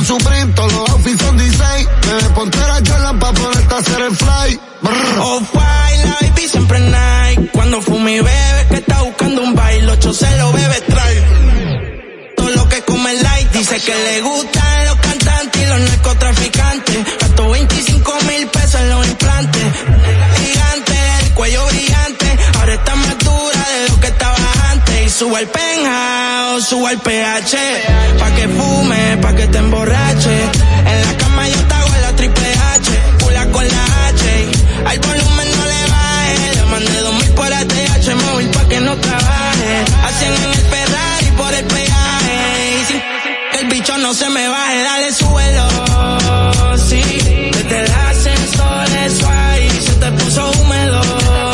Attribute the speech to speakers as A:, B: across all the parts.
A: son Supreme, todos los outfits son design. Bebé, ponte la Jordan pa' ponerte a hacer el fly.
B: Off-white, la baby siempre Nike. Cuando fumi bebe, que está buscando un baile, 8 se lo bebe, trae. Todo lo que come light, dice que le gustan los cantantes y los narcotraficantes. Gastó 25,000 pesos en los implantes. Gigante, el cuello brillante, ahora está más dura de lo que estaba antes. Y subo al penthouse, subo al PH, pa' que fume, pa' que te emborrache. En la cama yo te hago la triple H, pula con la H. Al volumen no le baje, le mandé 2,000 por ATH móvil pa' que no trabaje. A 100 en el Ferrari por el peaje. Y sin que el bicho no se me baje, dale súbelo, sí. Desde el ascensor eso ahí se te puso húmedo.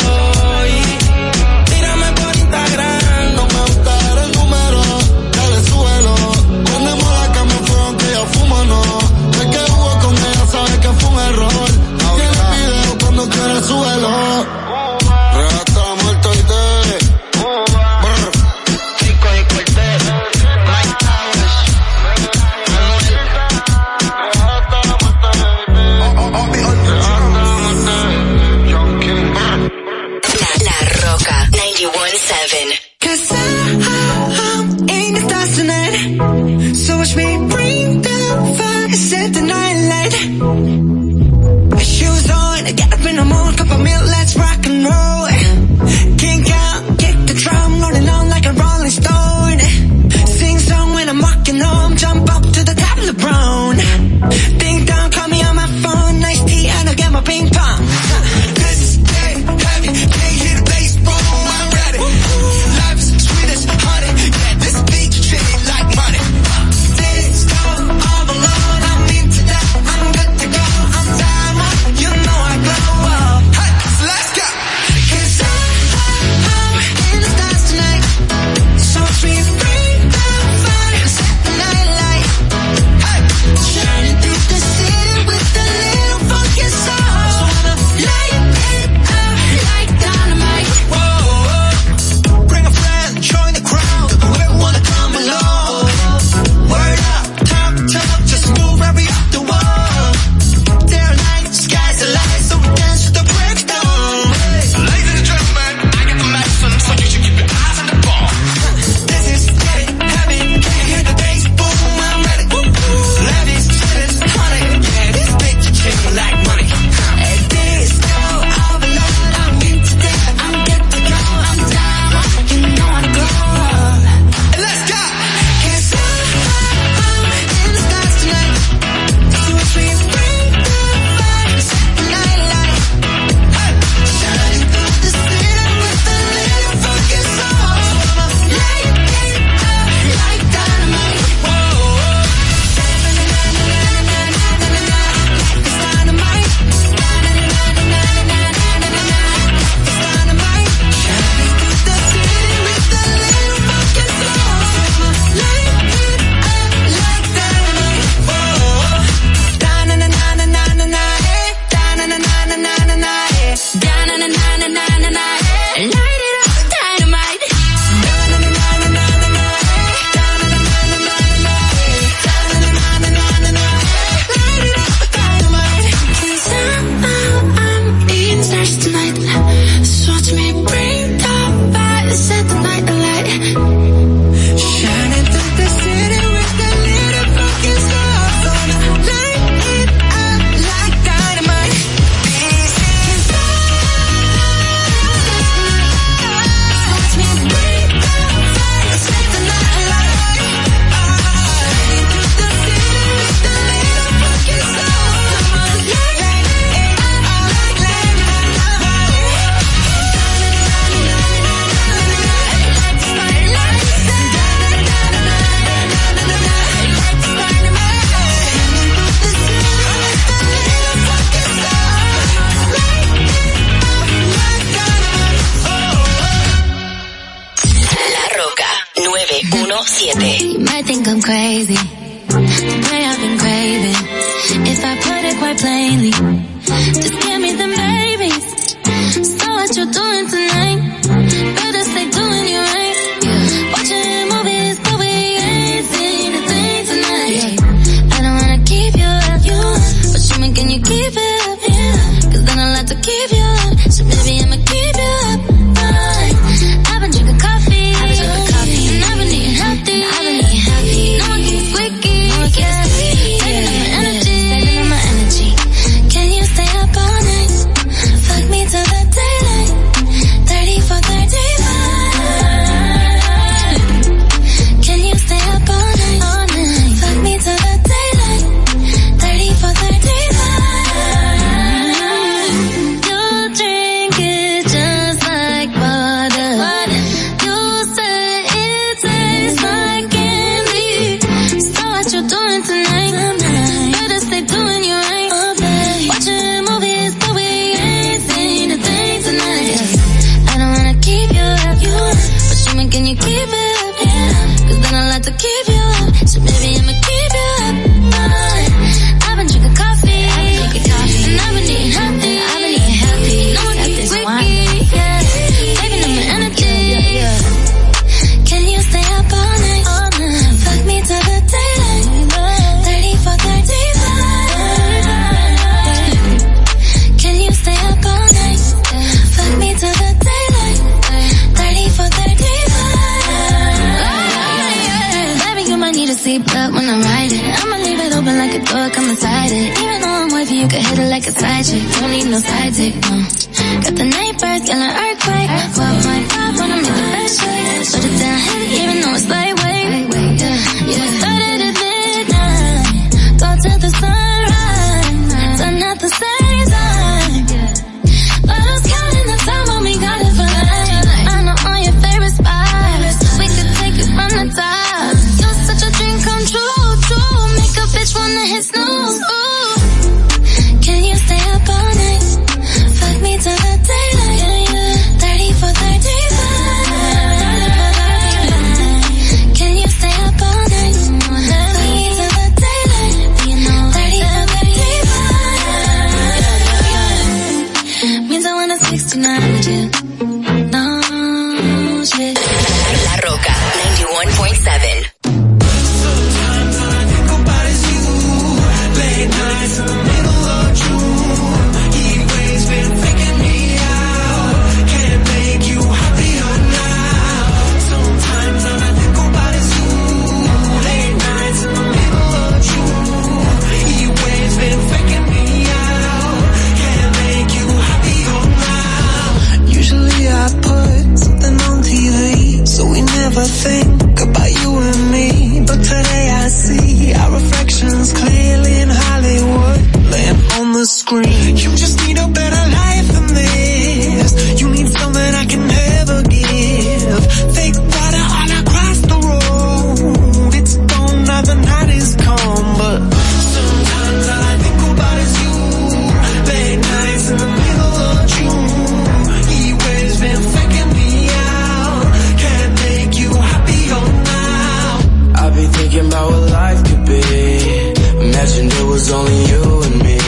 B: Y tírame por Instagram,
A: no me gusta dar el número, dale súbelo. Ponemos la cama en fuego que ya fumo, no. El que jugó con ella sabe que fue un error. Tiene video cuando quiere súbelo. Regata muerto y de
B: Chico y Cortés, Mike Towers,
C: La Roca 91.7.
D: 'Cause I'm in the stars tonight. So watch me bring the fire, set the night light. Shoes on, get up in the mood, cup of milk, let's rock and roll. Kink out, kick the drum, rolling on like a rolling stone. Sing song when I'm walking home, jump up to the top of the brown. Ding dong, call me on my phone, nice tea, and I'll get my ping pong. This is dead heavy, can't hear the bass, boom, I'm ready. Life is sweet as honey, yeah, this beat shit like money. This go all alone, I'm into that, I'm good to go, I'm down, you know I glow up. Hey, so let's go. 'Cause I'm in the stars tonight, so sweet, bring the fire, set the night light. Hey, shining through the city with a little funky soul. So I'ma light it up like dynamite. Whoa, bring a friend, join the crowd, whoever wanna come along. Word up, talk, just move right up the wall. There light, sky's the light, so we dance to the breakdown.
E: Ladies and gentlemen, I got the medicine, so you should keep your eyes on the ball.
D: This is getting heavy, can't hear the bass, boom, I'm ready. Ladies, sweet as honey, yeah, this bitch chick like money. This go all alone, I'm into that, I'm good to go, I'm down, you know I glow up. And let's go! 'Cause I'm in the stars tonight, so sweet, bring the fire, set the night light. Hey, shining through the city with a little funky soul. So I'ma light it up like dynamite. Whoa, it's dynamite. It's dynamite. Shining through the city with a little funky soul. So I'ma light it up like dynamite. Whoa, da-na-na-na-na-na-na, eh. Da-na-na-na-na-na-na, eh. Da-na-na-na-na-na-na, eh. Light it up, dynamite. Da-na-na-na-na-na-na, eh. Da-na-na-na-na-na-na, eh. Da-na-na-na-na-na-na, eh. Light it up, dynamite. 'Cause I'm in stars tonight. So watch me bring the fire, set the night alight. Shining through the city with a little funky soul. So now light it up like dynamite. This is watch me bring the fire, set the night alight. Shining through the city with a little funky soul. So now light it up like dynamite.
C: La Roca 917.
F: You might think I'm crazy, the way I've been craving. If I put it quite plainly, just give me them babies. So what you doing tonight? Better stay doing you right. Watching movies, but we ain't seen a thing tonight. I don't night. Better stay doing you right. Oh, babe. Watching movies, but we ain't seen a thing tonight. I don't wanna keep you up, but show me, can you keep it up? Yeah. Cause then I like to keep you up, so maybe I'ma keep you up. I've been drinking coffee, and I've been eating healthy. No more keep quickie, yeah. Saving up my energy. Can you stay up all night? Fuck me till the daylight. 34, 35. Can you stay up all night? Fuck me till the daylight. 34, 35. Baby, you might need a seatbelt when I ride it. I'ma leave it open like a door, come inside it. Even though I'm wavy, you can hit it like a side chick. Don't need no side chick, no. Got the neighbors, yelling earthquake. 12.5 when I make the best choice. Put it down heavy, even though it's lightweight. Yeah, started at midnight. Go till the sunrise. Done at the same time. But I was counting the time when we got it for life. I know all your favorite spots. We could take it from the top. You're such a dream come true, true. Make a bitch wanna hit snooze. Ooh. Can you stay up all night? Fuck me till the daylight. 34, 35. Can you stay up all night? Fuck me till the daylight. 34, 35. Means I want a 69 with you. No shit.
C: La Roca 91.7.
D: Think about you and me, but today I see our reflections clearly in Hollywood, laying on the screen. You just need a better life than this. You need something I can never give. Fake water all across the road. It's gone now, the night is come, but sometimes all I think about is you. Late nights in the middle of June. He always been faking me out. Can't make you happier now.
G: I've been thinking about what life could be. Imagined it was only you and me.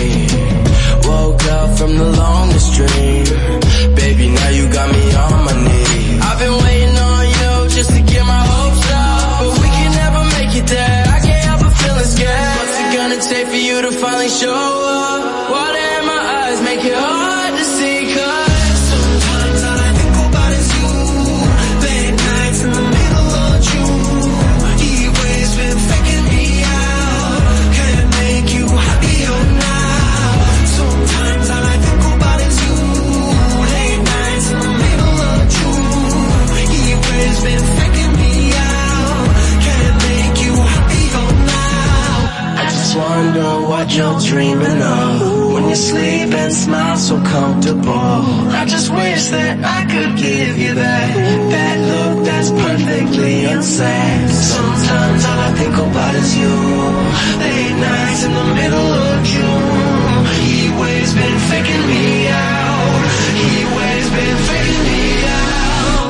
G: Woke up from the longest dream. Baby, now you got me on my knees. I've been waiting on you just to get my hopes up, but we can never make it there. I can't help but feeling scared. What's it gonna take for you to finally show up? Water in my eyes make it hard to see, 'cause
D: sometimes all I think about is you. Late nights in the middle of June. He always been faking me out. Can't make you happier now. Sometimes all I think about is you. Late nights in the middle of June. He always been faking me out. Can't make you happier now.
G: I just wonder what you're dreaming of when you sleep and smile so comfortable. I just wish that I could give you that look that's perfectly insane. Sometimes all I think about is you. Late nights in the middle of June. He always been faking me out. He always been faking me out.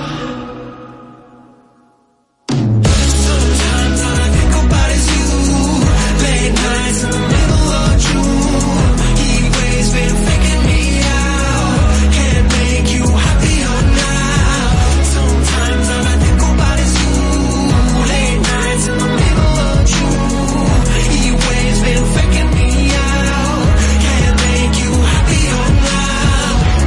G: Sometimes all I think about is you. Late nights in the middle of June. He always been faking me out. Can't make you happier now. Sometimes all I think about is you. Late nights in the middle of June. He always been faking me out. Can't make you happier now.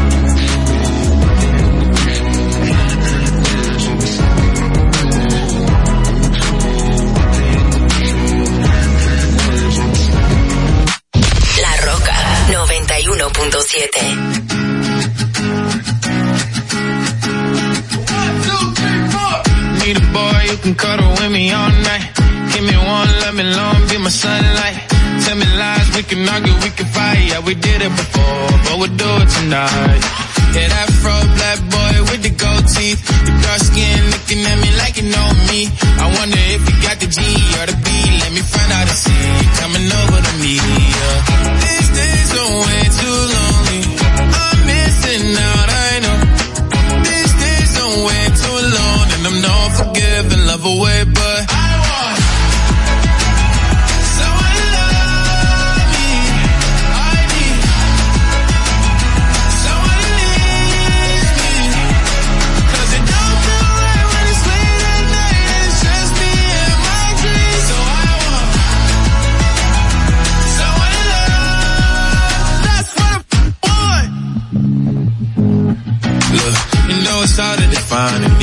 C: La Roca 91.7.
E: Need a boy you can cuddle with me all night. Give me one, let me long, be my sunlight. Tell me lies, we can argue, we can fight. Yeah, we did it before, but we'll do it tonight. Yeah, that fro black boy with the gold teeth. The dark skin looking at me like you know me. I wonder if you got the G or the B. Let me find out and see you coming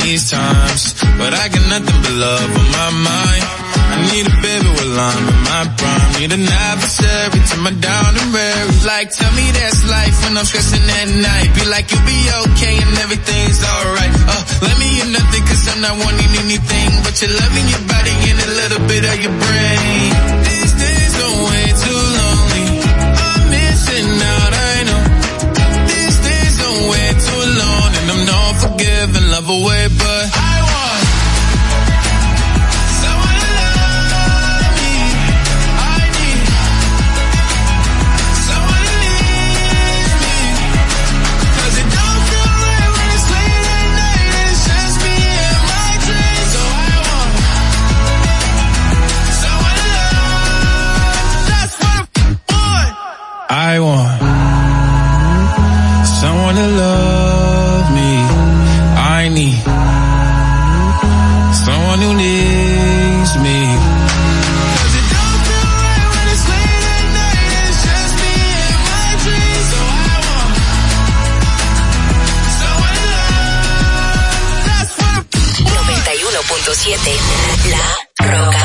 E: these times, but I got nothing but love on my mind. I need a baby while I'm in my prime. Need an adversary to my down and weary. Like, tell me that's life when I'm stressing at night. Be like, you'll be okay and everything's alright. Let me hear nothing cause I'm not wanting anything but your loving, your body and a little bit of your brain. These days are way too lonely. I'm missing out, I know. These days are way too long and I'm not forgiving, love away, but I want someone to love me. I need someone to leave me. Cause it don't feel right when it's late at night and it's just me and my dreams. So I want someone to love. That's what I want. Someone to love me. I need someone who needs me. Cause it don't feel right when it's late at night and it's just me and my dreams. So I want someone to love. That's what
C: 91.7 La Roca.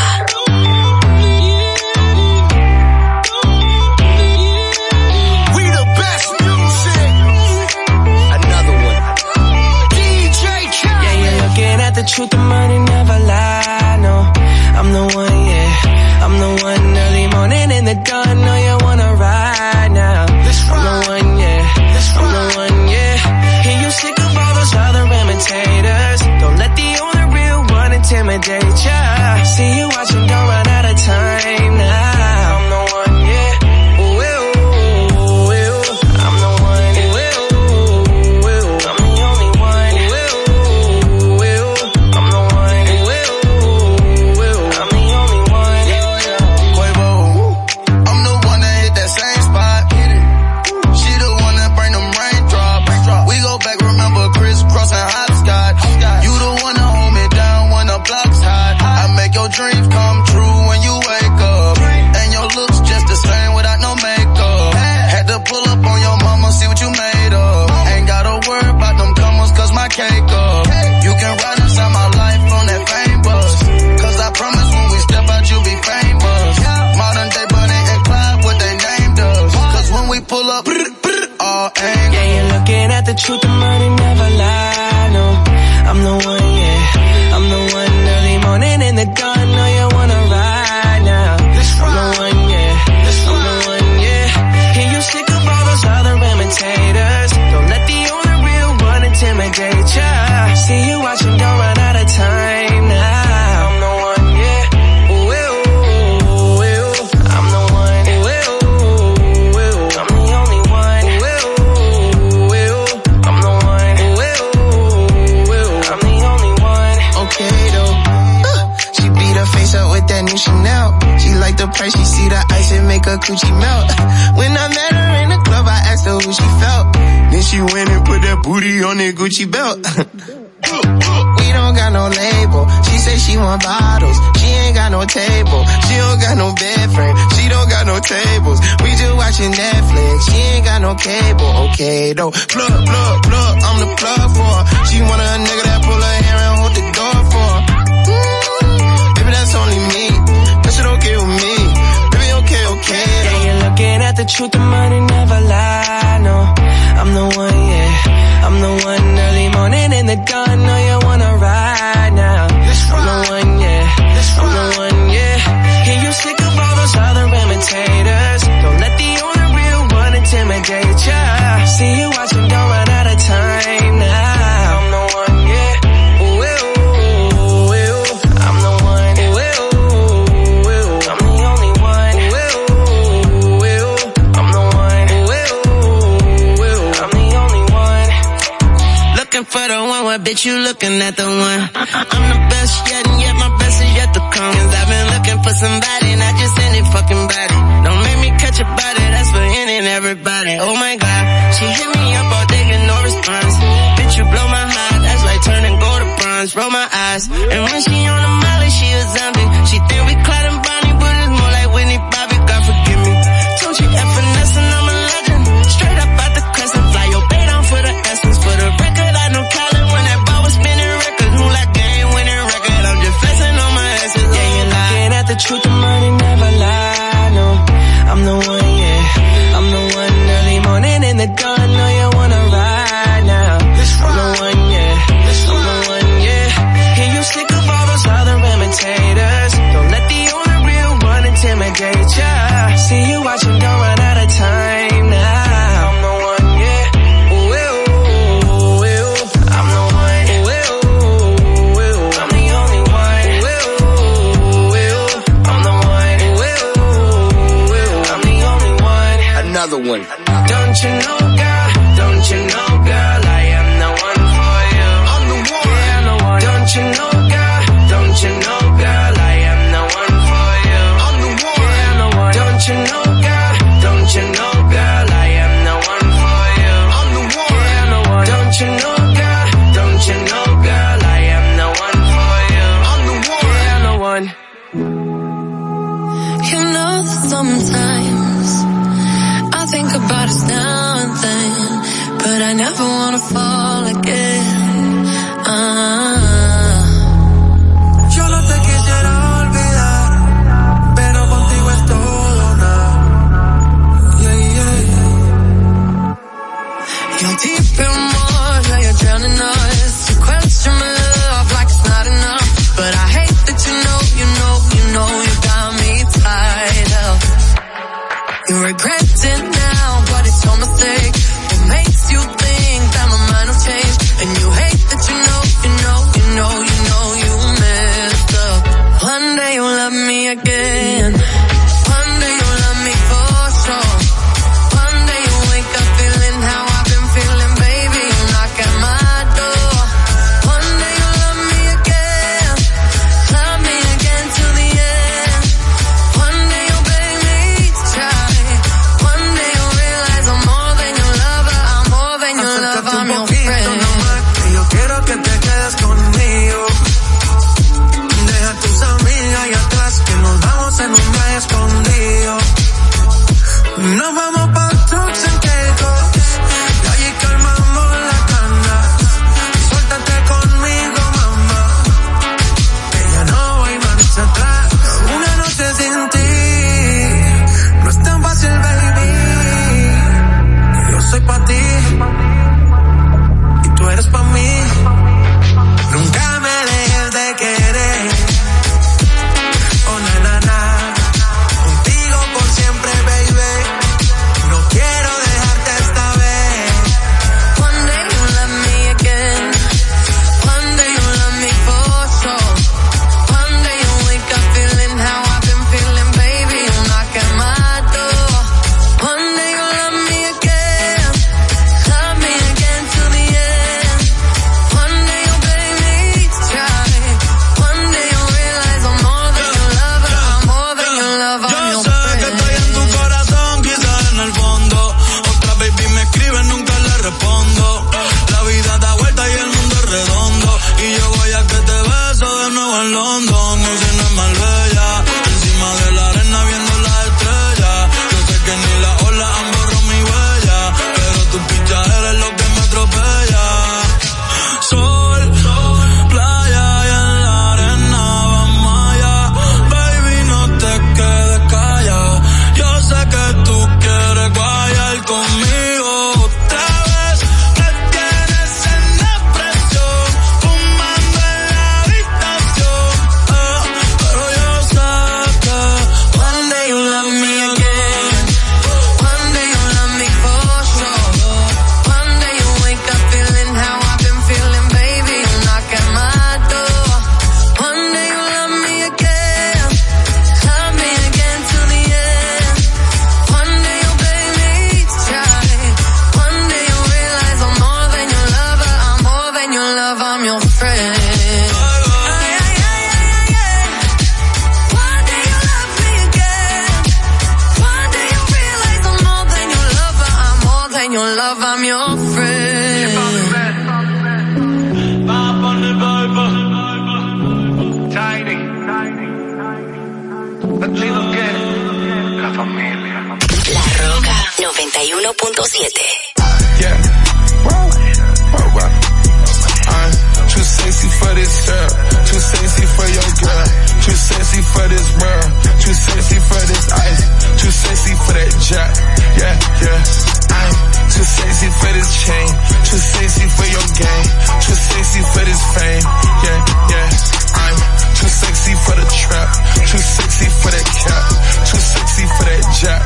B: The truth, the money never lie, no. I'm the one, yeah. I'm the one early morning in the dawn. Know you wanna ride now. I'm the one, yeah. I'm the one, yeah. Hear you sick of all those other imitators. Don't let the only real one intimidate ya. See you watching, don't run out of time now. I'm the one, yeah. Ooh, ooh, ooh. I'm the one, ooh, ooh, ooh. I'm the only one, ooh, ooh. I'm the one, I'm the only one.
H: Quavo, I'm the one that hit that same spot. She the one that bring them raindrops. We go back, remember crisscross and hopscotch. You the one that hold me down when the block's hot. I make your dreams come true when you wake up. And your looks just the same without no makeup. Had to pull up on your mama, see what you made of. Ain't gotta worry about them comers cause my cake up. You can ride inside my life on that fame bus. Cause I promise when we step out you'll be famous. Modern day Bonnie and Clyde, what they named us. Cause when we pull up, all angles.
B: Yeah, you're looking at the truth, the money never lie, no. I'm the one, yeah. I'm the one early morning in the dawn. Know you wanna ride now. I'm the one, yeah. I'm the one, yeah. Hear you sick of all those other imitators. Don't let the only real one intimidate ya. See you watching, don't run out of time now. I'm the one, yeah. Ooh, ooh, ooh. I'm the one, ooh, ooh, ooh. I'm the only one, ooh, ooh, ooh. I'm the one, ooh, ooh, ooh. I'm the only one.
H: Okay though, she beat her face up with that new Chanel. She like the price, she see the ice and make her coochie melt. When I met her in the club, I asked her who she felt. Then she went and put that booty on that Gucci belt. We don't got no label. She say she want bottles. She ain't got no table. She don't got no bed frame. She don't got no tables. We just watching Netflix. She ain't got no cable. Okay though, plug, plug, plug. I'm the plug for her. She want a nigga that pull her hair and hold the door for her. Baby, that's only me. That shit okay with me. Baby, okay, okay.
B: Yeah, you're looking at the truth, the money never lie, no. I'm the one, yeah. I'm the one early morning in the dawn. Know you wanna ride now. I'm the one, yeah. I'm the one, yeah. Hear you sick of all those other imitators. Don't let the only real one intimidate ya. See you watching, don't run out of time now. I'm the one, yeah. Ooh, ooh, ooh. I'm the one, ooh, ooh, ooh. I'm the only one, ooh, ooh, ooh. I'm the one, ooh, ooh, ooh. I'm the only one.
I: Looking for the one, what bitch you looking at the one? I'm the best yet and yet my best is yet to come. Cause I've been looking for somebody, not just any fucking body. Don't make me catch a body, that's for any and everybody. Oh my god, she hit me up all day, get no response. Bitch, you blow my heart, that's like turning gold to bronze. Roll my eyes, and when she on the molly, she a zombie. She think we Clyde and Bonnie, but it's more like Whitney Bobby, God forgive me. Don't you F finesse and I'm a legend. Straight up out the crescent, fly your bait on for the essence. For the record, I know Colin when that ball was spinning records.
G: See you watching, don't run out of time now. I'm the one, yeah. Ooh, ooh, ooh, ooh. I'm the one. Ooh, ooh, ooh. I'm the only one. Ooh, ooh, ooh. I'm the one. Ooh, ooh, ooh. I'm the only one.
J: Another one.
G: Don't you know, girl? Don't you know, girl? I am the one for you. I'm the one. Yeah, I'm the one. Don't you know, girl? Don't you know, girl? I am the one for you. I'm the one. Yeah, I'm the one. Don't you know, girl? Don't you know, girl? I am the one for you. I'm the one. Yeah, I'm the one. Don't you know, girl? Don't you know, girl? I am the one for you. I'm the one. Yeah, I'm the one.
F: You know that sometimes I think about us now and then, but I never wanna fall again.
G: Yo no te quisiera olvidar, pero contigo es todo o nada. Yeah, yeah, yeah.
F: You're deep in more, now you're drowning us. You question my love like it's not enough, but I hate that you know you got me tied up. You regret it now, but it's your mistake. What makes you think that my mind will change? And you hate that you know you messed up. One day you'll love me again. One day you'll love me for sure. One day you'll wake up feeling how I've been feeling, baby. You'll knock at my door. One day you'll love me again till the end. One day you'll beg me to try. One day you'll realize I'm more than your lover. I'm more than your lover. I'm your friend.
G: Yo quiero que te quedes conmigo. Deja a tus amigas ahí atrás, que nos vamos en un viaje escondido. Nos vamos pa' Turks and Caicos, y allí calmamos las ganas. Suéltate conmigo, mamá, que ya no hay marcha atrás. Una noche sin ti no es tan fácil, baby. Yo soy pa' ti y tú eres pa' mí. Nunca me dejes de querer. Oh, na, na, na. Contigo por siempre, baby. No quiero dejarte esta vez.
F: One day you'll love me again. One day you'll love me for sure. One day you'll wake up feeling how I've been feeling, baby. You'll knock at my door. One day you'll love me again till the end. One day you'll beg me to try. One day you'll realize I'm more than your lover. I'm more than your lover. I'm your
H: Yo sé que estoy en tu corazón, quizás en el fondo. Otra baby me escribe, nunca le respondo. La vida da vuelta y el mundo es redondo. Y yo voy a que te beso de nuevo en London. No sé, no es Marbella, encima de la arena viendo las estrellas. Yo sé que ni las olas han borrado mi huella, pero tu picha eres lo que me atropella. Sol, playa y en la arena vamos allá. Baby, no te quedes callada. Yo sé que tú quieres guayar conmigo otra vez. Me tienes en depresión, fumando en la habitación. Pero yo sé que
F: One day you'll love me again. One day you'll love me for sure. One day you'll wake up feeling how I've been feeling, baby. You'll knock at my door. One day you'll love me again till the end. One day you'll beg me to try. One day you'll realize I'm more than your lover. I'm more than your lover. I'm your friend. One day you'll love me again. One day you'll realize I'm more than your lover. I'm more than your lover. I'm your friend.
K: Tiny. Latino que la familia.
C: La Roca 91.7.
E: Yeah. I'm too sexy for this girl, too sexy for your girl, too sexy for this world, too sexy for this ice, too sexy for that jack. Yeah, yeah. I'm too sexy for this chain, too sexy for your game, too sexy for this fame. Yeah, yeah. I'm too sexy for the trap, too sexy for that cap, too sexy for that jack.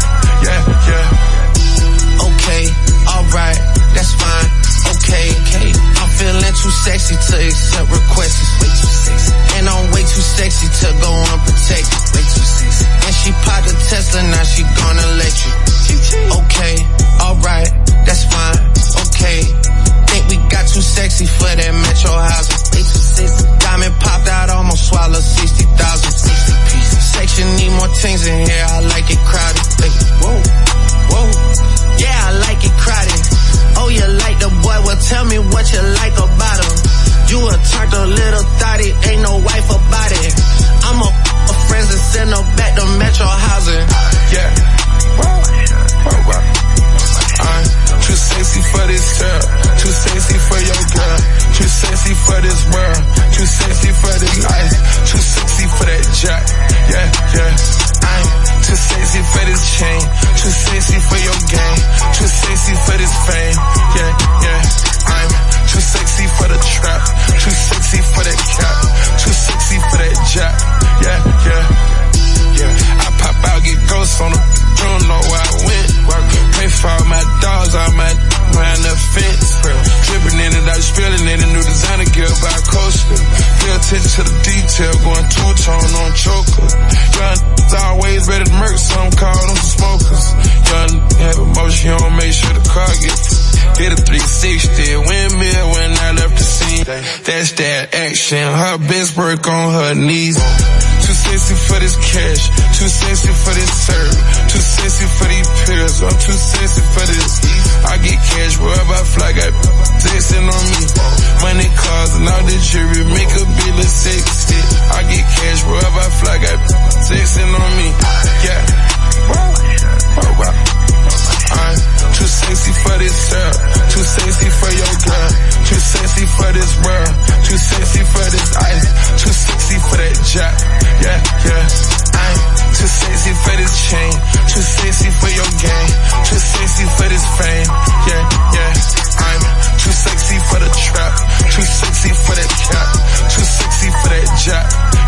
E: That's that action. Her best work on her knees. Too sexy for this cash. Too sexy for this serve. Too sexy for these pills. I'm too sexy for this. I get cash wherever I fly. Got texting on me. Money, cars, and all the jewelry. Make a bill of sexy. I get cash wherever I fly. Got texting on me. Yeah. Wow. I'm too sexy for this girl. Too sexy for your girl. Too sexy for this world. Too sexy for this ice. Too sexy for that job. Yeah. I'm too sexy for this chain. Too sexy for your game. Too sexy for this fame. Yeah. I'm too sexy for the trap. Too sexy for that cap. Too sexy for that job.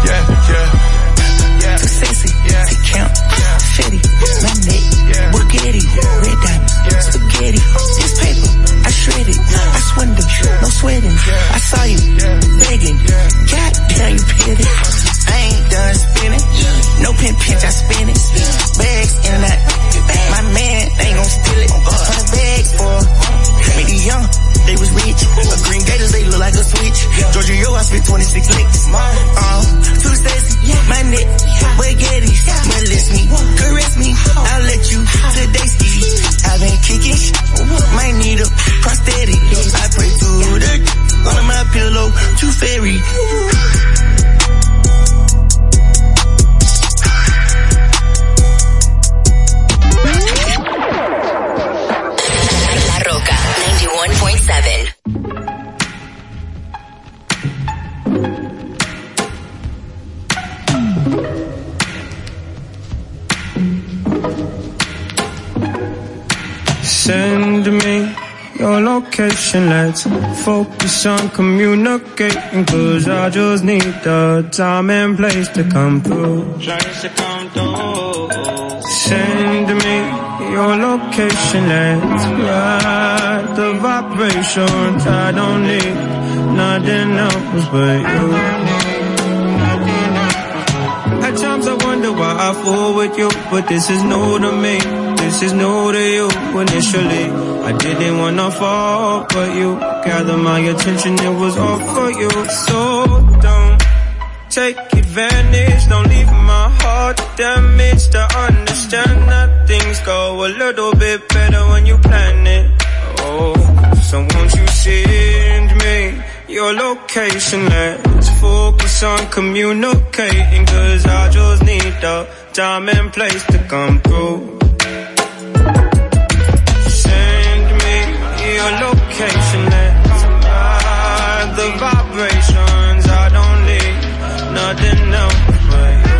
E: Yeah.
B: Too sexy. To count. Fetty. My neck. Bugatti. Red diamonds. Spaghetti. This paper. I shred it. I swindle. No sweating. I saw you begging. God damn, you petty. I ain't done spinning. No pinch, I spin it. Bags in and out. My man ain't gon' steal it. 100 bags for me. The young, they was rich. A Green Gators, they look like a switch. Georgia, yo, I spit 26 licks. Too sexy. My neck. Spaghettis. Molest me. Caress me. I'll let you today ski. I've been kicking. Might need a prosthetic. I pray to the under my pillow. Too fairy.
C: La Roca 91.7.
J: Send me your location, let's focus on communicating, 'cause I just need the time and place to come through. Send me your location, let's ride the vibrations. I don't need nothing else but you. At times I wonder why I fool with you, but this is new to me. This is new to you. Initially, I didn't wanna fall, but you gathered my attention, it was all for you. So don't take advantage, don't leave my heart damaged. To understand that things go a little bit better when you plan it. Oh, so won't you send me your location? Let's focus on communicating, 'cause I just need the time and place to come through. Your location, let's ride the vibrations. I don't need nothing else but you.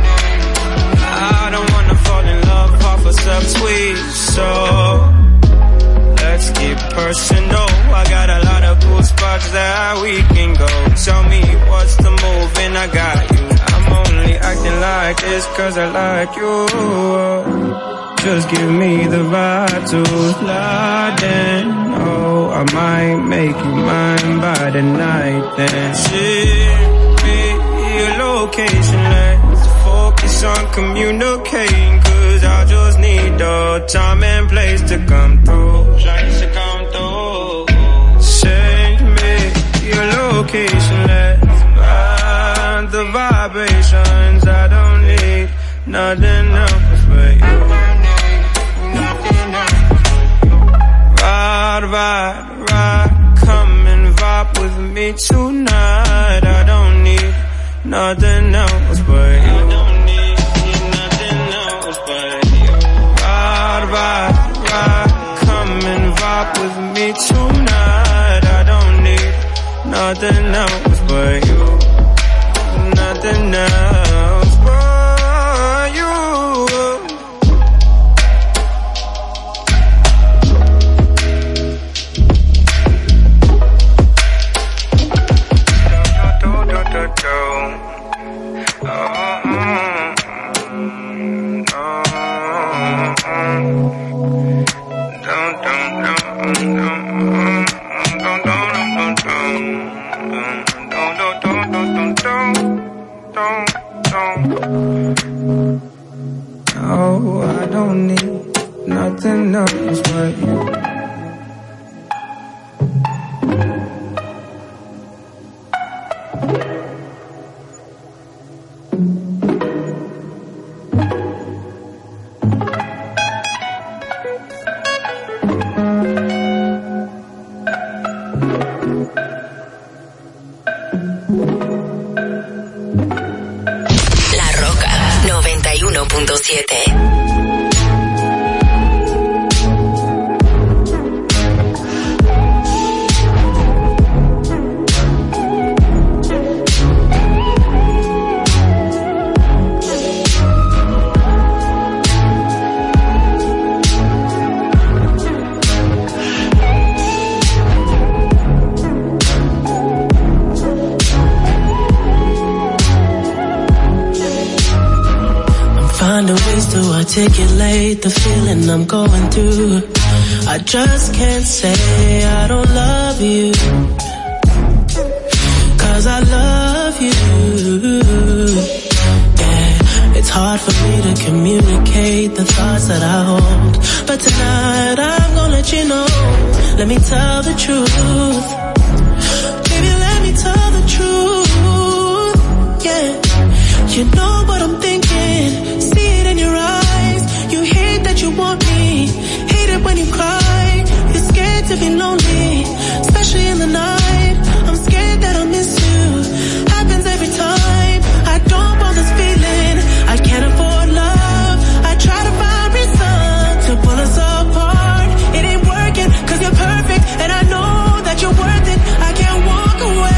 J: I don't wanna fall in love off a subtweet, so let's get personal. I got a lot of cool spots that we can go. Tell me what's the move and I got you. I'm only acting like this 'cause I like you. Just give me the vibe to slide in. Oh, I might make you mine by the night then. Send me your location, let's focus on communicating, 'cause I just need the time and place to come through. Send me your location, let's find the vibrations. I don't need nothing else but you. Ride, come and vibe with me tonight. I don't need nothing else but you. I don't need nothing else but you. Ride, come and vibe with me tonight. I don't need nothing else but you. Nothing else but you. Oh, I don't need nothing else but you.
L: articulate the feeling I'm going through. I just can't say I don't love you, 'cause I love you. Yeah, it's hard for me to communicate the thoughts that I hold, but tonight I'm gonna let you know. Let me tell the truth. Baby, let me tell the truth. Yeah, you know what I'm thinking. See it in your eyes. You hate that you want me. Hate it when you cry. You're scared to be lonely, especially in the night. I'm scared that I'll miss you. Happens every time. I don't want this feeling. I can't afford love. I try to find reason to pull us apart. It ain't working 'cause you're perfect, and I know that you're worth it. I can't walk away.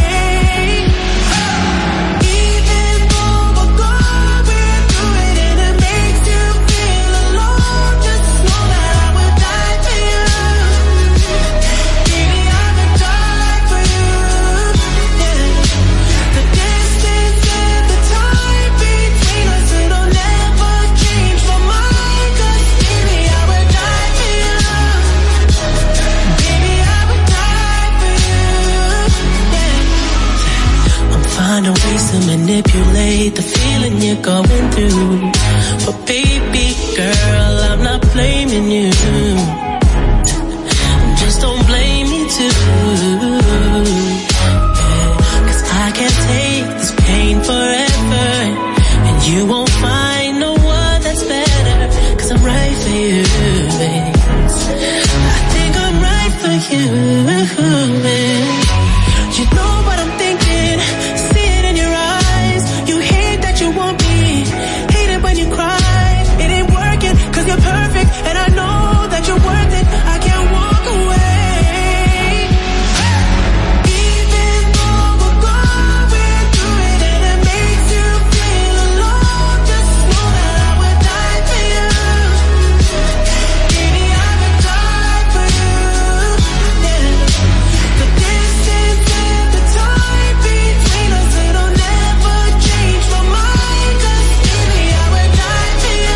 L: Find a ways to manipulate the feeling you're going through. But baby girl, I'm not blaming you. Just don't blame me too. Yeah, 'cause I can't take this pain forever, and you won't find no one that's better. 'Cause I'm right for you, babe. I think I'm right for you, babe. You know what I'm thinking. You're perfect, and I know that you're worth it. I can't walk away. Even though we're going through it and it makes you feel alone, just know that I would die for you. Baby, I would die for you. Yeah. The distance and the time between us, it'll never change my mind. 'Cause baby, I would die for you.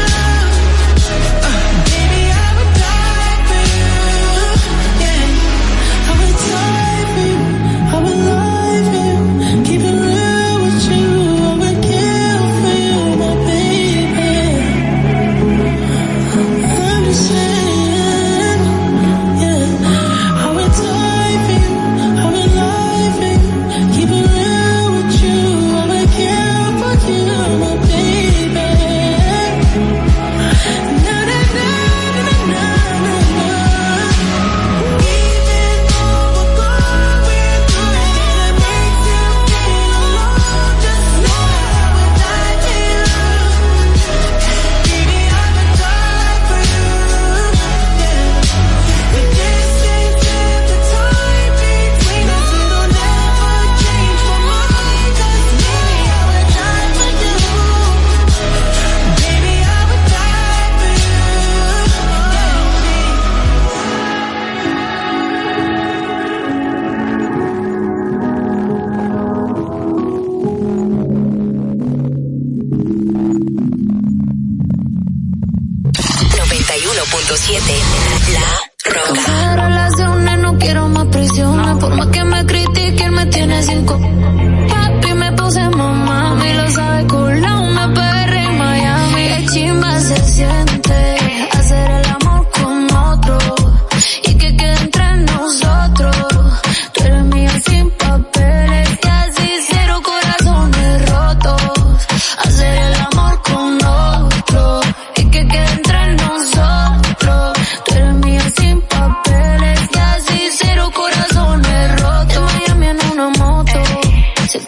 F: La Roca. Con relaciones no quiero más prisiones, por más que me critiquen me tiene sin papi me puse mamá, y lo sabe colado, me perré en Miami. Qué chimba se siente hacer el amor con otro y que quede entre nosotros. Tú eres mía sin papeles y así 0 corazones rotos. Hacer el amor con otro y que quede entre nosotros. Tú eres mía sin papeles y así 0 corazones rotos. De Miami en una moto, se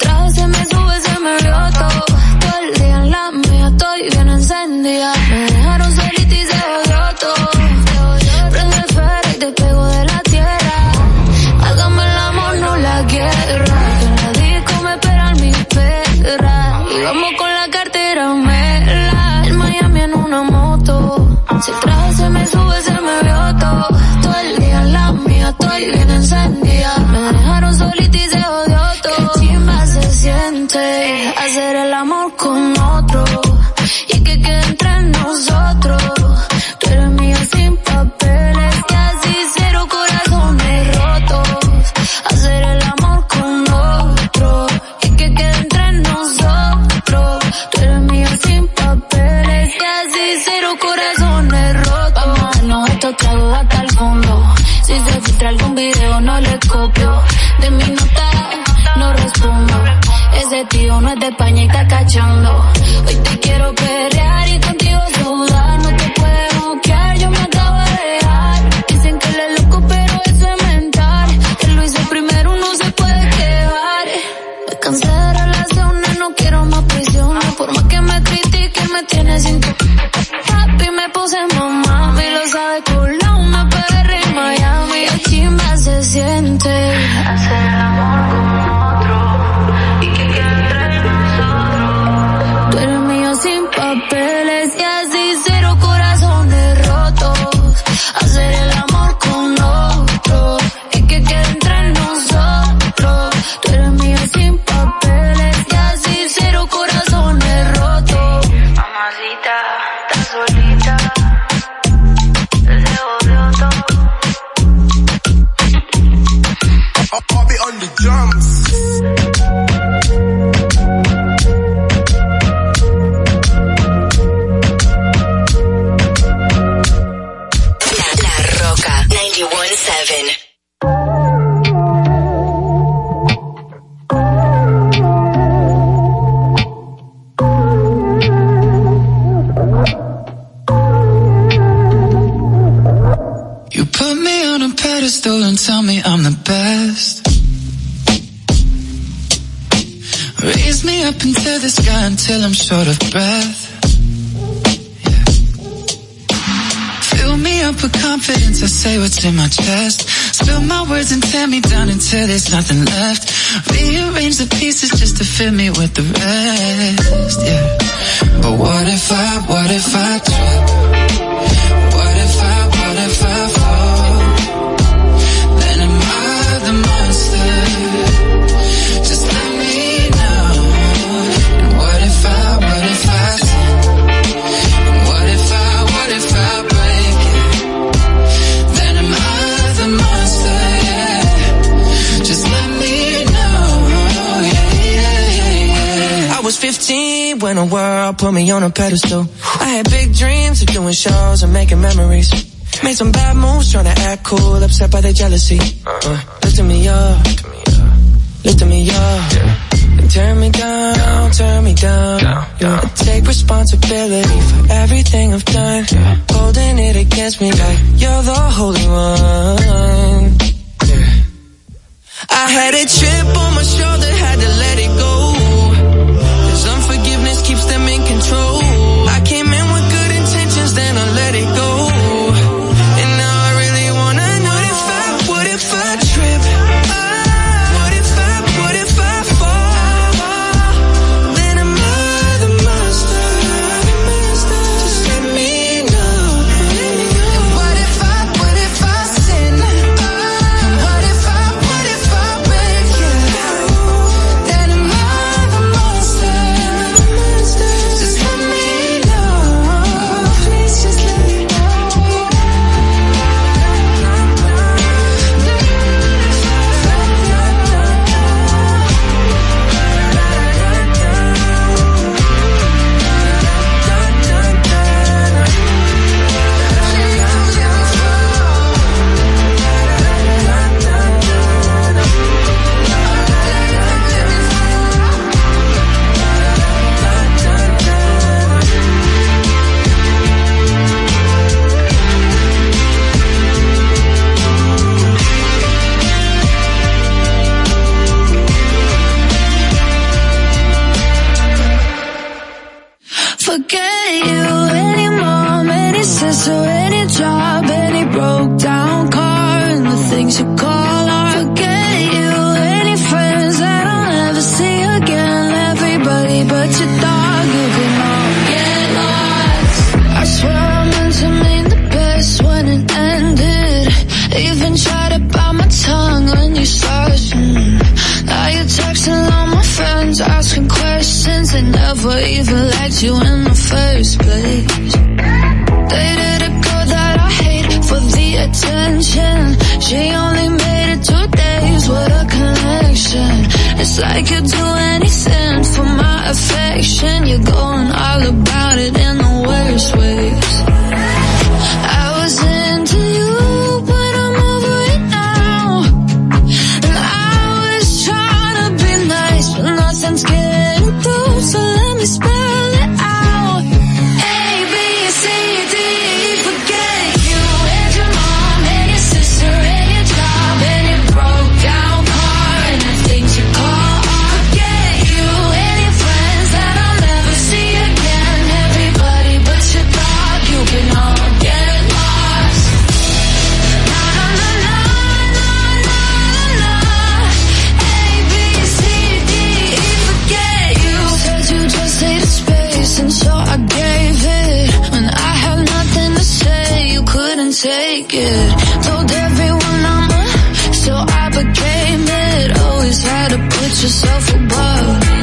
F: video, no le copio. De mi nota, no respondo. Ese tío no es de España y está cachando. Hoy te quiero perrear y contigo sudar. No te puedes bloquear, yo me acabo de dejar. Dicen que él es loco, pero eso es mental. Que lo hice primero, no se puede quedar. Me cansé de relaciones, no quiero más prisiones. Por más que me critiquen, me tiene sin tu. Papi, me puse mamá, y lo sabe colar una PR en Miami. Y aquí me se siente hacer el amor con otro y que quede entre nosotros. Tú eres mío sin papeles y así cero corazones rotos. Hacer el amor con otro y que quede entre nosotros. Tú eres mío sin papeles y así cero corazones rotos. Mamacita, estás solita.
H: I'll be on the drums.
C: La Roca 91.7.
M: You put me on a pedestal and tell me I'm the best. Raise me up into the sky until I'm short of breath. Yeah. Fill me up with confidence, I say what's in my chest. Spill my words and tear me down until there's nothing left. Rearrange the pieces just to fit me with the rest. Yeah. But what if I trip? What if I fall? Then am I the monster? Just let me know. And what if I sin? And what if I break it? Then am I the monster? Yeah. Just let me know. Yeah.
I: I was 15 when the world put me on a pedestal. I had big dreams of doing shows and making memories. Made some bad moves trying to act cool, upset by their jealousy. Lifting me up, lifting me up. And turn me down. Yeah. I take responsibility for everything I've done. Holding it against me like you're the holy one. I had a chip on my shoulder, had to let it go. 'Cause unforgiveness keeps them in control. I came in with good intentions, then I let it go. And now I really wanna know what if I trip? What if I fall? Then am I the monster? Just let me know. And what if I sin? And what if I break it? Then am I the monster? Just let me know. Please just let me know.
F: Forget you, any mom, any sister, any job, any broke down car, and the things you call art. Forget you, any friends that I'll never see again. Everybody but your dog, you can all get lost. I swear I meant to mean the best when it ended. Even tried to bite my tongue when you started. Now you're texting all my friends, asking questions. They never even liked you in the first place. Dated a girl that I hate for the attention. She only made it 2 days, what a connection. It's like you'd do anything for my affection. You're going all about it in the worst ways. I was into you, but I'm over it now. take it. Told everyone I'm a, so I became it. Always had to put yourself above me.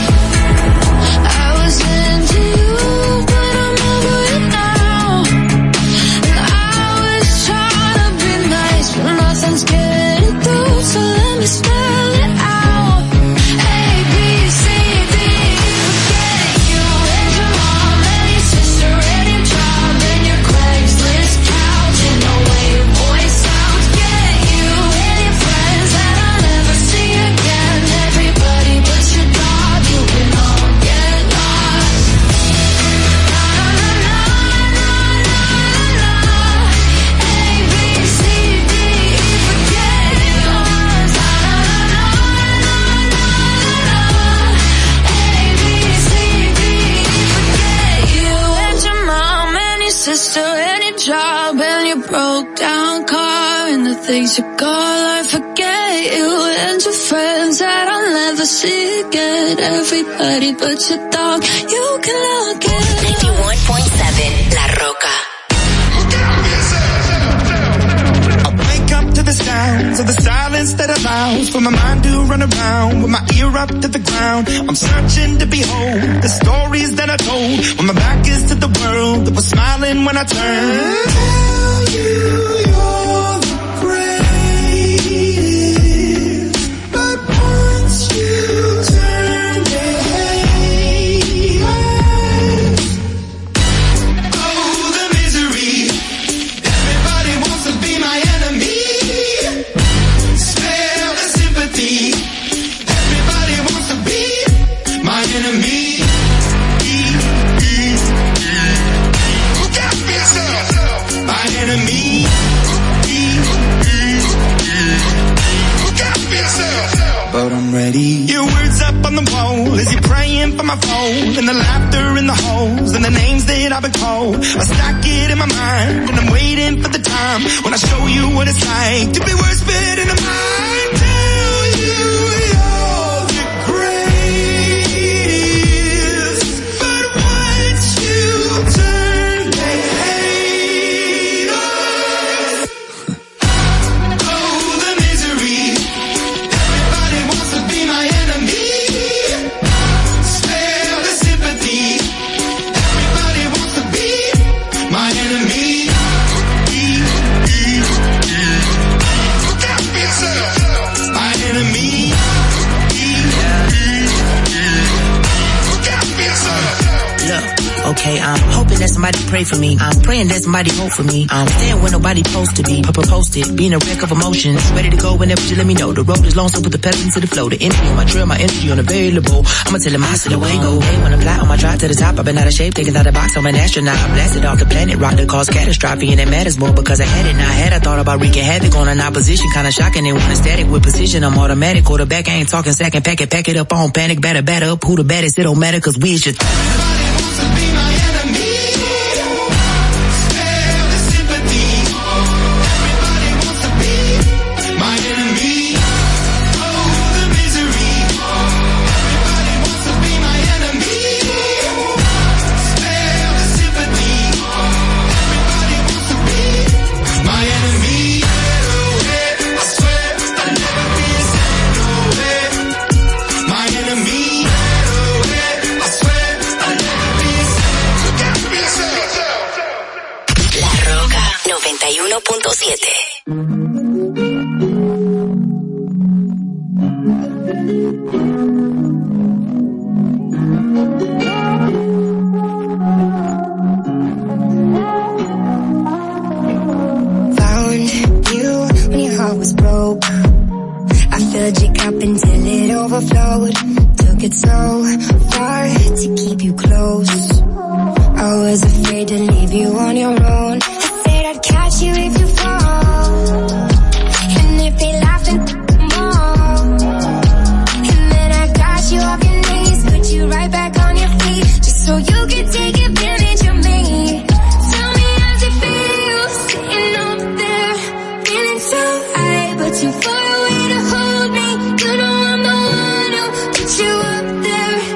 F: I was into you, but I'm over it now. And I was trying to be nice, but nothing's getting through, so let me spell it out. A, B, C, D, forget you and your mom and your sister and your job and your Craigslist couch and the way your voice sounds. Get you and your friends that I'll never see again. Everybody but your dog, you can all get lost. Na na na na na na na. A, B, C, D, forget you. Na na na na na na na. A, B, C, D, forget you and your mom and your sister and your job and your broke down car and the things you call. I forget you and your friends that I'll never see again. Everybody but your dog, you can all get
C: 91.7 La Roca.
N: I wake up to the sounds of the silence that allows for my mind to run around with my ear up to the ground. I'm searching to behold the stories that I told when my back is to the world that was smiling when I turned. Tell you you're the greatest, but once you turn they hate us. Oh, the misery. Everybody wants to be my enemy. Spare the sympathy. Everybody wants to be my enemy. Look out for yourself. My enemy. Look out for yourself. But I'm ready. Your words up on the wall as you're praying for my phone, and the laughter in the halls and the names that I've been called. I stack it in my mind and I'm waiting for the time when I show you what it's like to be worse fit in the mind. Tell you you're the greatest, but once you turn they hate us. Oh, the misery. Everybody wants to be my enemy. Spare the sympathy. Everybody wants to be my enemy. Look out for yourself. My enemy. Look out for yourself.
I: Look, okay, I'm hoping that somebody pray for me. I'm praying that somebody hope for me. I'm staying where nobody supposed to be. Posted, being a wreck of emotions. Ready to go whenever you let me know. The road is long, so put the pedal into the flow. The energy on my trail, my energy unavailable. I'ma tell him I see the way go. Hey, when I fly on my drive to the top, I've been out of shape, taking out the box. I'm an astronaut. I blasted off the planet, rock that caused catastrophe, and it matters more because I had it. Now I had, I thought about wreaking havoc on an opposition, kinda shocking. They want a static with precision. I'm automatic, quarterback. I ain't talking second, pack it up on panic, batter up. Who the baddest? It don't matter, cause we is just.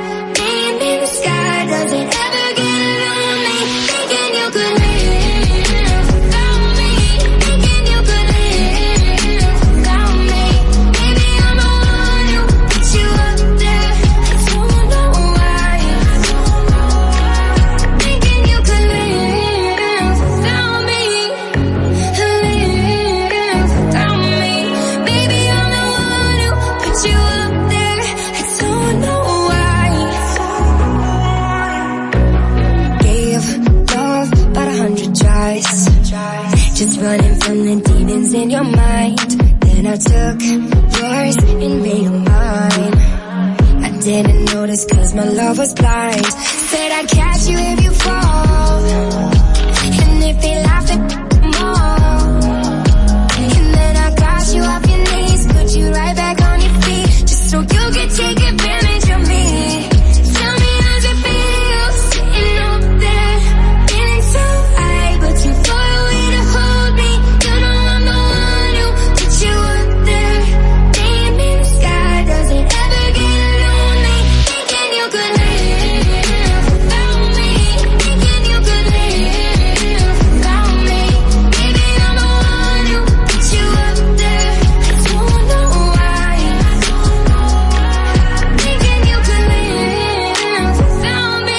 F: Does it ever get on me? Thinking you could leave just running from the demons in your mind. Then I took yours and made them mine. I didn't notice cause my love was blind. Said I'd catch you if you fall, and if they laughed at more. And then I got you off your knees, put you right back on your feet, just so you could take advantage of me. Tell me how's it feel, sitting up there, feeling so high, but too far away to hold me. You know I'm the one who put you up there, name in the sky, does it ever get lonely? Thinking you could live without me, thinking you could live without me. Baby, I'm the one who put you up there, I don't know why. Thinking you could live without me,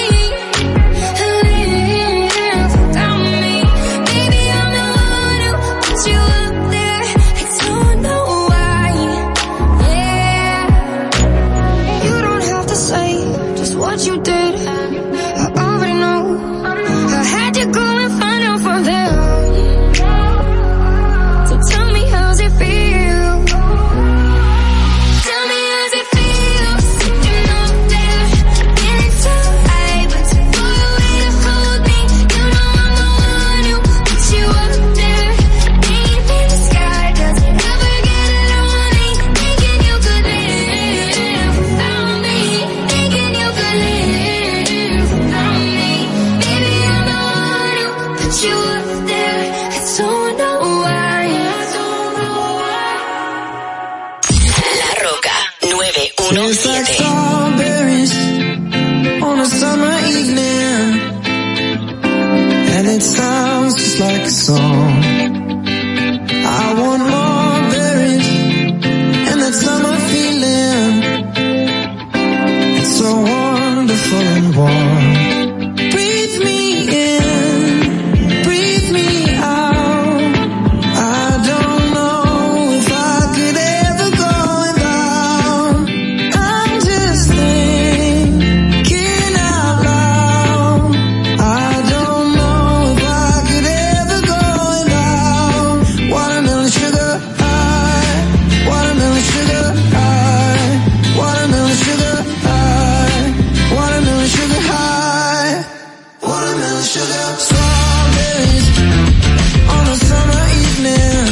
F: live without me. Baby, I'm the one who put you up there, I don't know why. Yeah, you don't have to say just what you did, I already know. I had to go and find out from them. So tell me how's it feel, tell me how's it feel, sitting up there, feeling so high, but too far away to hold me. You know I'm the one who put you up there, name in the sky, does it ever get lonely? Thinking you could live without me, thinking you could live without me. Baby, I'm the one who put you up there, I don't know why.
C: La Roca
D: Tastes like
C: 917.
D: strawberries on a summer evening, and it sounds just like a song. I want more berries and that summer feeling. It's so wonderful and warm. Breathe me in, breathe me out. I don't know if I could ever go without. I'm just thinking out loud. I don't know if I could ever go without. Watermelon sugar high, watermelon sugar high, watermelon sugar high, watermelon sugar high, watermelon sugar. Strawberries on a summer evening,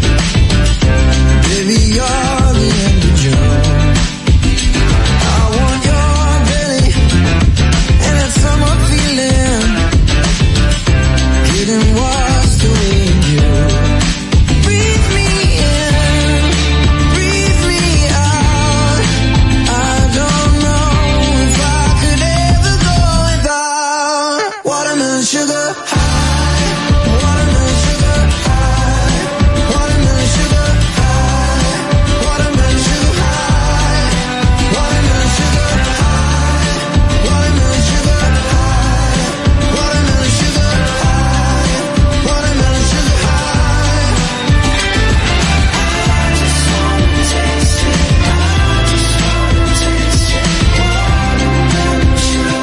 D: baby, you're the end of June. I want your belly and that summer feeling, getting washed away in you. Breathe me in, breathe me out. I don't know if I could ever go without. Watermelon sugar high, watermelon sugar high, watermelon sugar high, watermelon sugar high, watermelon sugar high, watermelon sugar high, watermelon sugar high, watermelon sugar high. I just wanna taste it, I just wanna taste it, watermelon sugar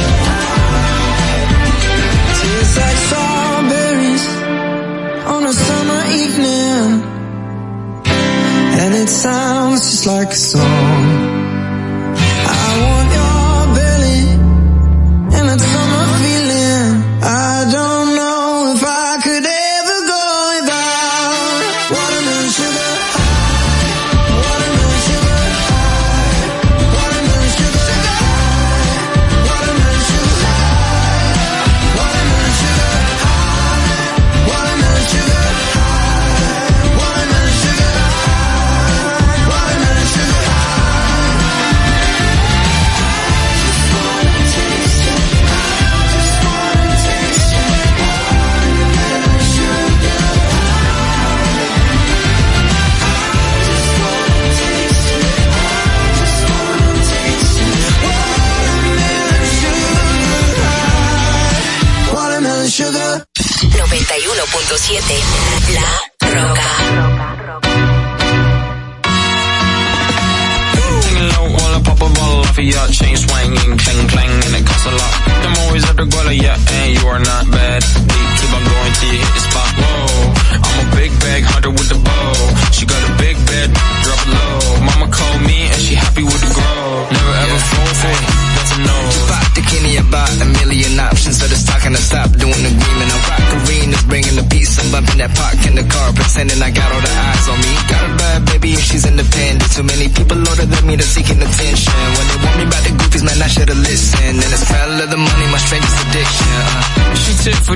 D: high. Tastes like strawberries on a summer evening, and it sounds just like a song. I want your belly and that summer feeling. I don't know if I could ever go without. Watermelon sugar high, watermelon sugar high, watermelon sugar high, watermelon sugar high, watermelon sugar high, watermelon sugar high, watermelon sugar high, watermelon sugar
C: sugar. 91.7 La Roca.
E: While I pop a bottle off of your chain swinging, clang clang, and it costs a lot. I'm always at the guala, yeah, and you are not bad. Keep on going till you hit the spot. Whoa, I'm a big bag hunter with the bow. She got a big bed, drop it low. Mama called me and she happy with the grow. Never ever fall for it, that's a no.
O: Pop the Kenny about a million options, so just talking to stop doing agreement. I'm rock arenas, bringing the beats. I'm bumping that park in the car, pretending I got all the eyes on me. Got a bad baby and she's independent. Too many people older than me that's seeking attention. When they want me about the goofies, man, I should've listened. And the smell of the money, my strangest addiction.
E: She tip for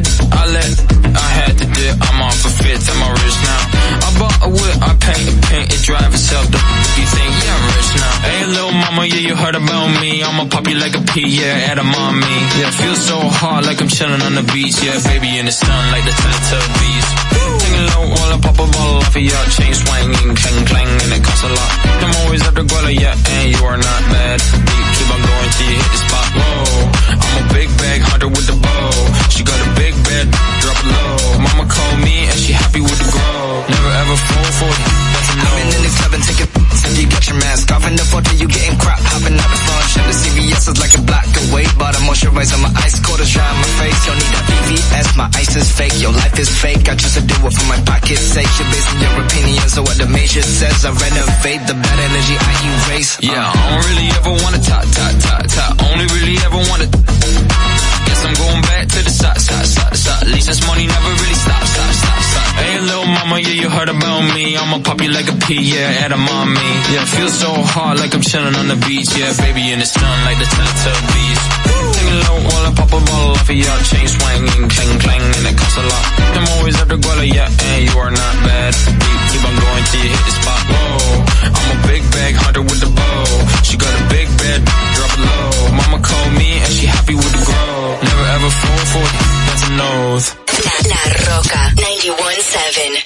E: I had to dip. I'm off a fit, I'm my wrist now. I bought a whip, I paint it drive itself. You think, yeah, I'm rich now. Hey, little mama, yeah, you heard about me. I'ma pop you like a pea, yeah, at a mommy. Yeah, feel so hard like I'm chilling on the beach. Yeah, baby in the sun like the Teletubbies. Sing low while I pop a ball off of your chain swinging, clang clang, and it costs a lot. I'm always at the guala, yeah, and you are not bad. Deep, keep on going till you hit the spot. Whoa, I'm a big bag hunter with the bow. She got a big bed, drop it low. Mama called me and she happy with the grow. Never ever fall for it, that's a no.
O: I've been in the club and taking if you got your mask off in the photo, you getting crap, hopping out the function. The CVS is like a block away, but I'm moisturizing my ice cold is dry on my face. Don't need that VVS, my ice is fake, your life is fake. I just do it for my pocket's sake. You're basing your opinions on what the major says. I renovate the bad energy I erase.
E: Yeah, I don't really ever wanna top. Only really ever wanna. Guess I'm going back to the side. At least this money never really stop. Hey, little mama, yeah, you heard about me. I'ma pop you like a pea, yeah, at a mommy. Yeah, feel so hard like I'm chilling on the beach. Yeah, baby in the sun like the Teletubbies. Sing low while I pop a ball off of your chain swinging, clang clang, and it costs a lot. I'm always at the guala, yeah, and you are not bad. Deep, keep on going till you hit the spot. Whoa, I'm a big bag hunter with the bow. She got a big bed, drop it low. Mama called me and she happy with the grow. Never ever fall for it, that's a nose.
C: La Roca 91.7.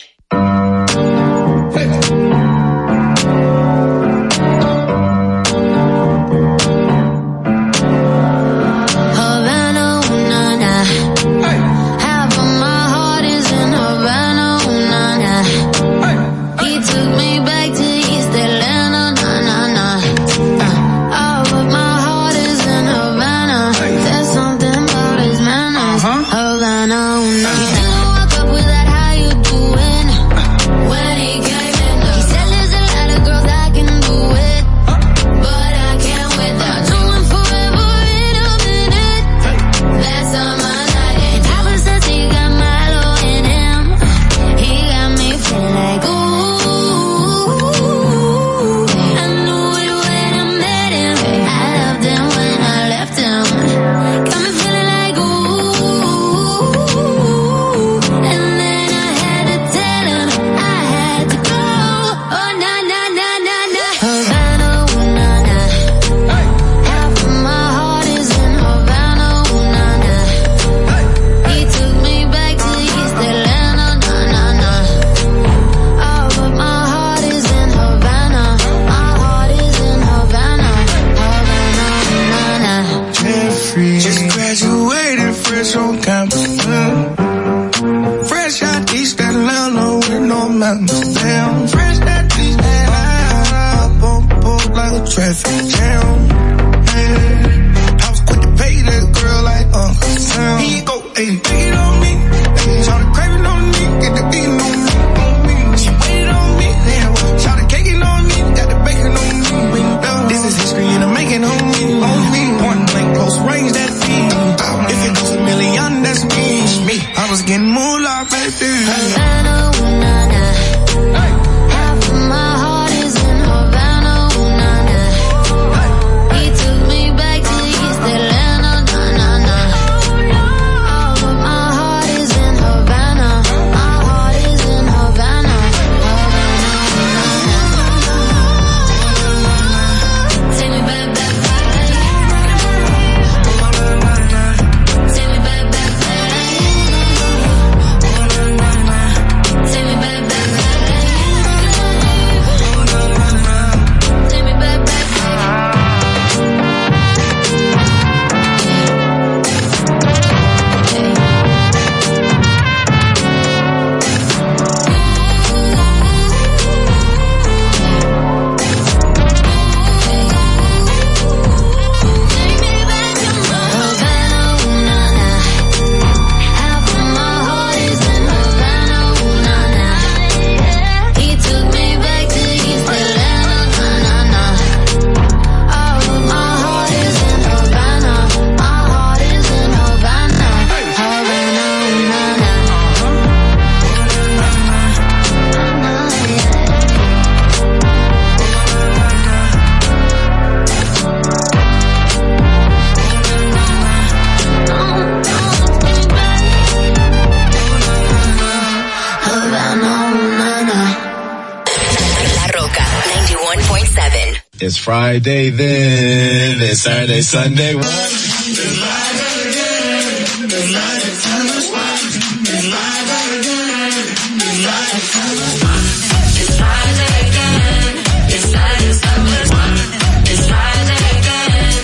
P: It's Friday then, it's Saturday, Sunday, what?
G: It's Friday again, it's Friday, Sunday, what? It's Friday again, it's Friday, Sunday, what? It's Friday again, it's Friday, Sunday, what? It's Friday again,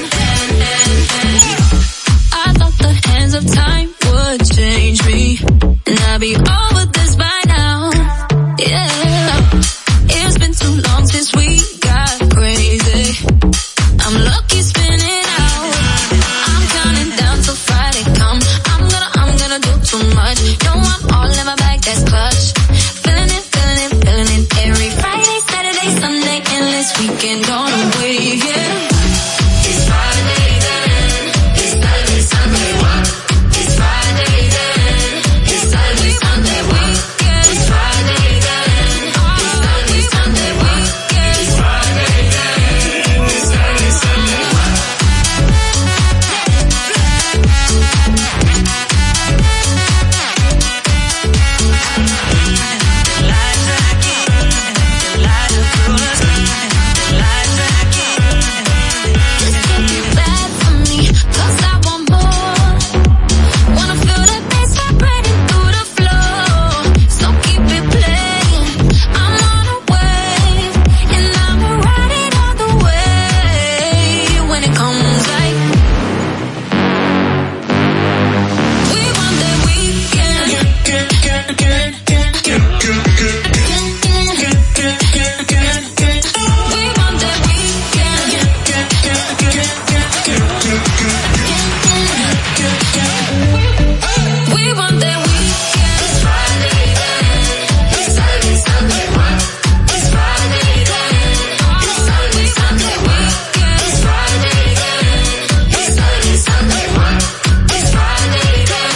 F: I thought the hands of time would change me, and I'd be over this by now. Yeah, it's been too long since we got crazy. I'm lucky spinning out. I'm counting down till Friday come. I'm gonna do too much. No, I'm all in my bag, that's clutch. Feeling it. Every Friday, Saturday, Sunday, endless weekend gone away, yeah.
G: It's Friday then, it's Saturday, Sunday, what? It's Friday then, it's Saturday, Sunday, what? It's Friday then, it's Saturday, Sunday, what? It's Friday then, it's Saturday, Sunday, what?
F: This could be bad for me, 'cause I want more. Wanna feel that bass vibrating through the floor. So keep it playing. I'm on a wave, and I'ma ride it all the way. When it comes like we want that weekend. We want that weekend. We want that weekend.
G: It's Friday then, it's Saturday, Sunday, what? It's Friday then, it's Saturday, Sunday, what? It's Friday then, it's Saturday, Sunday, what? It's Friday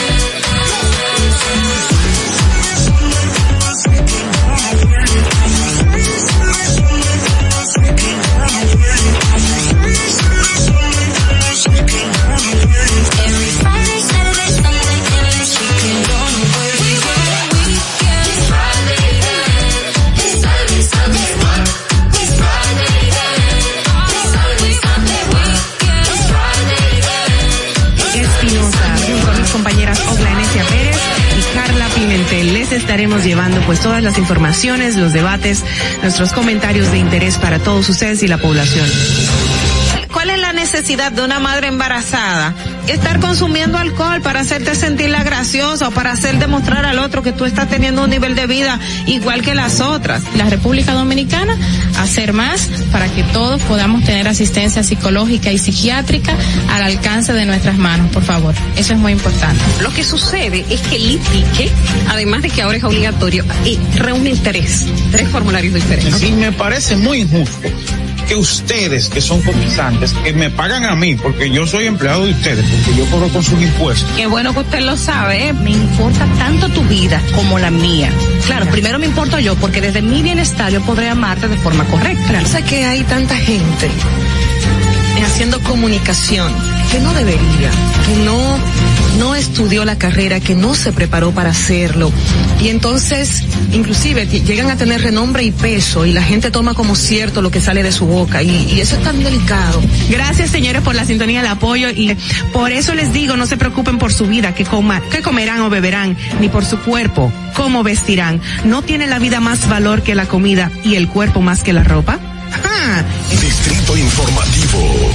F: Every Friday, Saturday, Sunday, endless weekend gone away. We want that weekend.
G: It's Friday then, it's Saturday, Sunday, what? It's Friday then, it's Saturday, Sunday, what? It's Friday then.
Q: Espinosa, junto a mis compañeras Ogla Enesia Pérez y Carla Pimentel, les estaremos llevando pues todas las informaciones, los debates, nuestros comentarios de interés para todos ustedes y la población. ¿Cuál es la necesidad de una madre embarazada? Estar consumiendo alcohol para hacerte sentirla graciosa o para hacer demostrar al otro que tú estás teniendo un nivel de vida igual que las otras.
R: La República Dominicana, hacer más para que todos podamos tener asistencia psicológica y psiquiátrica al alcance de nuestras manos, por favor. Eso es muy importante.
S: Lo que sucede es que el IPIQUE, además de que ahora es obligatorio, reúne tres formularios diferentes.
T: Sí, me parece muy injusto que ustedes, que son cotizantes, que me pagan a mí, porque yo soy empleado de ustedes, porque yo cobro con sus impuestos.
S: Qué bueno que usted lo sabe, ¿eh? Me importa tanto tu vida como la mía. Claro, primero me importo yo, porque desde mi bienestar yo podré amarte de forma correcta. Sé que hay tanta gente haciendo comunicación que no debería, que no estudió la carrera, que no se preparó para hacerlo, y entonces inclusive llegan a tener renombre y peso y la gente toma como cierto lo que sale de su boca, y eso es tan delicado.
Q: Gracias, señores, por la sintonía, el apoyo, y por eso les digo, no se preocupen por su vida, qué comerán o beberán, ni por su cuerpo, cómo vestirán. ¿No tiene la vida más valor que la comida y el cuerpo más que la ropa? ¡Ajá!
U: Distrito Informativo.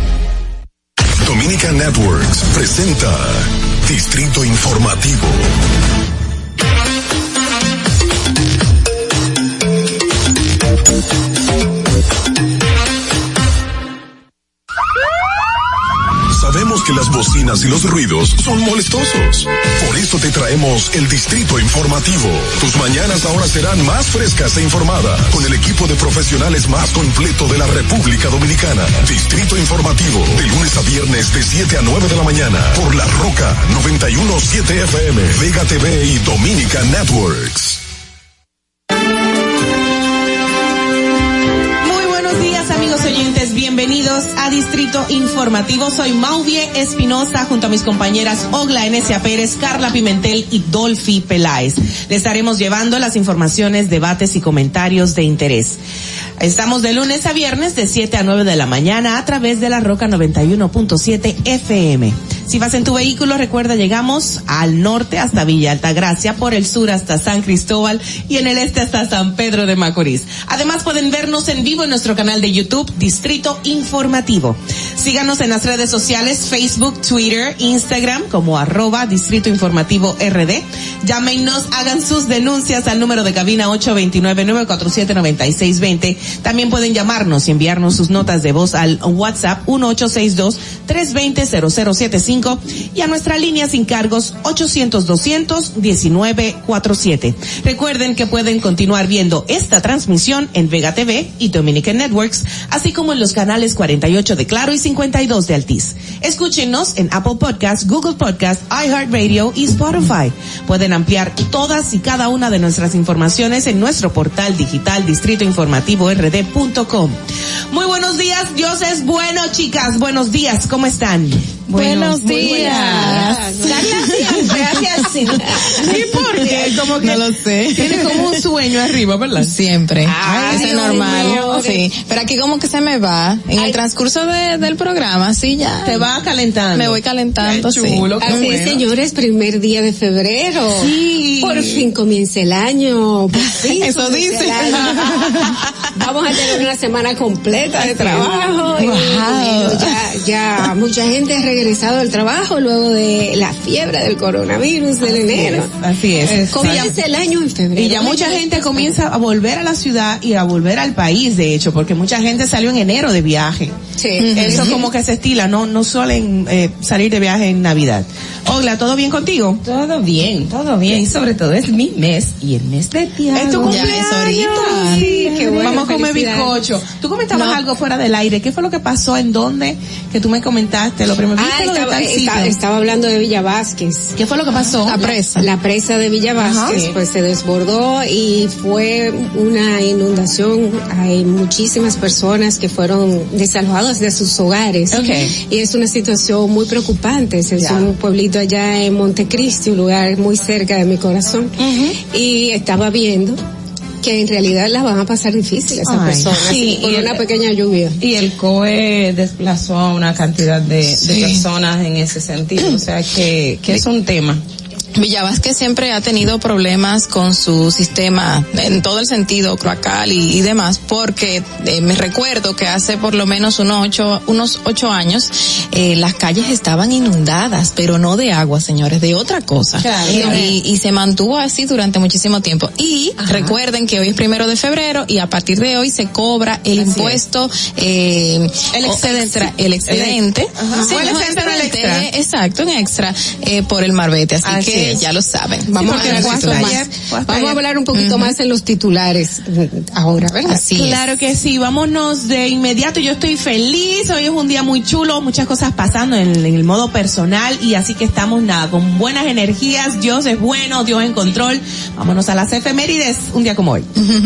U: Dominica Networks presenta Distrito Informativo. Sabemos que las bocinas y los ruidos son molestosos. Por eso te traemos el Distrito Informativo. Tus mañanas ahora serán más frescas e informadas con el equipo de profesionales más completo de la República Dominicana. Distrito Informativo, de lunes a viernes de 7 a 9 de la mañana por La Roca 91.7 FM, Vega TV y Dominica Networks.
Q: Muy buenos días, amigos oyentes, bienvenidos Bienvenidos a Distrito Informativo. Soy Mauvie Espinosa junto a mis compañeras Ogla Enesia Pérez, Carla Pimentel y Dolphy Peláez. Les estaremos llevando las informaciones, debates y comentarios de interés. Estamos de lunes a viernes de 7 a 9 de la mañana a través de la Roca 91.7 FM. Si vas en tu vehículo, recuerda, llegamos al norte hasta Villa Altagracia, por el sur hasta San Cristóbal y en el este hasta San Pedro de Macorís. Además pueden vernos en vivo en nuestro canal de YouTube, Distrito Informativo. Síganos en las redes sociales, Facebook, Twitter, Instagram, como @Distrito Informativo RD. Llámenos, hagan sus denuncias al número de cabina 829-947-9620. También pueden llamarnos y enviarnos sus notas de voz al WhatsApp 1862-320-0075 y a nuestra línea sin cargos 800-200-1947. Recuerden que pueden continuar viendo esta transmisión en Vega TV y Dominican Networks, así como en los canales 48 de Claro y 52 de Altiz. Escúchenos en Apple Podcasts, Google Podcasts, iHeartRadio y Spotify. Pueden ampliar todas y cada una de nuestras informaciones en nuestro portal digital distritoinformativord.com. Muy buenos días, Dios es bueno, chicas. Buenos días, ¿cómo están?
A: Buenos días.
Q: Gracias. ¿Y por qué? Como que
A: no lo sé.
Q: Tiene como un sueño arriba, ¿verdad?
A: Siempre.
Q: Eso
A: es normal. Sí. Pero aquí como que se me va. En el transcurso del programa, sí, ya.
Q: Te va calentando.
A: Me voy calentando,
Q: qué chulo,
A: sí.
V: Así es, señores, primer día de febrero.
Q: Sí.
V: Por fin comienza el año. Por fin
A: eso dice.
V: Vamos a tener una semana completa de trabajo.
A: Wow.
V: Ya mucha gente ha regresado al trabajo luego de la fiebre del coronavirus del enero.
Q: Así es.
V: Comienza el año en febrero.
Q: Y ya mucha gente comienza a volver a la ciudad y a volver al país, de hecho, porque mucha gente salió en enero de viaje.
V: Sí.
Q: Eso como que se estila, no suelen salir de viaje en Navidad. Ogla, ¿todo bien contigo?
W: Todo bien. Y sobre todo es mi mes y el mes de Tiago.
Q: Es tu cumpleaños.
A: Ya es ahorita.
V: Sí, qué bueno.
Q: Vamos a comer bizcocho. Tú comentabas algo fuera del aire. ¿Qué fue lo que pasó? ¿En dónde? Que tú me comentaste. Lo primero
V: estaba hablando de Villa Vázquez.
Q: ¿Qué fue lo que pasó?
V: La presa de Villa Vázquez, pues se desbordó y fue una inundación. Hay muchísimas personas que fueron desalojadas de sus hogares.
Q: Okay.
V: Y es una situación muy preocupante. Es un pueblito allá en Montecristi, un lugar muy cerca de mi corazón. Y estaba viendo que en realidad las van a pasar difícil esas personas,
W: sí,
V: por una pequeña lluvia.
W: Y el COE desplazó a una cantidad de personas en ese sentido, o sea que es un tema.
A: Villa Vázquez siempre ha tenido problemas con su sistema en todo el sentido cloacal y demás, porque me recuerdo que hace por lo menos unos 8 años las calles estaban inundadas, pero no de agua, señores, de otra cosa.
W: Claro.
A: Y se mantuvo así durante muchísimo tiempo. Y recuerden que hoy es 1 de febrero y a partir de hoy se cobra el impuesto, el excedente.
Q: El excedente
A: en el extra. Exacto, en extra, por el marbete. Así que ya lo saben.
V: Vamos a hablar un poquito más en los titulares ahora, ¿verdad?
A: Así
Q: claro
A: es.
Q: que sí. Vámonos de inmediato. Yo estoy feliz. Hoy es un día muy chulo, muchas cosas pasando en el modo personal y así que estamos con buenas energías. Dios es bueno, Dios en control. Vámonos a las efemérides, un día como hoy.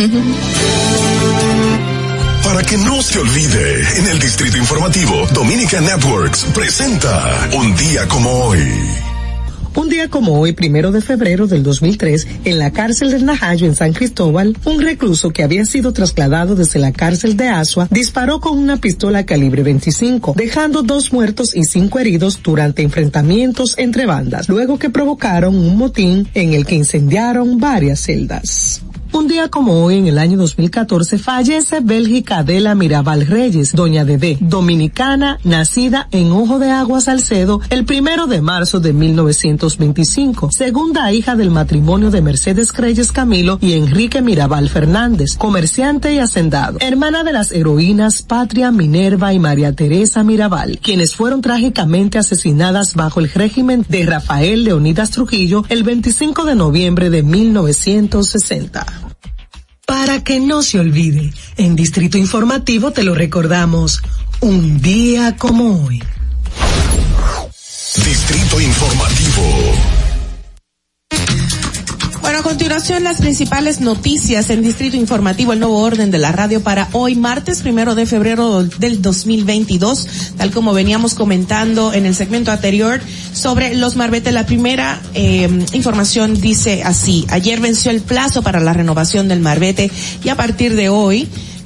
U: Para que no se olvide, en el Distrito Informativo, Dominican Networks presenta Un día como hoy.
X: Un día como hoy, 1 de febrero del 2003, en la cárcel del Najayo en San Cristóbal, un recluso que había sido trasladado desde la cárcel de Asua disparó con una pistola calibre 25, dejando 2 muertos y 5 heridos durante enfrentamientos entre bandas, luego que provocaron un motín en el que incendiaron varias celdas. Un día como hoy, en el año 2014, fallece Bélgica Adela Mirabal Reyes, doña Dedé, dominicana, nacida en Ojo de Agua, Salcedo, el 1 de marzo de 1925, segunda hija del matrimonio de Mercedes Reyes Camilo y Enrique Mirabal Fernández, comerciante y hacendado, hermana de las heroínas Patria, Minerva y María Teresa Mirabal, quienes fueron trágicamente asesinadas bajo el régimen de Rafael Leonidas Trujillo el 25 de noviembre de 1960. Para que no se olvide, en Distrito Informativo te lo recordamos, un día como hoy.
U: Distrito Informativo.
Q: Bueno, Bueno, a continuación las principales noticias en Distrito Informativo, el nuevo orden de la radio para hoy, martes 1 de febrero del 2022, tal como veníamos comentando en el segmento anterior sobre los Marbete. La primera información dice así: ayer venció el plazo para la renovación del Marbete y a partir de hoy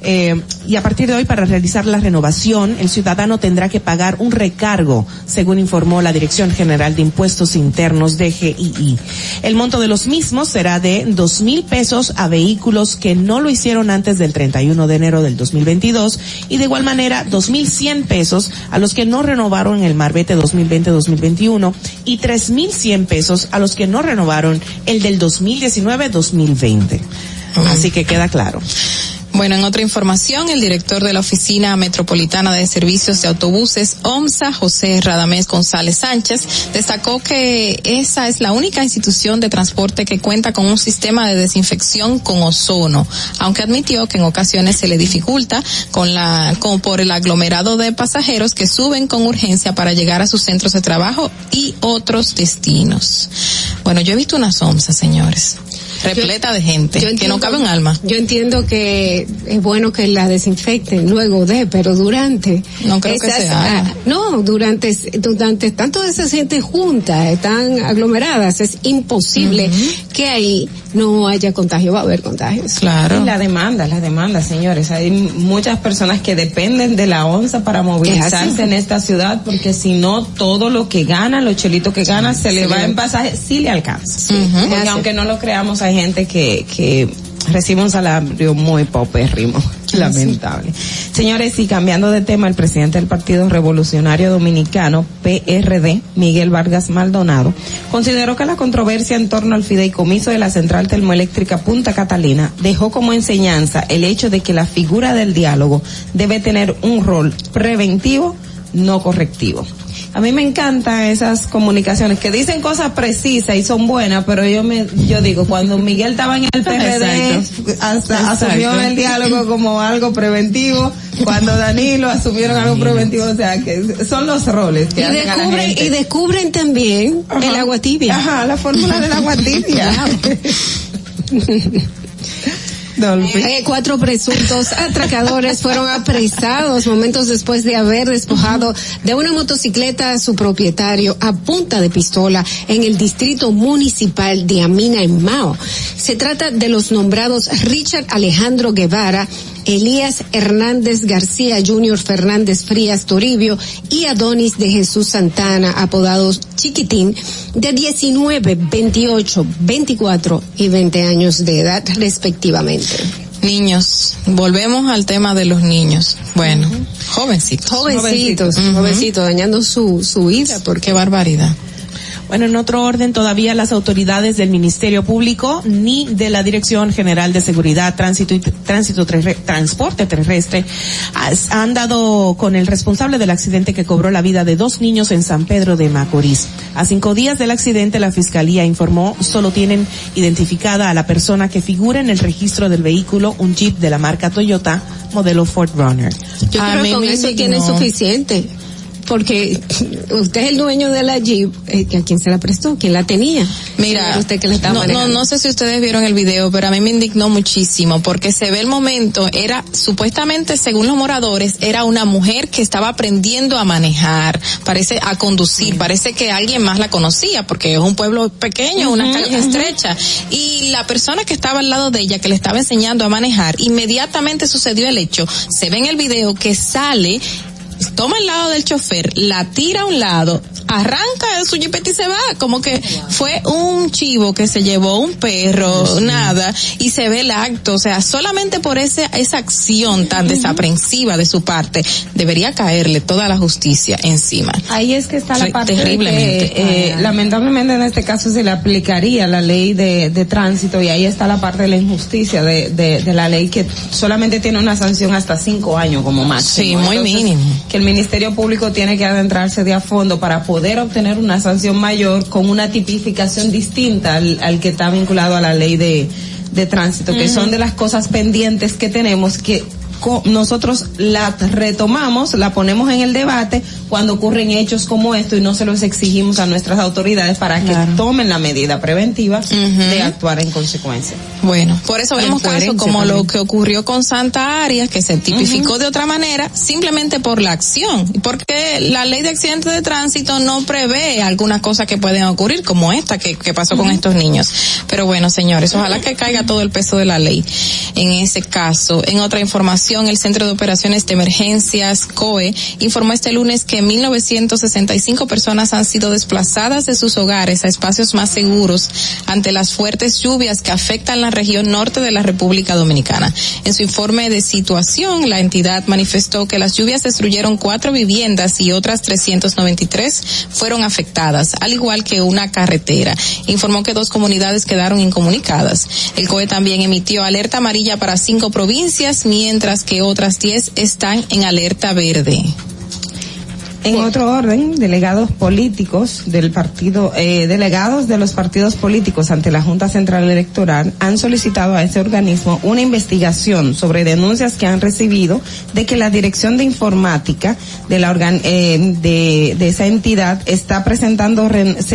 Q: para realizar la renovación, el ciudadano tendrá que pagar un recargo, según informó la Dirección General de Impuestos Internos, DGII. El monto de los mismos será de 2,000 pesos a vehículos que no lo hicieron antes del 31 de enero del 2022 y de igual manera 2,100 pesos a los que no renovaron el Marbete 2020-2021 y 3,100 pesos a los que no renovaron el del 2019-2020. Así que queda claro.
A: Bueno, en otra información, el director de la Oficina Metropolitana de Servicios de Autobuses, OMSA, José Radamés González Sánchez, destacó que esa es la única institución de transporte que cuenta con un sistema de desinfección con ozono, aunque admitió que en ocasiones se le dificulta por el aglomerado de pasajeros que suben con urgencia para llegar a sus centros de trabajo y otros destinos. Bueno, yo he visto unas OMSA, señores, repleta de gente, que no cabe un alma.
V: Yo entiendo que es bueno que la desinfecten luego pero durante.
A: No creo que sea.
V: No, durante tanto esa gente junta, están aglomeradas, es imposible que ahí no haya contagio, va a haber contagios.
W: Claro. Y la demanda, señores. Hay muchas personas que dependen de la OMSA para movilizarse en esta ciudad, porque si no, todo lo que gana, los chelitos que gana, se le va en pasaje, sí le alcanza. Porque aunque no lo creamos, hay gente que recibe un salario muy paupérrimo. Lamentable. Señores, y cambiando de tema, el presidente del Partido Revolucionario Dominicano, PRD, Miguel Vargas Maldonado, consideró que la controversia en torno al fideicomiso de la central termoeléctrica Punta Catalina dejó como enseñanza el hecho de que la figura del diálogo debe tener un rol preventivo, no correctivo. A mí me encantan esas comunicaciones que dicen cosas precisas y son buenas, pero yo digo, cuando Miguel estaba en el PRD, asumió el diálogo como algo preventivo, cuando Danilo asumieron algo preventivo, o sea, que son los roles que hacen a la gente.
V: Y descubren también el agua tibia.
W: La fórmula del agua tibia.
V: 4 presuntos atracadores fueron apresados momentos después de haber despojado de una motocicleta a su propietario a punta de pistola en el distrito municipal de Amina, en Mao. Se trata de los nombrados Richard Alejandro Guevara, Elías Hernández García Jr. Fernández Frías Toribio y Adonis de Jesús Santana, apodados Chiquitín, de 19, 28, 24 y 20 años de edad respectivamente.
A: Niños, volvemos al tema de los niños. Bueno, jovencitos,
V: dañando su vida, porque
A: qué barbaridad.
Q: Bueno, en otro orden, todavía las autoridades del Ministerio Público ni de la Dirección General de Seguridad, Transporte Terrestre han dado con el responsable del accidente que cobró la vida de 2 niños en San Pedro de Macorís. A 5 días del accidente, la Fiscalía informó solo tienen identificada a la persona que figura en el registro del vehículo, un Jeep de la marca Toyota, modelo Ford Runner.
V: Yo creo que con eso tiene suficiente. Porque usted es el dueño de la Jeep, ¿a quién se la prestó? ¿Quién la tenía?
A: Mira,
V: usted que la estaba manejando.
A: No sé si ustedes vieron el video, pero a mí me indignó muchísimo, porque se ve el momento, era supuestamente, según los moradores, era una mujer que estaba aprendiendo a manejar, a conducir, parece que alguien más la conocía, porque es un pueblo pequeño, unas calles estrechas, y la persona que estaba al lado de ella, que le estaba enseñando a manejar, inmediatamente sucedió el hecho, se ve en el video que sale, toma el lado del chofer, la tira a un lado, arranca de su jipeta y se va, como que fue un chivo que se llevó un perro, nada, y se ve el acto, o sea, solamente por esa acción tan desaprensiva de su parte, debería caerle toda la justicia encima.
W: Ahí es que está la parte
A: terriblemente.
W: Que, lamentablemente en este caso se le aplicaría la ley de tránsito, y ahí está la parte de la injusticia de la ley, que solamente tiene una sanción hasta 5 años como máximo.
A: Sí, muy mínimo.
W: Que el Ministerio Público tiene que adentrarse de a fondo para poder obtener una sanción mayor con una tipificación distinta al que está vinculado a la ley de tránsito, que son de las cosas pendientes que tenemos, que nosotros la retomamos, la ponemos en el debate cuando ocurren hechos como esto y no se los exigimos a nuestras autoridades para que tomen la medida preventiva de actuar en consecuencia.
A: Bueno, por eso vemos casos como lo que ocurrió con Santa Arias, que se tipificó de otra manera, simplemente por la acción, porque la ley de accidentes de tránsito no prevé algunas cosas que pueden ocurrir, como esta que pasó con estos niños. Pero bueno, señores, ojalá que caiga todo el peso de la ley en ese caso. En otra información, el Centro de Operaciones de Emergencias, COE, informó este lunes que 1,965 personas han sido desplazadas de sus hogares a espacios más seguros ante las fuertes lluvias que afectan la región norte de la República Dominicana. En su informe de situación, la entidad manifestó que las lluvias destruyeron 4 viviendas y otras 393 fueron afectadas, al igual que una carretera. Informó que 2 comunidades quedaron incomunicadas. El COE también emitió alerta amarilla para 5 provincias, mientras que otras 10 están en alerta verde.
W: En otro orden, delegados políticos del partido, delegados de los partidos políticos ante la Junta Central Electoral han solicitado a ese organismo una investigación sobre denuncias que han recibido de que la Dirección de Informática de la de esa entidad se está presentando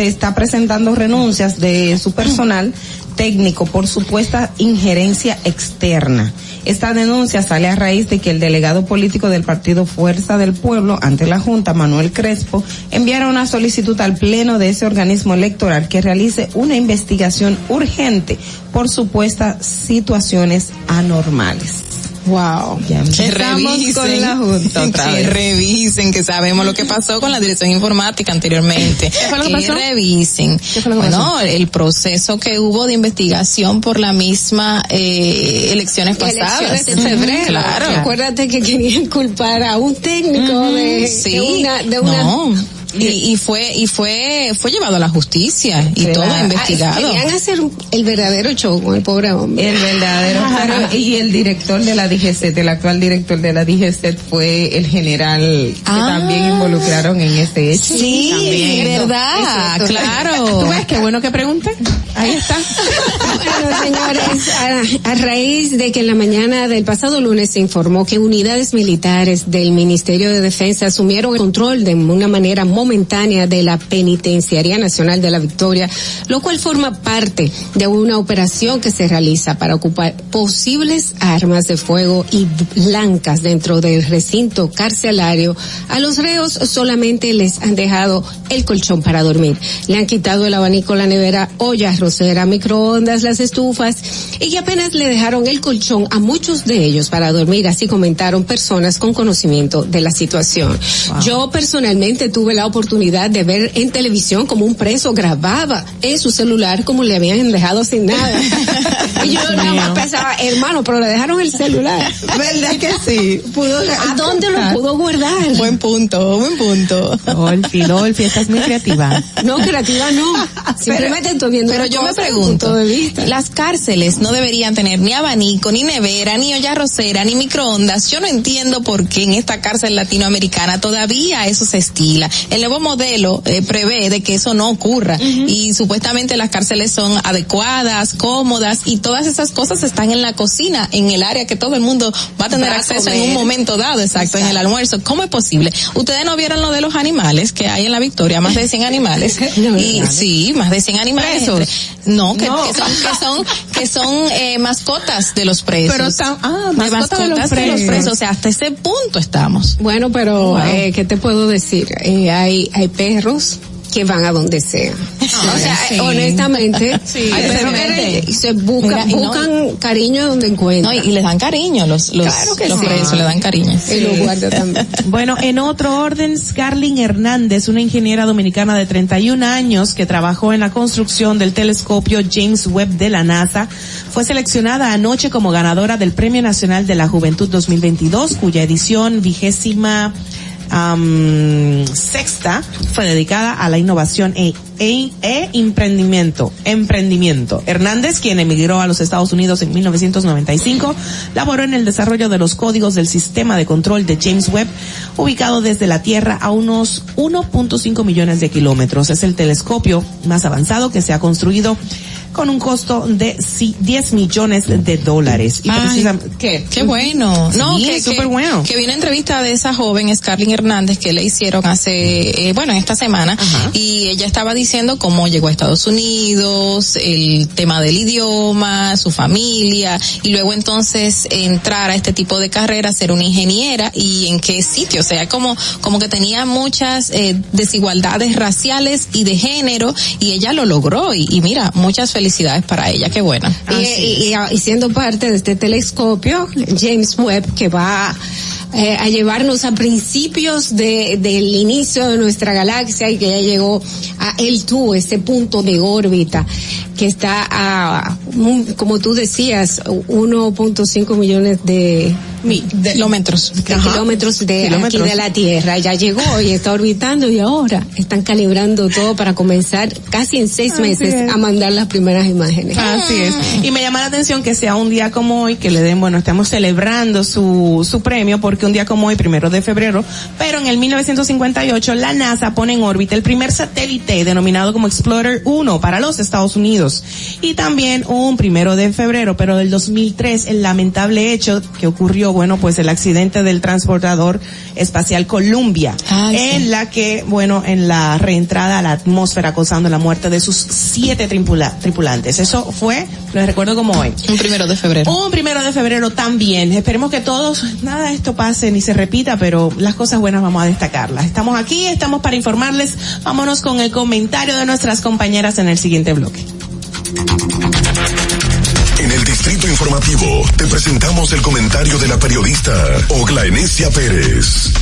W: renuncias de su personal técnico por supuesta injerencia externa. Esta denuncia sale a raíz de que el delegado político del partido Fuerza del Pueblo ante la Junta, Manuel Crespo, enviara una solicitud al pleno de ese organismo electoral que realice una investigación urgente por supuestas situaciones anormales.
A: Wow.
W: Que revisen con la Junta otra vez.
A: Revisen, que sabemos lo que pasó con la dirección informática anteriormente.
W: ¿Qué fue lo que pasó?
A: Revisen.
W: ¿Qué fue lo que pasó?
A: El proceso que hubo de investigación por la misma elecciones pasadas.
V: Elecciones de febrero.
A: Claro.
V: Acuérdate que querían culpar a un técnico de una
A: No. Y fue llevado a la justicia y todo investigado.
V: Querían hacer el verdadero show con el pobre hombre.
W: El verdadero y el director de la DGCET, el actual director de la DGCET fue el general que también involucraron en este hecho.
A: Sí,
W: también,
A: verdad, claro.
W: ¿Tú ves qué bueno que pregunté? Ahí está.
V: Bueno, señores, a raíz de que en la mañana del pasado lunes se informó que unidades militares del Ministerio de Defensa asumieron el control de una manera momentánea de la Penitenciaría Nacional de la Victoria, lo cual forma parte de una operación que se realiza para ocupar posibles armas de fuego y blancas dentro del recinto carcelario. A los reos solamente les han dejado el colchón para dormir. Le han quitado el abanico, la nevera, olla arrocera, microondas, las estufas, y que apenas le dejaron el colchón a muchos de ellos para dormir, así comentaron personas con conocimiento de la situación. Wow. Yo personalmente tuve la oportunidad de ver en televisión como un preso grababa en su celular como le habían dejado sin nada. Y yo nada más pensaba, hermano, pero le dejaron el celular.
W: ¿Verdad que sí?
V: ¿A dónde lo pudo guardar?
A: Buen punto.
W: Dolphy, estás muy creativa.
V: No, creativa no. Simplemente estoy viendo.
A: Pero yo me pregunto, las cárceles no deberían tener ni abanico, ni nevera, ni olla arrocera, ni microondas. Yo no entiendo por qué en esta cárcel latinoamericana todavía eso se estila. El nuevo modelo prevé de que eso no ocurra, y supuestamente las cárceles son adecuadas, cómodas, y todas esas cosas están en la cocina, en el área que todo el mundo va a tener acceso en un momento dado, exacto, en el almuerzo. ¿Cómo es posible? Ustedes no vieron lo de los animales que hay en la Victoria, más de 100 animales. Sí, más de 100 animales. No, que son mascotas de los presos.
W: Pero
A: mascotas de los presos. O sea, hasta ese punto estamos.
V: Bueno, pero ¿qué te puedo decir? Hay perros que van a donde sea. O sea, honestamente, se buscan cariño donde encuentran.
A: No, y les dan cariño los presos, le dan cariño.
V: Y los guardias también.
Q: Bueno, en otro orden, Scarlyn Hernández, una ingeniera dominicana de 31 años que trabajó en la construcción del telescopio James Webb de la NASA, fue seleccionada anoche como ganadora del Premio Nacional de la Juventud 2022, cuya edición 26ª fue dedicada a la innovación e emprendimiento. Hernández, quien emigró a los Estados Unidos en 1995, laboró en el desarrollo de los códigos del sistema de control de James Webb, ubicado desde la Tierra a unos 1.5 millones de kilómetros. Es el telescopio más avanzado que se ha construido con un costo de $10 millones. Y precisamente,
A: qué bueno. No,
Q: sí,
A: que
Q: súper bueno.
A: Que vi una entrevista de esa joven Scarlett Hernández que le hicieron hace, en esta semana, y ella estaba diciendo cómo llegó a Estados Unidos, el tema del idioma, su familia, y luego entonces entrar a este tipo de carrera, ser una ingeniera, y en qué sitio, o sea, como que tenía muchas desigualdades raciales y de género, y ella lo logró, y mira, muchas felicidades para ella, qué buena.
V: Y siendo parte de este telescopio, James Webb, que va a llevarnos a principios del inicio de nuestra galaxia, y que ya llegó a L2, este punto de órbita que está a, como tú decías, 1.5 millones de
A: kilómetros
V: de aquí de la Tierra. Ya llegó y está orbitando, y ahora están calibrando todo para comenzar casi en 6 meses a mandar las primeras imágenes.
Q: Así es. Y me llama la atención que sea un día como hoy, que le den, estamos celebrando su premio, porque un día como hoy, 1 de febrero, pero en el 1958 la NASA pone en órbita el primer satélite denominado como Explorer 1 para los Estados Unidos. Y también un 1 de febrero, pero del 2003, el lamentable hecho que ocurrió, el accidente del transportador espacial Columbia, en la que, en la reentrada a la atmósfera, causando la muerte de sus 7 tripulantes. Eso fue, lo recuerdo como hoy.
A: Un 1 de febrero.
Q: Un 1 de febrero también. Esperemos que nada de esto pase ni se repita, pero las cosas buenas vamos a destacarlas. Estamos aquí, estamos para informarles. Vámonos con el comentario de nuestras compañeras en el siguiente bloque.
U: En el Distrito Informativo te presentamos el comentario de la periodista Oglanesia Pérez.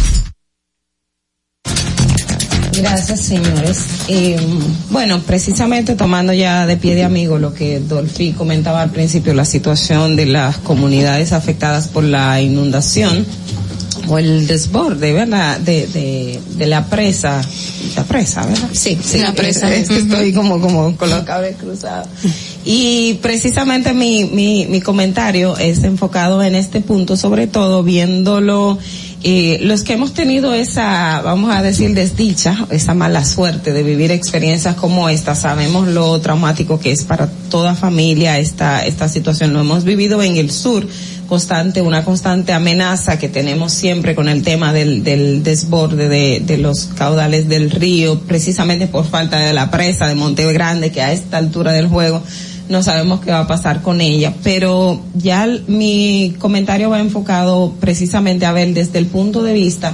W: Gracias, señores. Precisamente tomando ya de pie de amigo lo que Dolphy comentaba al principio, la situación de las comunidades afectadas por la inundación o el desborde, ¿verdad? De la presa, ¿verdad?
V: Sí,
W: la presa. Es que estoy como con los cables cruzados. Y precisamente mi comentario es enfocado en este punto, sobre todo viéndolo, los que hemos tenido esa, vamos a decir, desdicha, esa mala suerte de vivir experiencias como esta, sabemos lo traumático que es para toda familia esta situación. Lo hemos vivido en el sur, una constante amenaza que tenemos siempre con el tema del desborde de los caudales del río, precisamente por falta de la presa de Monte Grande, que a esta altura del juego no sabemos qué va a pasar con ella. Pero ya mi comentario va enfocado precisamente a ver desde el punto de vista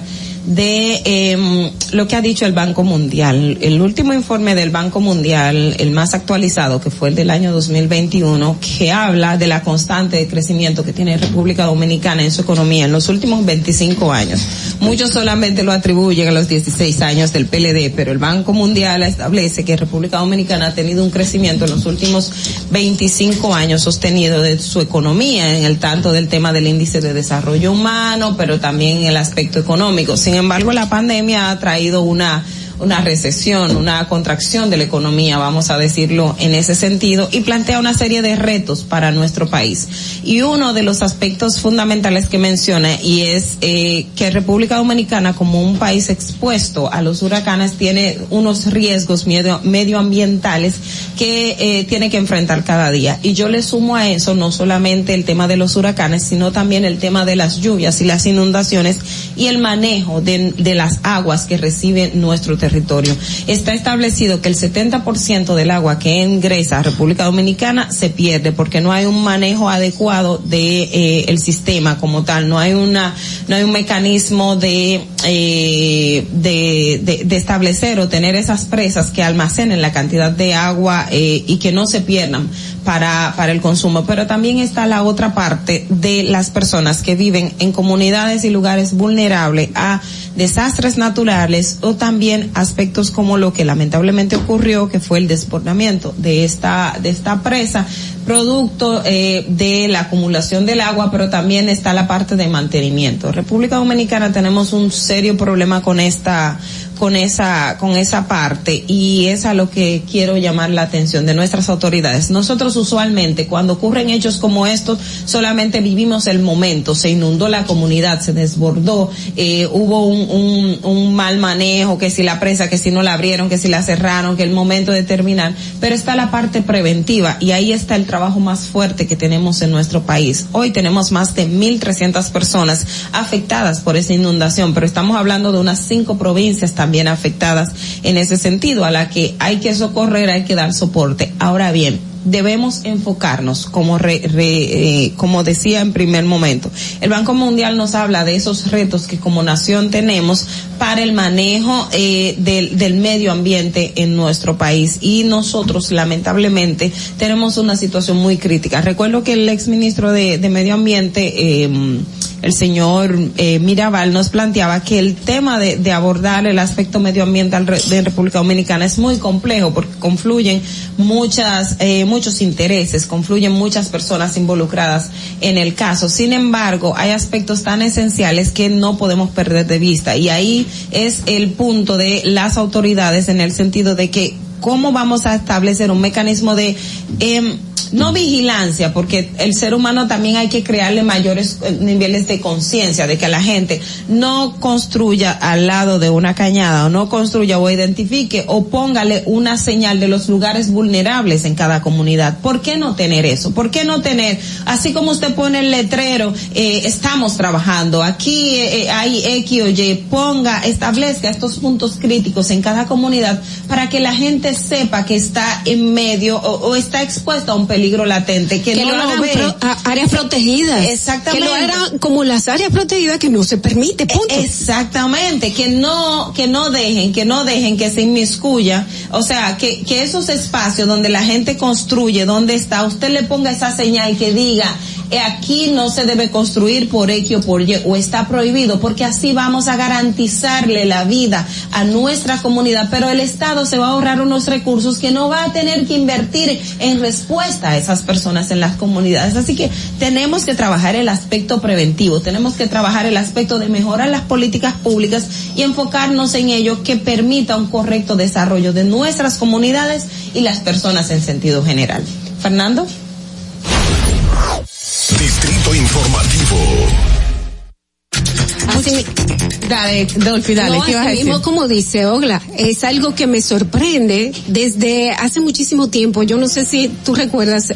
W: de lo que ha dicho el Banco Mundial. El último informe del Banco Mundial, el más actualizado, que fue el del año 2021, que habla de la constante de crecimiento que tiene República Dominicana en su economía en los últimos 25 años. Muchos solamente lo atribuyen a los 16 años del PLD, pero el Banco Mundial establece que República Dominicana ha tenido un crecimiento en los últimos 25 años sostenido de su economía, en el tanto del tema del índice de desarrollo humano, pero también en el aspecto económico. Sin embargo, la pandemia ha traído una recesión, una contracción de la economía, vamos a decirlo en ese sentido, y plantea una serie de retos para nuestro país. Y uno de los aspectos fundamentales que menciona, y es que República Dominicana, como un país expuesto a los huracanes, tiene unos riesgos medioambientales que tiene que enfrentar cada día. Y yo le sumo a eso no solamente el tema de los huracanes, sino también el tema de las lluvias y las inundaciones y el manejo de las aguas que recibe nuestro territorio. Está establecido que el 70% del agua que ingresa a República Dominicana se pierde porque no hay un manejo adecuado de el sistema como tal, no hay un mecanismo de establecer o tener esas presas que almacenen la cantidad de agua y que no se pierdan para el consumo. Pero también está la otra parte de las personas que viven en comunidades y lugares vulnerables a desastres naturales o también aspectos como lo que lamentablemente ocurrió, que fue el desbordamiento de esta presa, producto de la acumulación del agua, pero también está la parte de mantenimiento. República Dominicana tenemos un serio problema con esa parte, y es a lo que quiero llamar la atención de nuestras autoridades. Nosotros usualmente cuando ocurren hechos como estos solamente vivimos el momento, se inundó la comunidad, se desbordó, hubo un mal manejo, que si la presa, que si no la abrieron, que si la cerraron, que el momento de terminar, pero está la parte preventiva, y ahí está el trabajo más fuerte que tenemos en nuestro país. Hoy tenemos más de 1,300 personas afectadas por esa inundación, pero estamos hablando de unas 5 provincias también afectadas en ese sentido, a la que hay que socorrer, hay que dar soporte. Ahora bien, debemos enfocarnos, como decía en primer momento. El Banco Mundial nos habla de esos retos que como nación tenemos para el manejo del medio ambiente en nuestro país, y nosotros lamentablemente tenemos una situación muy crítica. Recuerdo que el exministro de Medio Ambiente, el señor Mirabal, nos planteaba que el tema de abordar el aspecto medioambiental de República Dominicana es muy complejo, porque confluyen muchos intereses, confluyen muchas personas involucradas en el caso. Sin embargo, hay aspectos tan esenciales que no podemos perder de vista, y ahí es el punto de las autoridades, en el sentido de que cómo vamos a establecer un mecanismo de no vigilancia, porque el ser humano también hay que crearle mayores niveles de conciencia de que la gente no construya al lado de una cañada, o no construya o identifique o póngale una señal de los lugares vulnerables en cada comunidad. ¿Por qué no tener eso? ¿Por qué no tener, así como usted pone el letrero, estamos trabajando, aquí hay X o Y, establezca estos puntos críticos en cada comunidad para que la gente sepa que está en medio o está expuesto a un peligro latente, que no lo ve.
V: Áreas protegidas.
W: Exactamente.
V: Que lo hagan como las áreas protegidas, que no se permite, punto.
W: Exactamente, que no dejen que se inmiscuya, o sea, que esos espacios donde la gente construye, donde está, usted le ponga esa señal que diga, aquí no se debe construir por X o por Y, o está prohibido, porque así vamos a garantizarle la vida a nuestra comunidad, pero el Estado se va a ahorrar unos recursos que no va a tener que invertir en respuesta a esas personas en las comunidades. Así que tenemos que trabajar el aspecto preventivo, tenemos que trabajar el aspecto de mejorar las políticas públicas y enfocarnos en ello, que permita un correcto desarrollo de nuestras comunidades y las personas en sentido general. Fernando.
U: Distrito Informativo.
W: Dale, Dolphy, dale,
V: no,
W: ¿qué vas a decir?
V: Mismo como dice Ogla, es algo que me sorprende desde hace muchísimo tiempo. Yo no sé si tú recuerdas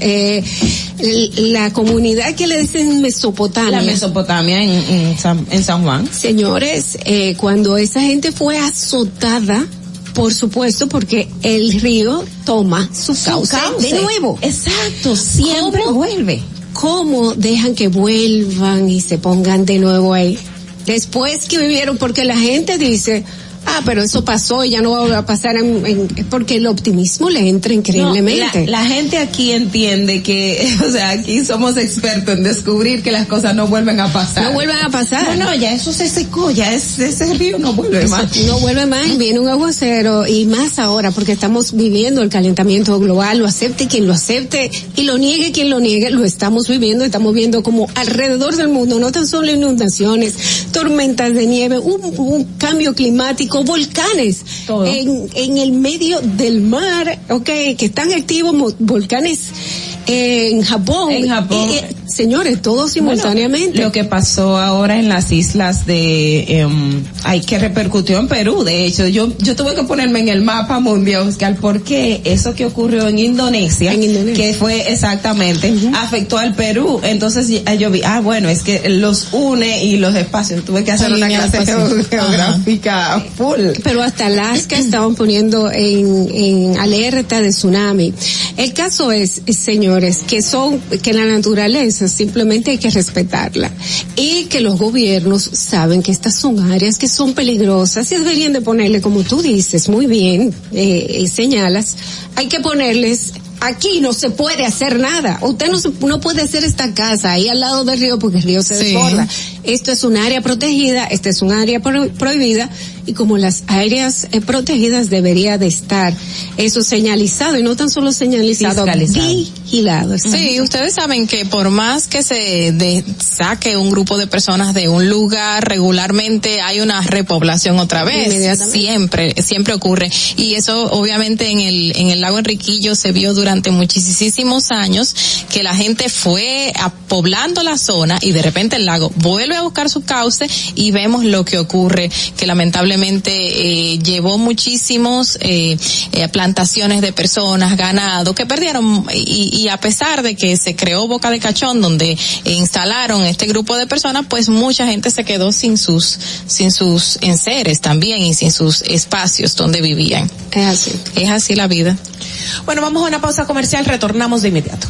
V: la comunidad que le dicen Mesopotamia.
W: La Mesopotamia en San Juan.
V: Señores, cuando esa gente fue azotada, por supuesto, porque el río toma su cauce de nuevo.
W: Exacto, siempre vuelve.
V: ¿Cómo dejan que vuelvan y se pongan de nuevo ahí? Después que vivieron, porque la gente dice, pero eso pasó y ya no va a pasar porque el optimismo le entra increíblemente.
W: No, la gente aquí entiende que, o sea, aquí somos expertos en descubrir que las cosas no vuelven a pasar.
V: No vuelven a pasar.
W: No, ya eso se secó, ya ese río no vuelve más.
V: No vuelve más, viene un aguacero, y más ahora porque estamos viviendo el calentamiento global, lo acepte quien lo acepte y lo niegue quien lo niegue, lo estamos viendo como alrededor del mundo, no tan solo inundaciones, tormentas de nieve, un cambio climático, volcanes en el medio del mar, que están activos, volcanes en Japón. Señores, todos simultáneamente.
W: Bueno, lo que pasó ahora en las islas de que repercutió en Perú. De hecho, yo tuve que ponerme en el mapa mundial, buscar por qué eso que ocurrió en Indonesia, que fue exactamente, afectó al Perú. Entonces yo vi, bueno, es que los une y los espacios. Tuve que hacer una clase geográfica full.
V: Pero hasta Alaska estaban poniendo en alerta de tsunami. El caso es, señores, que la naturaleza simplemente hay que respetarla, y que los gobiernos saben que estas son áreas que son peligrosas y deberían de ponerle, como tú dices muy bien, señalas, hay que ponerles, aquí no se puede hacer nada, usted no puede hacer esta casa ahí al lado del río porque el río se desborda. Esto es un área protegida, esta es un área prohibida, y como las áreas protegidas debería de estar eso señalizado y no tan solo señalizado, vigilado.
A: Sí, ustedes saben que por más que se saque un grupo de personas de un lugar, regularmente hay una repoblación otra vez. Siempre ocurre. Y eso obviamente en el lago Enriquillo se vio durante muchísimos años que la gente fue poblando la zona y de repente el lago vuelve a buscar su cauce y vemos lo que ocurre, que lamentablemente llevó muchísimos plantaciones de personas, ganado, que perdieron, y a pesar de que se creó Boca de Cachón donde instalaron este grupo de personas, pues mucha gente se quedó sin sus enseres también y sin sus espacios donde vivían. Es así la vida.
Q: Bueno, vamos a una pausa comercial, retornamos de inmediato.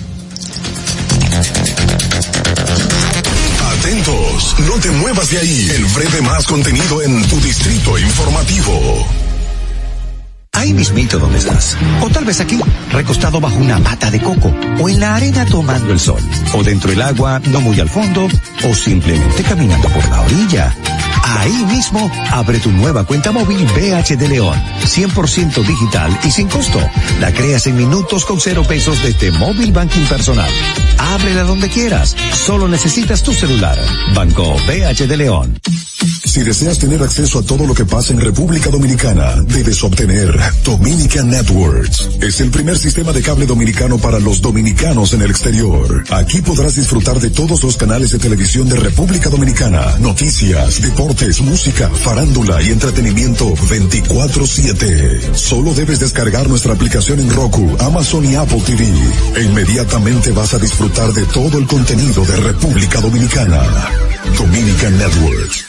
U: Atentos, no te muevas de ahí. El breve más contenido en tu distrito informativo.
B: Ahí mismito donde estás. O tal vez aquí, recostado bajo una mata de coco. O en la arena tomando el sol. O dentro del agua, no muy al fondo. O simplemente caminando por la orilla. Ahí mismo, abre tu nueva cuenta móvil BH de León. 100% digital y sin costo. La creas en minutos con 0 pesos desde Móvil Banking Personal. Ábrela donde quieras. Solo necesitas tu celular. Banco BH de León.
U: Si deseas tener acceso a todo lo que pasa en República Dominicana, debes obtener Dominican Networks. Es el primer sistema de cable dominicano para los dominicanos en el exterior. Aquí podrás disfrutar de todos los canales de televisión de República Dominicana, noticias, deportes, música, farándula y entretenimiento 24/7. Solo debes descargar nuestra aplicación en Roku, Amazon y Apple TV. E inmediatamente vas a disfrutar de todo el contenido de República Dominicana. Dominican Networks.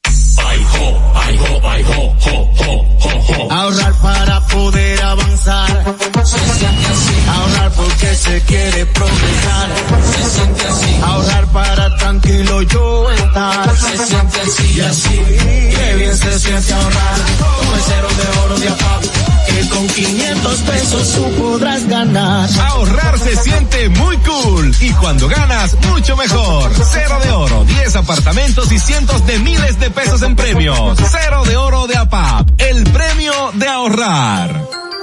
G: Ahorrar para poder avanzar. Se siente así. Ahorrar porque se quiere progresar. Se siente así. Ahorrar para tranquilo yo estar. Se siente así y así. Qué bien se siente ahorrar. Con el cero de oro de APAP, que con 500 pesos tú podrás ganar.
J: Ahorrar se siente muy cool. Y cuando ganas, mucho mejor. Cero de oro, 10 apartamentos y cientos de miles de pesos en premios. Cero de oro de APAP, el premio de ahorrar.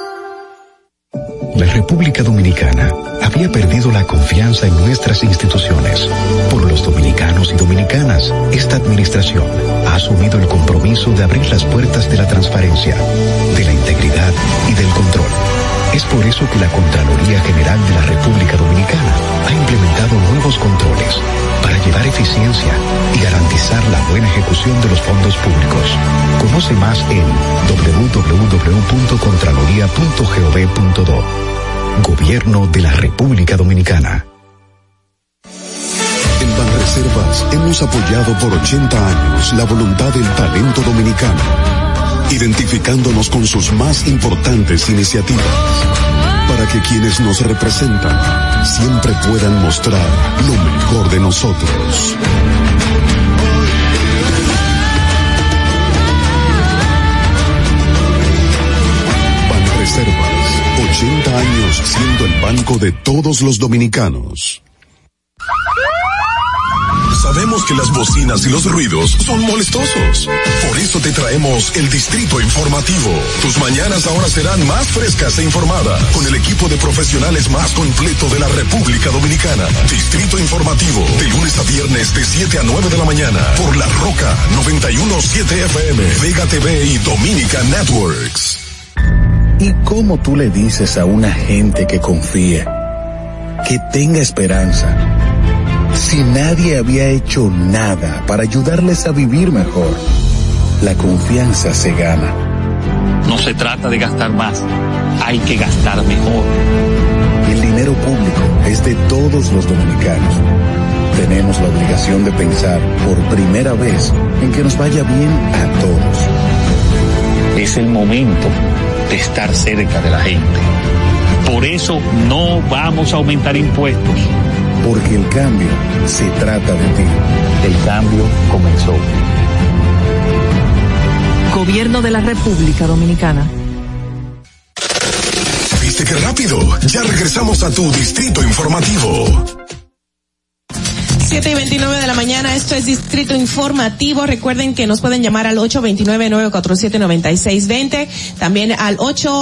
K: La República Dominicana había perdido la confianza en nuestras instituciones. Por los dominicanos y dominicanas, esta administración ha asumido el compromiso de abrir las puertas de la transparencia, de la integridad y del control. Es por eso que la Contraloría General de la República Dominicana ha implementado nuevos controles para llevar eficiencia y garantizar la buena ejecución de los fondos públicos. Conoce más en www.contraloría.gov.do. Gobierno de la República Dominicana.
U: En Banreservas hemos apoyado por 80 años la voluntad del talento dominicano, identificándonos con sus más importantes iniciativas, para que quienes nos representan siempre puedan mostrar lo mejor de nosotros. Banreservas, 80 años siendo el banco de todos los dominicanos. Sabemos que las bocinas y los ruidos son molestosos. Por eso te traemos el Distrito Informativo. Tus mañanas ahora serán más frescas e informadas, con el equipo de profesionales más completo de la República Dominicana. Distrito Informativo, de lunes a viernes de 7 a 9 de la mañana, por La Roca 91.7 FM, Vega TV y Dominican Networks.
L: ¿Y cómo tú le dices a una gente que confíe, que tenga esperanza, si nadie había hecho nada para ayudarles a vivir mejor? La confianza se gana.
Y: No se trata de gastar más, hay que gastar mejor.
L: El dinero público es de todos los dominicanos. Tenemos la obligación de pensar por primera vez en que nos vaya bien a todos.
Y: Es el momento de estar cerca de la gente. Por eso no vamos a aumentar impuestos.
L: Porque el cambio se trata de ti.
Y: El cambio comenzó.
Q: Gobierno de la República Dominicana.
U: ¿Viste qué rápido? Ya regresamos a tu Distrito Informativo.
W: 7:29 de la mañana, esto es Distrito Informativo. Recuerden que nos pueden llamar al 829-947-9620, también al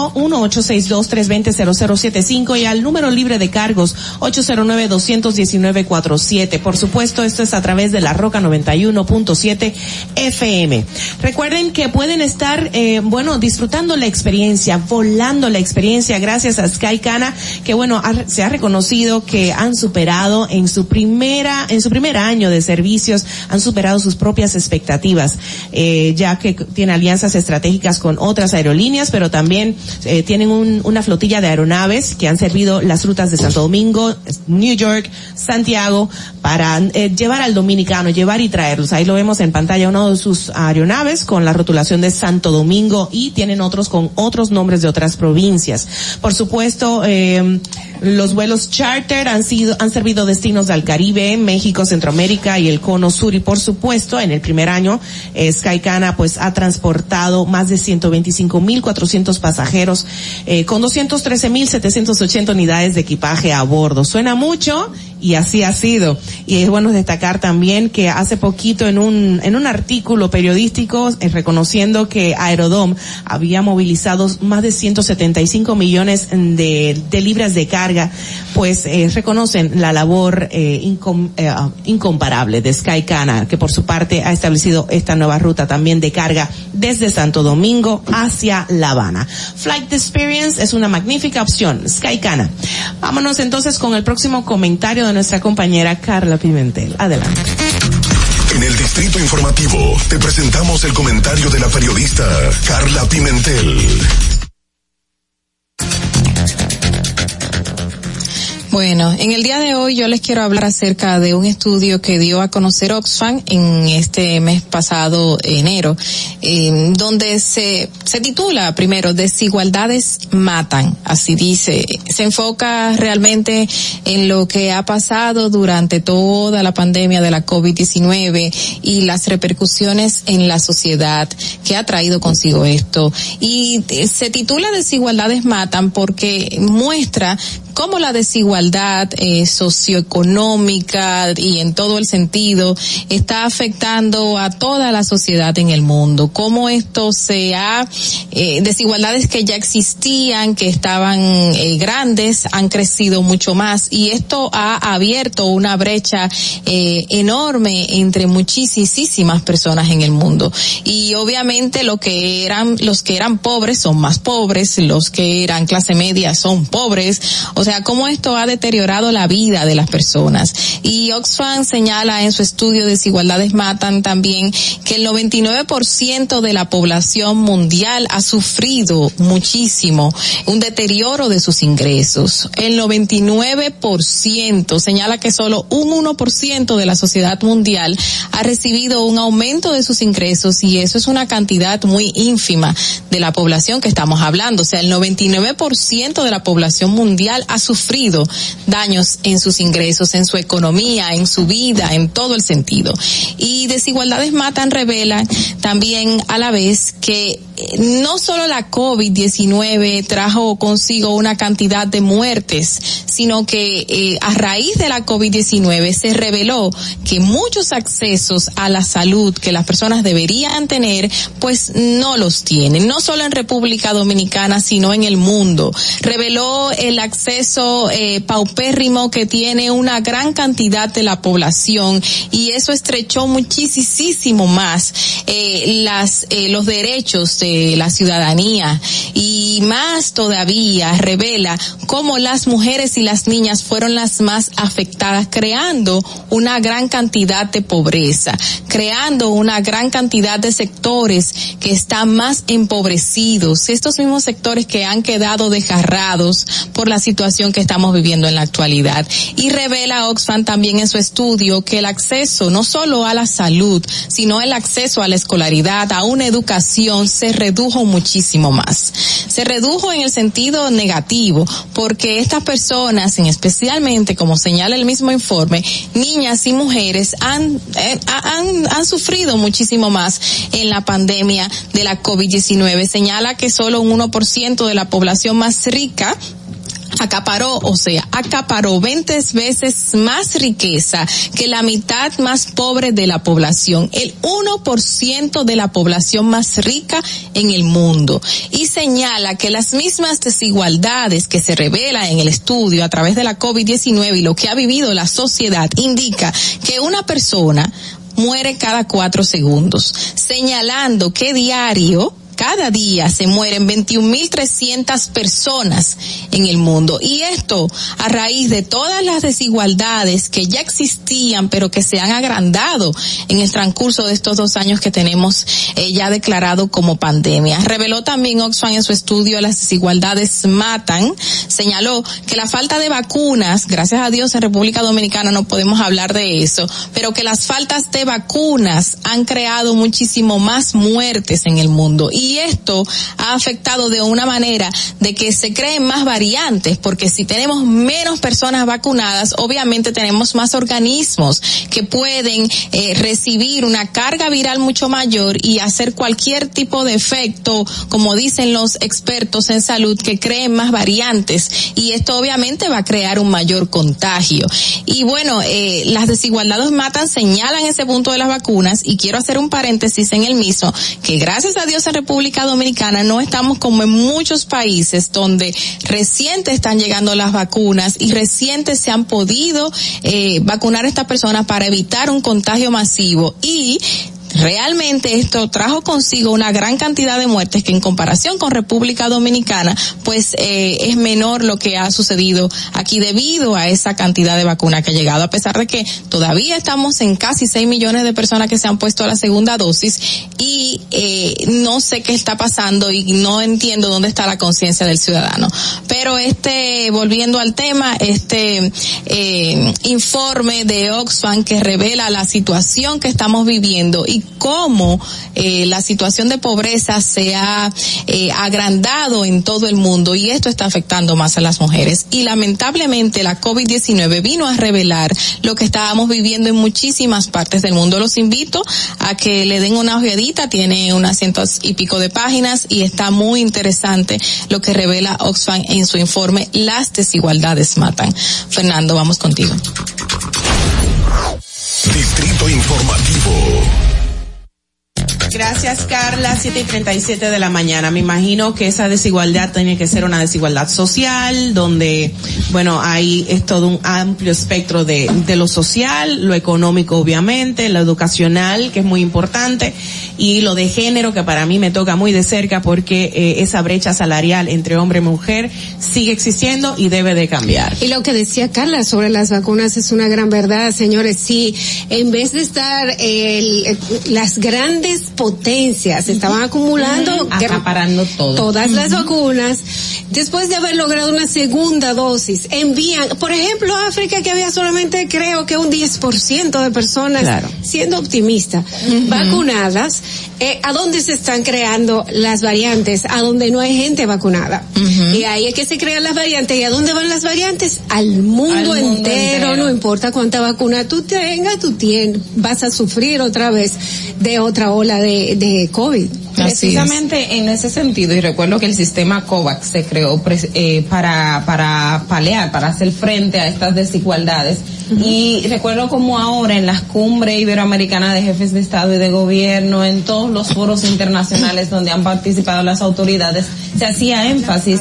W: 862-320-0075 y al número libre de cargos 809-219-47. Por supuesto, esto es a través de la Roca 91.7 FM. Recuerden que pueden estar, disfrutando la experiencia, volando la experiencia gracias a Skycana, que se ha reconocido que han superado en su primer año de servicios, han superado sus propias expectativas, ya que tiene alianzas estratégicas con otras aerolíneas, pero también tienen una flotilla de aeronaves que han servido las rutas de Santo Domingo, New York, Santiago, para llevar al dominicano, llevar y traerlos. Ahí lo vemos en pantalla, uno de sus aeronaves con la rotulación de Santo Domingo, y tienen otros con otros nombres de otras provincias. Por supuesto, los vuelos charter han servido destinos del Caribe, México, Centroamérica y el Cono Sur, y por supuesto, en el primer año, Skycana ha transportado más de 125,400 pasajeros, con 213,780 unidades de equipaje a bordo. Suena mucho, y así ha sido. Y es bueno destacar también que hace poquito en un artículo periodístico, reconociendo que Aerodom había movilizado más de 175 millones de libras de carga, reconocen la labor incomparable de Skycana, que por su parte ha establecido esta nueva ruta también de carga desde Santo Domingo hacia La Habana. Flight Experience es una magnífica opción, Skycana. Vámonos entonces con el próximo comentario de nuestra compañera Carla Pimentel. Adelante.
U: En el Distrito Informativo te presentamos el comentario de la periodista Carla Pimentel.
A: Bueno, en el día de hoy yo les quiero hablar acerca de un estudio que dio a conocer Oxfam en este mes pasado, enero, donde se titula primero Desigualdades matan, así dice. Se enfoca realmente en lo que ha pasado durante toda la pandemia de la COVID-19 y las repercusiones en la sociedad que ha traído consigo esto. Y se titula Desigualdades matan porque muestra cómo la desigualdad socioeconómica y en todo el sentido está afectando a toda la sociedad en el mundo. Cómo esto desigualdades que ya existían, que estaban grandes, han crecido mucho más, y esto ha abierto una brecha enorme entre muchísimas personas en el mundo. Y obviamente los que eran pobres son más pobres, los que eran clase media son pobres. O sea, cómo esto ha deteriorado la vida de las personas. Y Oxfam señala en su estudio Desigualdades matan también que el 99% de la población mundial ha sufrido muchísimo un deterioro de sus ingresos. El 99% señala que solo un 1% de la sociedad mundial ha recibido un aumento de sus ingresos, y eso es una cantidad muy ínfima de la población que estamos hablando. O sea, el 99% de la población mundial ha sufrido daños en sus ingresos, en su economía, en su vida, en todo el sentido. Y Desigualdades matan revela también a la vez que no solo la COVID-19 trajo consigo una cantidad de muertes, sino que a raíz de la COVID-19 se reveló que muchos accesos a la salud que las personas deberían tener, pues no los tienen, no solo en República Dominicana, sino en el mundo. Reveló el acceso paupérrimo que tiene una gran cantidad de la población, y eso estrechó muchísimo más los derechos de la ciudadanía, y más todavía revela cómo las mujeres y las niñas fueron las más afectadas, creando una gran cantidad de pobreza, creando una gran cantidad de sectores que están más empobrecidos, estos mismos sectores que han quedado desgarrados por la situación que estamos viviendo en la actualidad. Y revela Oxfam también en su estudio que el acceso no solo a la salud, sino el acceso a la escolaridad, a una educación, se redujo muchísimo más. Se redujo en el sentido negativo, porque estas personas, especialmente, como señala el mismo informe, niñas y mujeres han sufrido muchísimo más en la pandemia de la COVID-19. Señala que solo un 1% de la población más rica acaparó 20 veces más riqueza que la mitad más pobre de la población, el 1% de la población más rica en el mundo, y señala que las mismas desigualdades que se revelan en el estudio a través de la COVID-19 y lo que ha vivido la sociedad indica que una persona muere cada 4 segundos, señalando que cada día se mueren 21.300 personas en el mundo, y esto a raíz de todas las desigualdades que ya existían pero que se han agrandado en el transcurso de estos 2 años que tenemos ya declarado como pandemia. Reveló también Oxfam en su estudio Las desigualdades matan, señaló que la falta de vacunas, gracias a Dios en República Dominicana no podemos hablar de eso, pero que las faltas de vacunas han creado muchísimo más muertes en el mundo, y esto ha afectado de una manera de que se creen más variantes, porque si tenemos menos personas vacunadas, obviamente tenemos más organismos que pueden recibir una carga viral mucho mayor y hacer cualquier tipo de efecto, como dicen los expertos en salud, que creen más variantes, y esto obviamente va a crear un mayor contagio. Y bueno, las desigualdades matan, señalan ese punto de las vacunas, y quiero hacer un paréntesis en el mismo, que gracias a Dios en República Dominicana no estamos como en muchos países donde recientes están llegando las vacunas y recientes se han podido vacunar a estas personas para evitar un contagio masivo, y realmente esto trajo consigo una gran cantidad de muertes que en comparación con República Dominicana pues es menor lo que ha sucedido aquí debido a esa cantidad de vacunas que ha llegado, a pesar de que todavía estamos en casi 6 millones de personas que se han puesto la segunda dosis, y no sé qué está pasando y no entiendo dónde está la conciencia del ciudadano. Pero volviendo al tema, informe de Oxfam que revela la situación que estamos viviendo y cómo la situación de pobreza se ha agrandado en todo el mundo, y esto está afectando más a las mujeres, y lamentablemente la COVID-19 vino a revelar lo que estábamos viviendo en muchísimas partes del mundo. Los invito a que le den una ojeadita, tiene unas 100 y pico de páginas y está muy interesante lo que revela Oxfam en su informe Las desigualdades matan. Fernando, vamos contigo.
U: Distrito Informativo.
W: Gracias, Carla. 7:37 de la mañana. Me imagino que esa desigualdad tiene que ser una desigualdad social, donde, bueno, es todo un amplio espectro de lo social, lo económico, obviamente, lo educacional, que es muy importante, y lo de género, que para mí me toca muy de cerca, porque esa brecha salarial entre hombre y mujer sigue existiendo y debe de cambiar.
V: Y lo que decía Carla sobre las vacunas es una gran verdad, señores. Sí, en vez de estar las grandes potencias estaban acumulando,
W: acaparando todas
V: las vacunas, después de haber logrado una segunda dosis, envían, por ejemplo, África, que había solamente, creo que un 10% de personas, siendo optimista, vacunadas, ¿a dónde se están creando las variantes? A donde no hay gente vacunada. Y ahí es que se crean las variantes. ¿Y a dónde van las variantes? Al mundo entero. No importa cuánta vacuna tú tengas, vas a sufrir otra vez de otra ola de COVID.
W: Precisamente en ese sentido, y recuerdo que el sistema COVAX se creó para paliar, para hacer frente a estas desigualdades, y recuerdo como ahora en las cumbres iberoamericanas de jefes de Estado y de Gobierno, en todos los foros internacionales donde han participado las autoridades, se hacía énfasis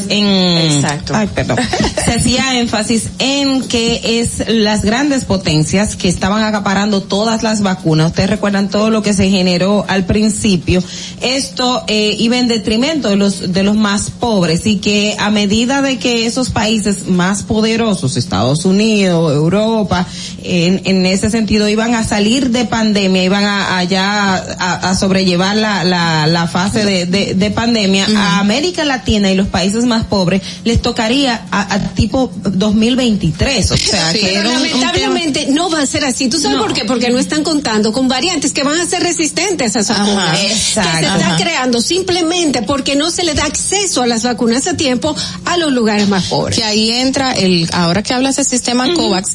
W: se hacía énfasis en que es las grandes potencias que estaban acaparando todas las vacunas. Ustedes recuerdan todo lo que se generó al principio. Esto iba en detrimento de los más pobres, y que a medida de que esos países más poderosos, Estados Unidos, Europa, en ese sentido iban a salir de pandemia, iban a sobrellevar la fase de pandemia, a América Latina y los países más pobres les tocaría a tipo 2023, o sea, que
V: pero lamentablemente no va a ser así. ¿Tú sabes por qué? Porque no están contando con variantes que van a ser resistentes a esas vacunas, que se están creando simplemente porque no se le da acceso a las vacunas a tiempo a los lugares más pobres.
A: Que ahí entra ahora que hablas del sistema COVAX,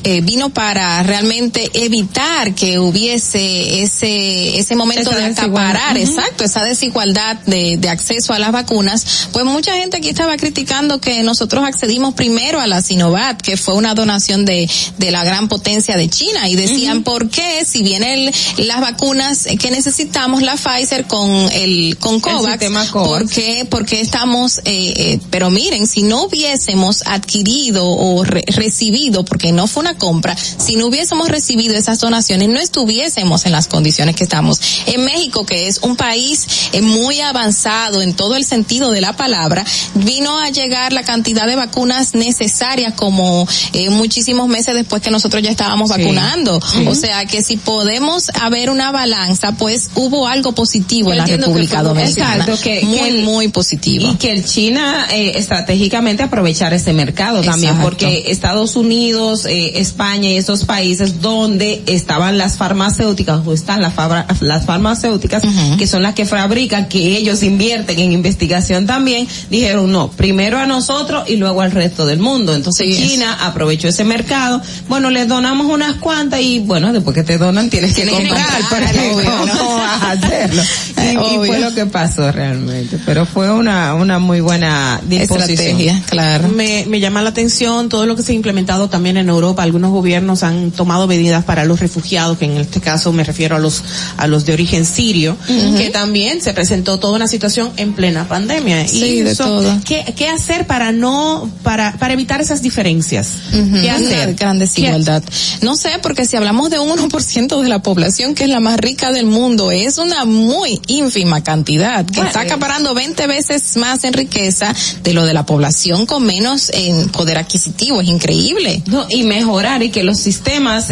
A: vino para realmente evitar que hubiese ese momento de acaparar, exacto, esa desigualdad de acceso a las vacunas. Pues mucha gente aquí estaba criticando que nosotros accedimos primero a la Sinovac, que fue una donación de la gran potencia de China, y decían, ¿por qué si vienen las vacunas que necesitamos, la Pfizer con COVAX, ¿por qué estamos, pero miren, si no hubiésemos adquirido o recibido, porque no fue una compra, si no hubiésemos recibido esas donaciones, no estuviésemos en las condiciones que estamos. En México, que es un país muy avanzado en todo el sentido de la palabra, vino a llegar la cantidad de vacunas necesarias como muchísimos meses después que nosotros ya estábamos vacunando. O sea que si podemos haber una balanza, pues hubo algo positivo en la República Dominicana.
W: Exacto,
A: muy positivo.
W: Y que el China estratégicamente aprovechar ese mercado también, porque Estados Unidos, España y esos países donde estaban las farmacéuticas, o están las farmacéuticas, que son las que fabrican, que ellos invierten en investigación también, dijeron no, primero a nosotros y luego al resto del mundo. Entonces China aprovechó ese mercado, bueno, les donamos unas cuantas y bueno, después que te donan tienes que comprar, ¿cómo vas a hacerlo? Y fue lo que pasó realmente, pero fue una muy buena
A: estrategia, claro.
D: Me llama la atención todo lo que se ha implementado también en Europa. Algunos gobiernos han tomado medidas para los refugiados, que en este caso me refiero a los de origen sirio, que también se presentó toda una situación en plena pandemia.
A: Sí,
D: y
A: de todo.
D: ¿Qué hacer para evitar esas diferencias? ¿Qué hacer?
A: Una gran desigualdad. No sé, porque si hablamos de un 1% de la población, que es la más rica del mundo, es una muy ínfima cantidad, que está acaparando 20 veces más en riqueza de lo de la población con menos en poder adquisitivo. Es increíble.
W: No, y mejorar, y que los sistemas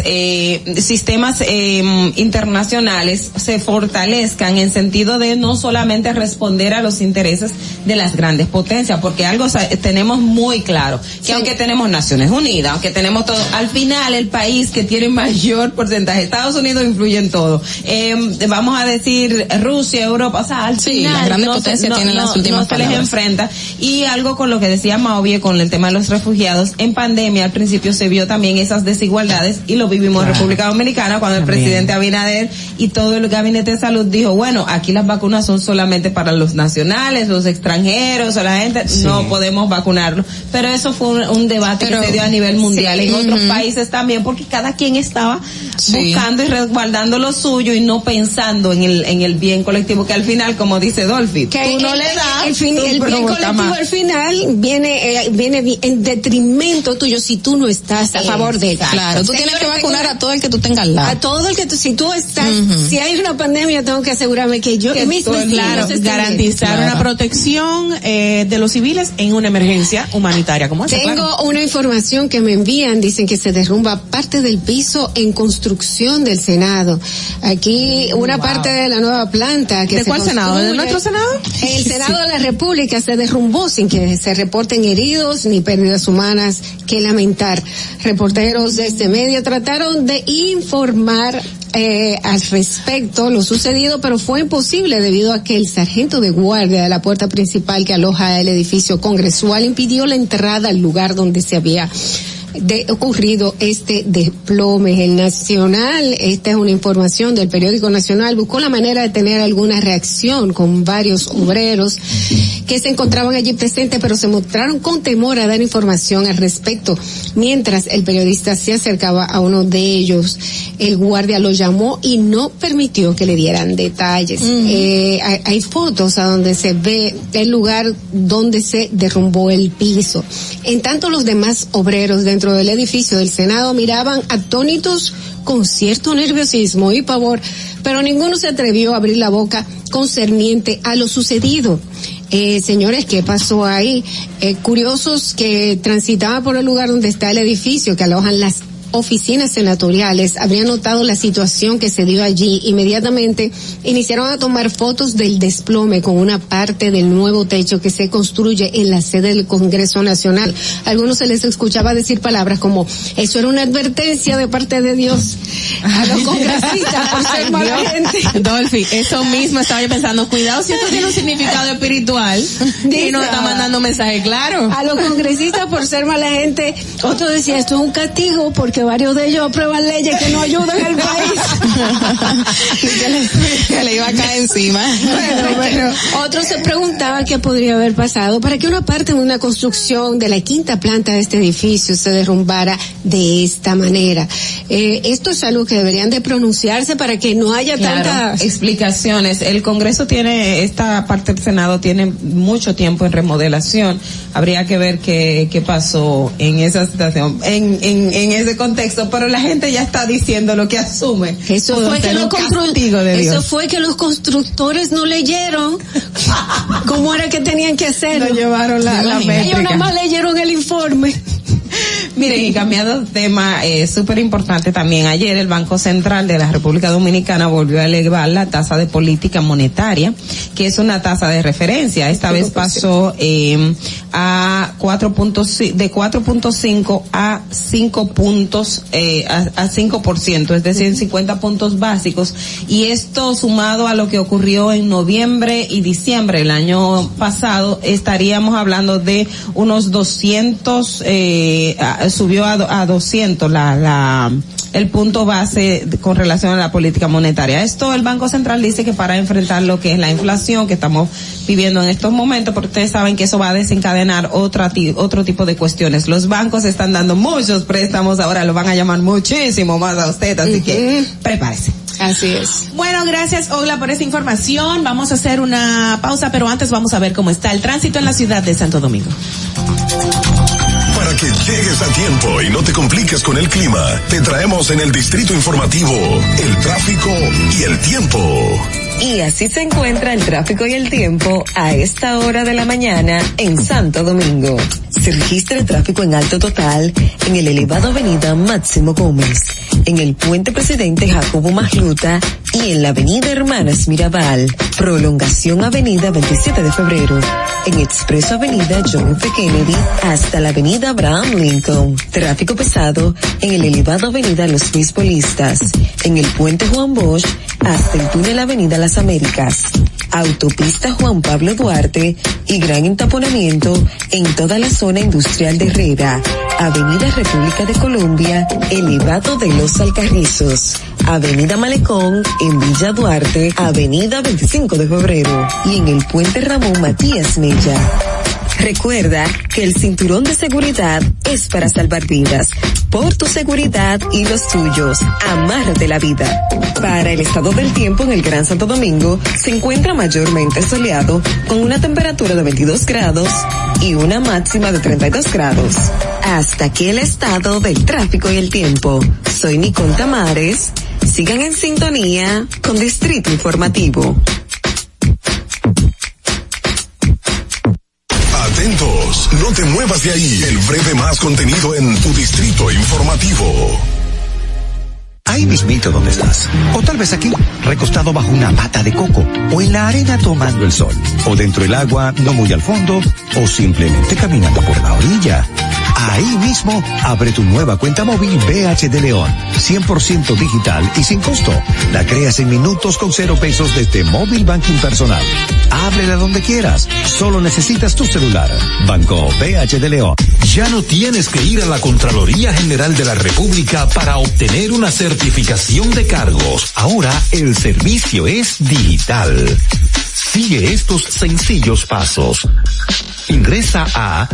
W: internacionales se fortalezcan en sentido de no solamente responder a los intereses de las grandes potencias, porque algo tenemos muy claro, que aunque tenemos Naciones Unidas, aunque tenemos todo, al final el país que tiene mayor porcentaje, Estados Unidos influye en todo, vamos a decir Rusia, Europa, o sea, al final
A: las grandes potencias tienen las últimas
W: palabras. Les enfrenta. Y algo con lo que decía Mauvie con el tema de los refugiados, en pandemia al principio se vio también esas desigualdades, y lo vivimos en República Dominicana cuando el presidente Abinader y todo el gabinete de salud dijo, bueno, aquí las vacunas son solamente para los nacionales, los extranjeros, o la gente, no podemos vacunarlo. Pero eso fue un debate que se dio a nivel mundial en otros países también, porque cada quien estaba buscando y resguardando lo suyo y no pensando en el bien colectivo, que al final, como dice Dolphy, tú no le das,
V: el bien colectivo al final viene en detrimento tuyo si tú no estás a favor de él.
A: Claro, tú tienes que vacunar a todo el que tú tengas al lado.
V: A todo el que si tú estás, si hay una pandemia, tengo que asegurarme que yo mismo
D: garantizar una protección de los civiles en una emergencia humanitaria como esta.
V: Tengo una información que me envían, dicen que se derrumba parte del piso en construcción del Senado. Aquí una parte de la nueva planta que
D: ¿De cuál Senado? ¿De nuestro Senado?
V: El Senado de la República se derrumbó sin que se reporten heridos ni pérdidas humanas que lamentar. Reporteros de este medio trataron de informar al respecto lo sucedido, pero fue imposible debido a que el sargento de guardia de la puerta principal que aloja el edificio congresual impidió la entrada al lugar donde se había ocurrido este desplome. El Nacional, esta es una información del periódico Nacional, buscó la manera de tener alguna reacción con varios obreros que se encontraban allí presentes, pero se mostraron con temor a dar información al respecto. Mientras el periodista se acercaba a uno de ellos, el guardia lo llamó y no permitió que le dieran detalles. Hay fotos a donde se ve el lugar donde se derrumbó el piso. En tanto, los demás obreros dentro del edificio del Senado miraban atónitos con cierto nerviosismo y pavor, pero ninguno se atrevió a abrir la boca concerniente a lo sucedido. Señores, ¿qué pasó ahí? Curiosos que transitaban por el lugar donde está el edificio que alojan las oficinas senatoriales habrían notado la situación que se dio allí. Inmediatamente iniciaron a tomar fotos del desplome con una parte del nuevo techo que se construye en la sede del Congreso Nacional. A algunos se les escuchaba decir palabras como, eso era una advertencia de parte de Dios a los congresistas por ser mala gente.
D: Dolphy, eso mismo estaba yo pensando, cuidado si esto tiene un significado espiritual y no está mandando un mensaje claro.
V: A los congresistas por ser mala gente. Otro decía, esto es un castigo porque porque varios de ellos aprueban leyes que no ayudan al país.
A: que le iba a caer encima.
V: Bueno, otros se preguntaban qué podría haber pasado para que una parte de una construcción de la quinta planta de este edificio se derrumbara de esta manera. Esto es algo que deberían de pronunciarse para que no haya tantas
W: explicaciones. El Congreso tiene, esta parte del Senado tiene mucho tiempo en remodelación. Habría que ver qué pasó en esa situación, en ese contexto, pero la gente ya está diciendo lo que asume.
V: Eso fue que los constructores no leyeron cómo era que tenían que hacerlo.
W: No llevaron la métrica.
V: Ellos nada más leyeron el informe.
W: Miren, y cambiando de tema, súper importante también, ayer el Banco Central de la República Dominicana volvió a elevar la tasa de política monetaria, que es una tasa de referencia. Esta vez pasó a 4.5 a 5 puntos, a 5%, es decir, 50 puntos básicos. Y esto sumado a lo que ocurrió en noviembre y diciembre el año pasado, estaríamos hablando de unos 200, subió a 200 el punto base con relación a la política monetaria. Esto el Banco Central dice que para enfrentar lo que es la inflación que estamos viviendo en estos momentos, porque ustedes saben que eso va a desencadenar otro tipo de cuestiones. Los bancos están dando muchos préstamos, ahora lo van a llamar muchísimo más a usted, así que prepárese.
V: Así es.
D: Bueno, gracias Ogla por esa información. Vamos a hacer una pausa, pero antes vamos a ver cómo está el tránsito en la ciudad de Santo Domingo.
U: Para que llegues a tiempo y no te compliques con el clima, te traemos en el Distrito Informativo el tráfico y el tiempo.
H: Y así se encuentra el tráfico y el tiempo a esta hora de la mañana en Santo Domingo. Se registra tráfico en alto total en el elevado avenida Máximo Gómez, en el puente Presidente Jacobo Magluta y en la avenida Hermanas Mirabal, prolongación avenida 27 de febrero, en expreso avenida John F. Kennedy hasta la avenida Abraham Lincoln. Tráfico pesado en el elevado avenida Los Beisbolistas, en el puente Juan Bosch hasta el túnel avenida Las Américas, autopista Juan Pablo Duarte y gran entaponamiento en toda la zona industrial de Herrera, avenida República de Colombia, elevado de Los Alcarrizos, avenida Malecón en Villa Duarte, avenida 25 de febrero y en el puente Ramón Matías Mella. Recuerda que el cinturón de seguridad es para salvar vidas. Por tu seguridad y los tuyos, amárrate la vida. Para el estado del tiempo en el Gran Santo Domingo, se encuentra mayormente soleado con una temperatura de 22 grados y una máxima de 32 grados. Hasta aquí el estado del tráfico y el tiempo. Soy Nicole Tamares. Sigan en sintonía con Distrito Informativo.
U: Atentos, no te muevas de ahí. El breve más contenido en tu Distrito Informativo.
B: Ahí mismito donde estás. O tal vez aquí, recostado bajo una mata de coco. O en la arena tomando el sol. O dentro del agua, no muy al fondo. O simplemente caminando por la orilla. Ahí mismo, abre tu nueva cuenta móvil BH de León. 100% digital y sin costo. La creas en minutos con 0 pesos desde Móvil Banking Personal. Ábrela donde quieras. Solo necesitas tu celular. Banco BH de León.
J: Ya no tienes que ir a la Contraloría General de la República para obtener una certificación de cargos. Ahora el servicio es digital. Sigue estos sencillos pasos. Ingresa a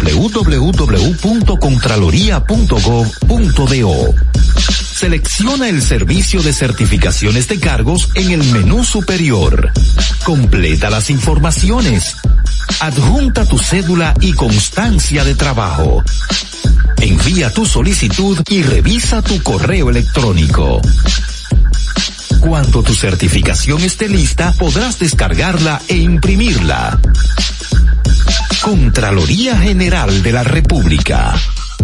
J: www.contraloría.gov.do. Selecciona el servicio de certificaciones de cargos en el menú superior. Completa las informaciones. Adjunta tu cédula y constancia de trabajo. Envía tu solicitud y revisa tu correo electrónico. Cuando tu certificación esté lista, podrás descargarla e imprimirla. Contraloría General de la República.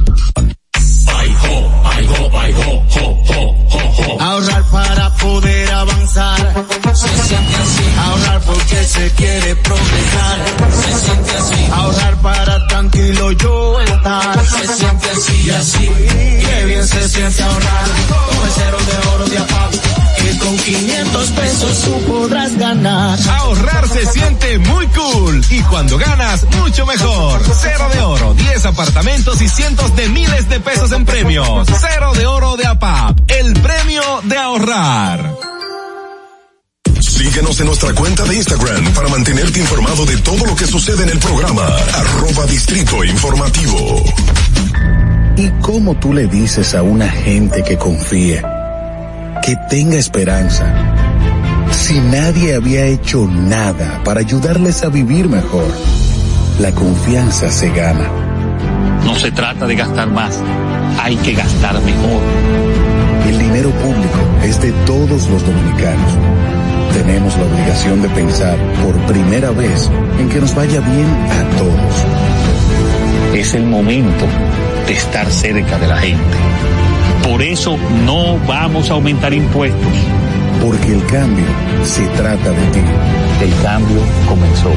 G: Ahorrar para poder avanzar. Se siente así. Ahorrar porque se quiere progresar. Se siente así. Ahorrar para tranquilo yo estar. Se siente así y así. Qué bien se siente ahorrar. Con el cero de oro de APAP. Que con 500 pesos tú podrás ganar.
J: Ahorrar se siente muy cool. Y cuando ganas, mucho mejor. Cero de Oro, 10 apartamentos y cientos de miles de pesos en premios. Cero de Oro de APAP, el premio de ahorrar.
U: Síguenos en nuestra cuenta de Instagram para mantenerte informado de todo lo que sucede en el programa. @Distrito Informativo.
L: ¿Y cómo tú le dices a una gente que confíe, que tenga esperanza, si nadie había hecho nada para ayudarles a vivir mejor? La confianza se gana.
Y: No se trata de gastar más, hay que gastar mejor.
L: El dinero público es de todos los dominicanos. Tenemos la obligación de pensar por primera vez en que nos vaya bien a todos.
Y: Es el momento de estar cerca de la gente. Por eso no vamos a aumentar impuestos.
L: Porque el cambio se trata de ti.
Y: El cambio comenzó.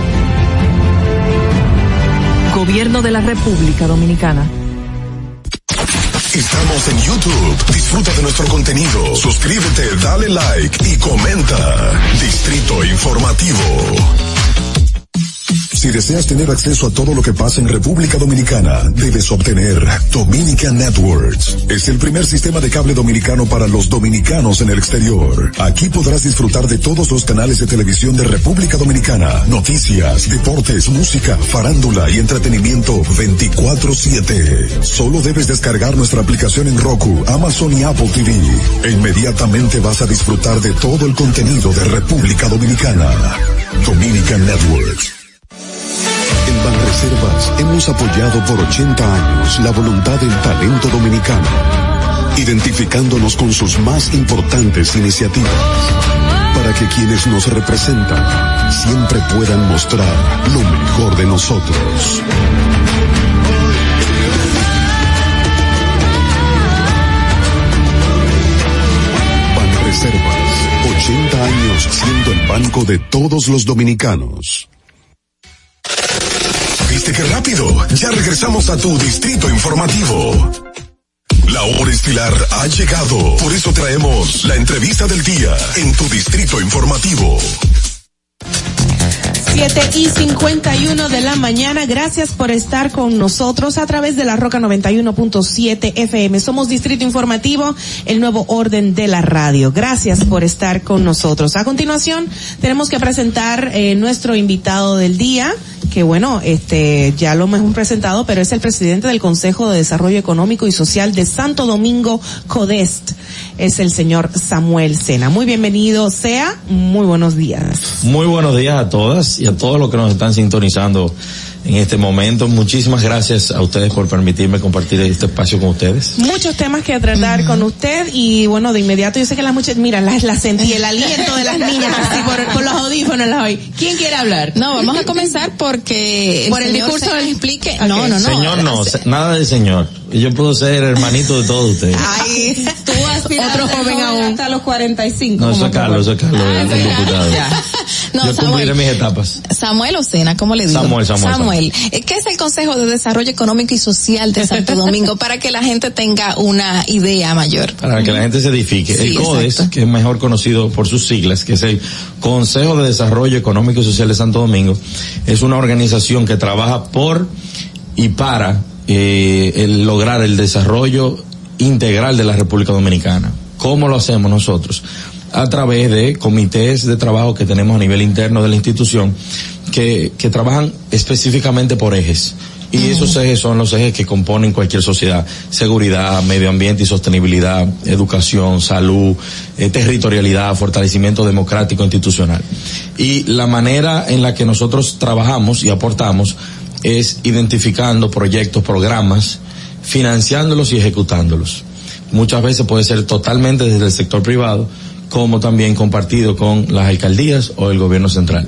H: Gobierno de la República Dominicana.
U: Estamos en YouTube. Disfruta de nuestro contenido. Suscríbete, dale like y comenta. Distrito Informativo. Si deseas tener acceso a todo lo que pasa en República Dominicana, debes obtener Dominican Networks. Es el primer sistema de cable dominicano para los dominicanos en el exterior. Aquí podrás disfrutar de todos los canales de televisión de República Dominicana, noticias, deportes, música, farándula y entretenimiento 24/7. Solo debes descargar nuestra aplicación en Roku, Amazon y Apple TV. E inmediatamente vas a disfrutar de todo el contenido de República Dominicana. Dominican Networks. En Banreservas hemos apoyado por 80 años la voluntad del talento dominicano, identificándonos con sus más importantes iniciativas, para que quienes nos representan siempre puedan mostrar lo mejor de nosotros. Banreservas, 80 años siendo el banco de todos los dominicanos. ¿Viste qué rápido? Ya regresamos a tu Distrito Informativo. La hora estilar ha llegado. Por eso traemos la entrevista del día en tu Distrito Informativo.
D: 7:51 de la mañana. Gracias por estar con nosotros a través de la Roca 91.7 FM. Somos Distrito Informativo, el nuevo orden de la radio. Gracias por estar con nosotros. A continuación, tenemos que presentar nuestro invitado del día, que bueno, ya lo hemos presentado, pero es el presidente del Consejo de Desarrollo Económico y Social de Santo Domingo, CODEST. Es el señor Samuel Sena. Muy bienvenido, sea. Muy buenos días.
E: Muy buenos días a todas y a todos los que nos están sintonizando en este momento. Muchísimas gracias a ustedes por permitirme compartir este espacio con ustedes.
D: Muchos temas que tratar con usted y bueno, de inmediato yo sé que las muchachas, mira, la sentí, el aliento de las niñas así por los audífonos las oí. ¿Quién quiere hablar?
A: No, vamos a comenzar porque
D: por el discurso
A: del explique.
D: Okay.
A: No.
E: Señor, no, nada de señor. Yo puedo ser hermanito de todos ustedes.
D: Ay, tú aspiras otro joven aún hasta los 45.
E: No, eso es Carlos, el diputado.
A: No,
E: yo cumpliré mis etapas.
A: Samuel o Sena, ¿cómo le digo? Samuel. ¿Qué es el Consejo de Desarrollo Económico y Social de Santo Domingo? Para que la gente tenga una idea mayor.
E: Para que la gente se edifique.
A: Sí,
E: el CODES, exacto, que es mejor conocido por sus siglas, que es el Consejo de Desarrollo Económico y Social de Santo Domingo, es una organización que trabaja por y para el lograr el desarrollo integral de la República Dominicana. ¿Cómo lo hacemos nosotros? A través de comités de trabajo que tenemos a nivel interno de la institución que trabajan específicamente por ejes. Y esos ejes son los ejes que componen cualquier sociedad: seguridad, medio ambiente y sostenibilidad, educación, salud, territorialidad, fortalecimiento democrático institucional. Y la manera en la que nosotros trabajamos y aportamos es identificando proyectos, programas, financiándolos y ejecutándolos. Muchas veces puede ser totalmente desde el sector privado, como también compartido con las alcaldías o el gobierno central.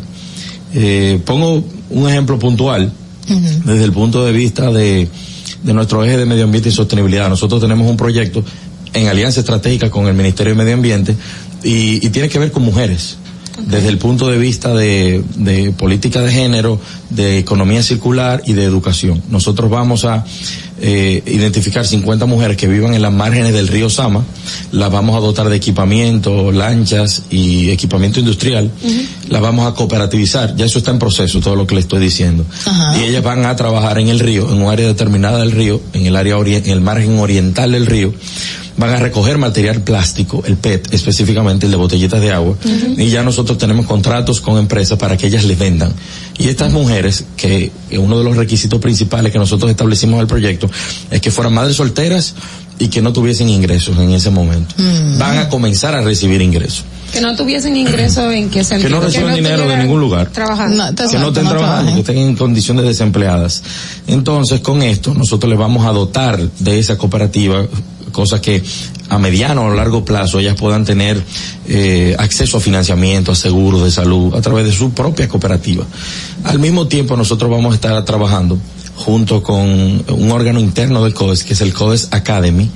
E: Pongo un ejemplo puntual desde el punto de vista de nuestro eje de medio ambiente y sostenibilidad. Nosotros tenemos un proyecto en alianza estratégica con el Ministerio de Medio Ambiente y tiene que ver con mujeres. desde el punto de vista de política de género, de economía circular y de educación. Nosotros vamos a identificar 50 mujeres que vivan en las márgenes del río Sama, las vamos a dotar de equipamiento, lanchas y equipamiento industrial, las vamos a cooperativizar, ya eso está en proceso, todo lo que le estoy diciendo. Ajá. Y ellas van a trabajar en el río, en un área determinada del río, en el margen oriental del río, van a recoger material plástico, el PET específicamente, el de botellitas de agua, y ya nosotros tenemos contratos con empresas para que ellas les vendan. Y estas mujeres, que uno de los requisitos principales que nosotros establecimos al proyecto es que fueran madres solteras y que no tuviesen ingresos en ese momento. Van a comenzar a recibir ingresos.
W: Que no tuviesen ingresos, ¿en qué sentido?
E: Que no reciban dinero de ningún lugar.
W: Trabajando.
E: Que no estén trabajando, que estén en condiciones desempleadas. Entonces, con esto, nosotros les vamos a dotar de esa cooperativa, cosa que a mediano o largo plazo ellas puedan tener acceso a financiamiento, a seguros de salud, a través de su propia cooperativa. Al mismo tiempo, nosotros vamos a estar trabajando junto con un órgano interno del CODES, que es el CODES Academy,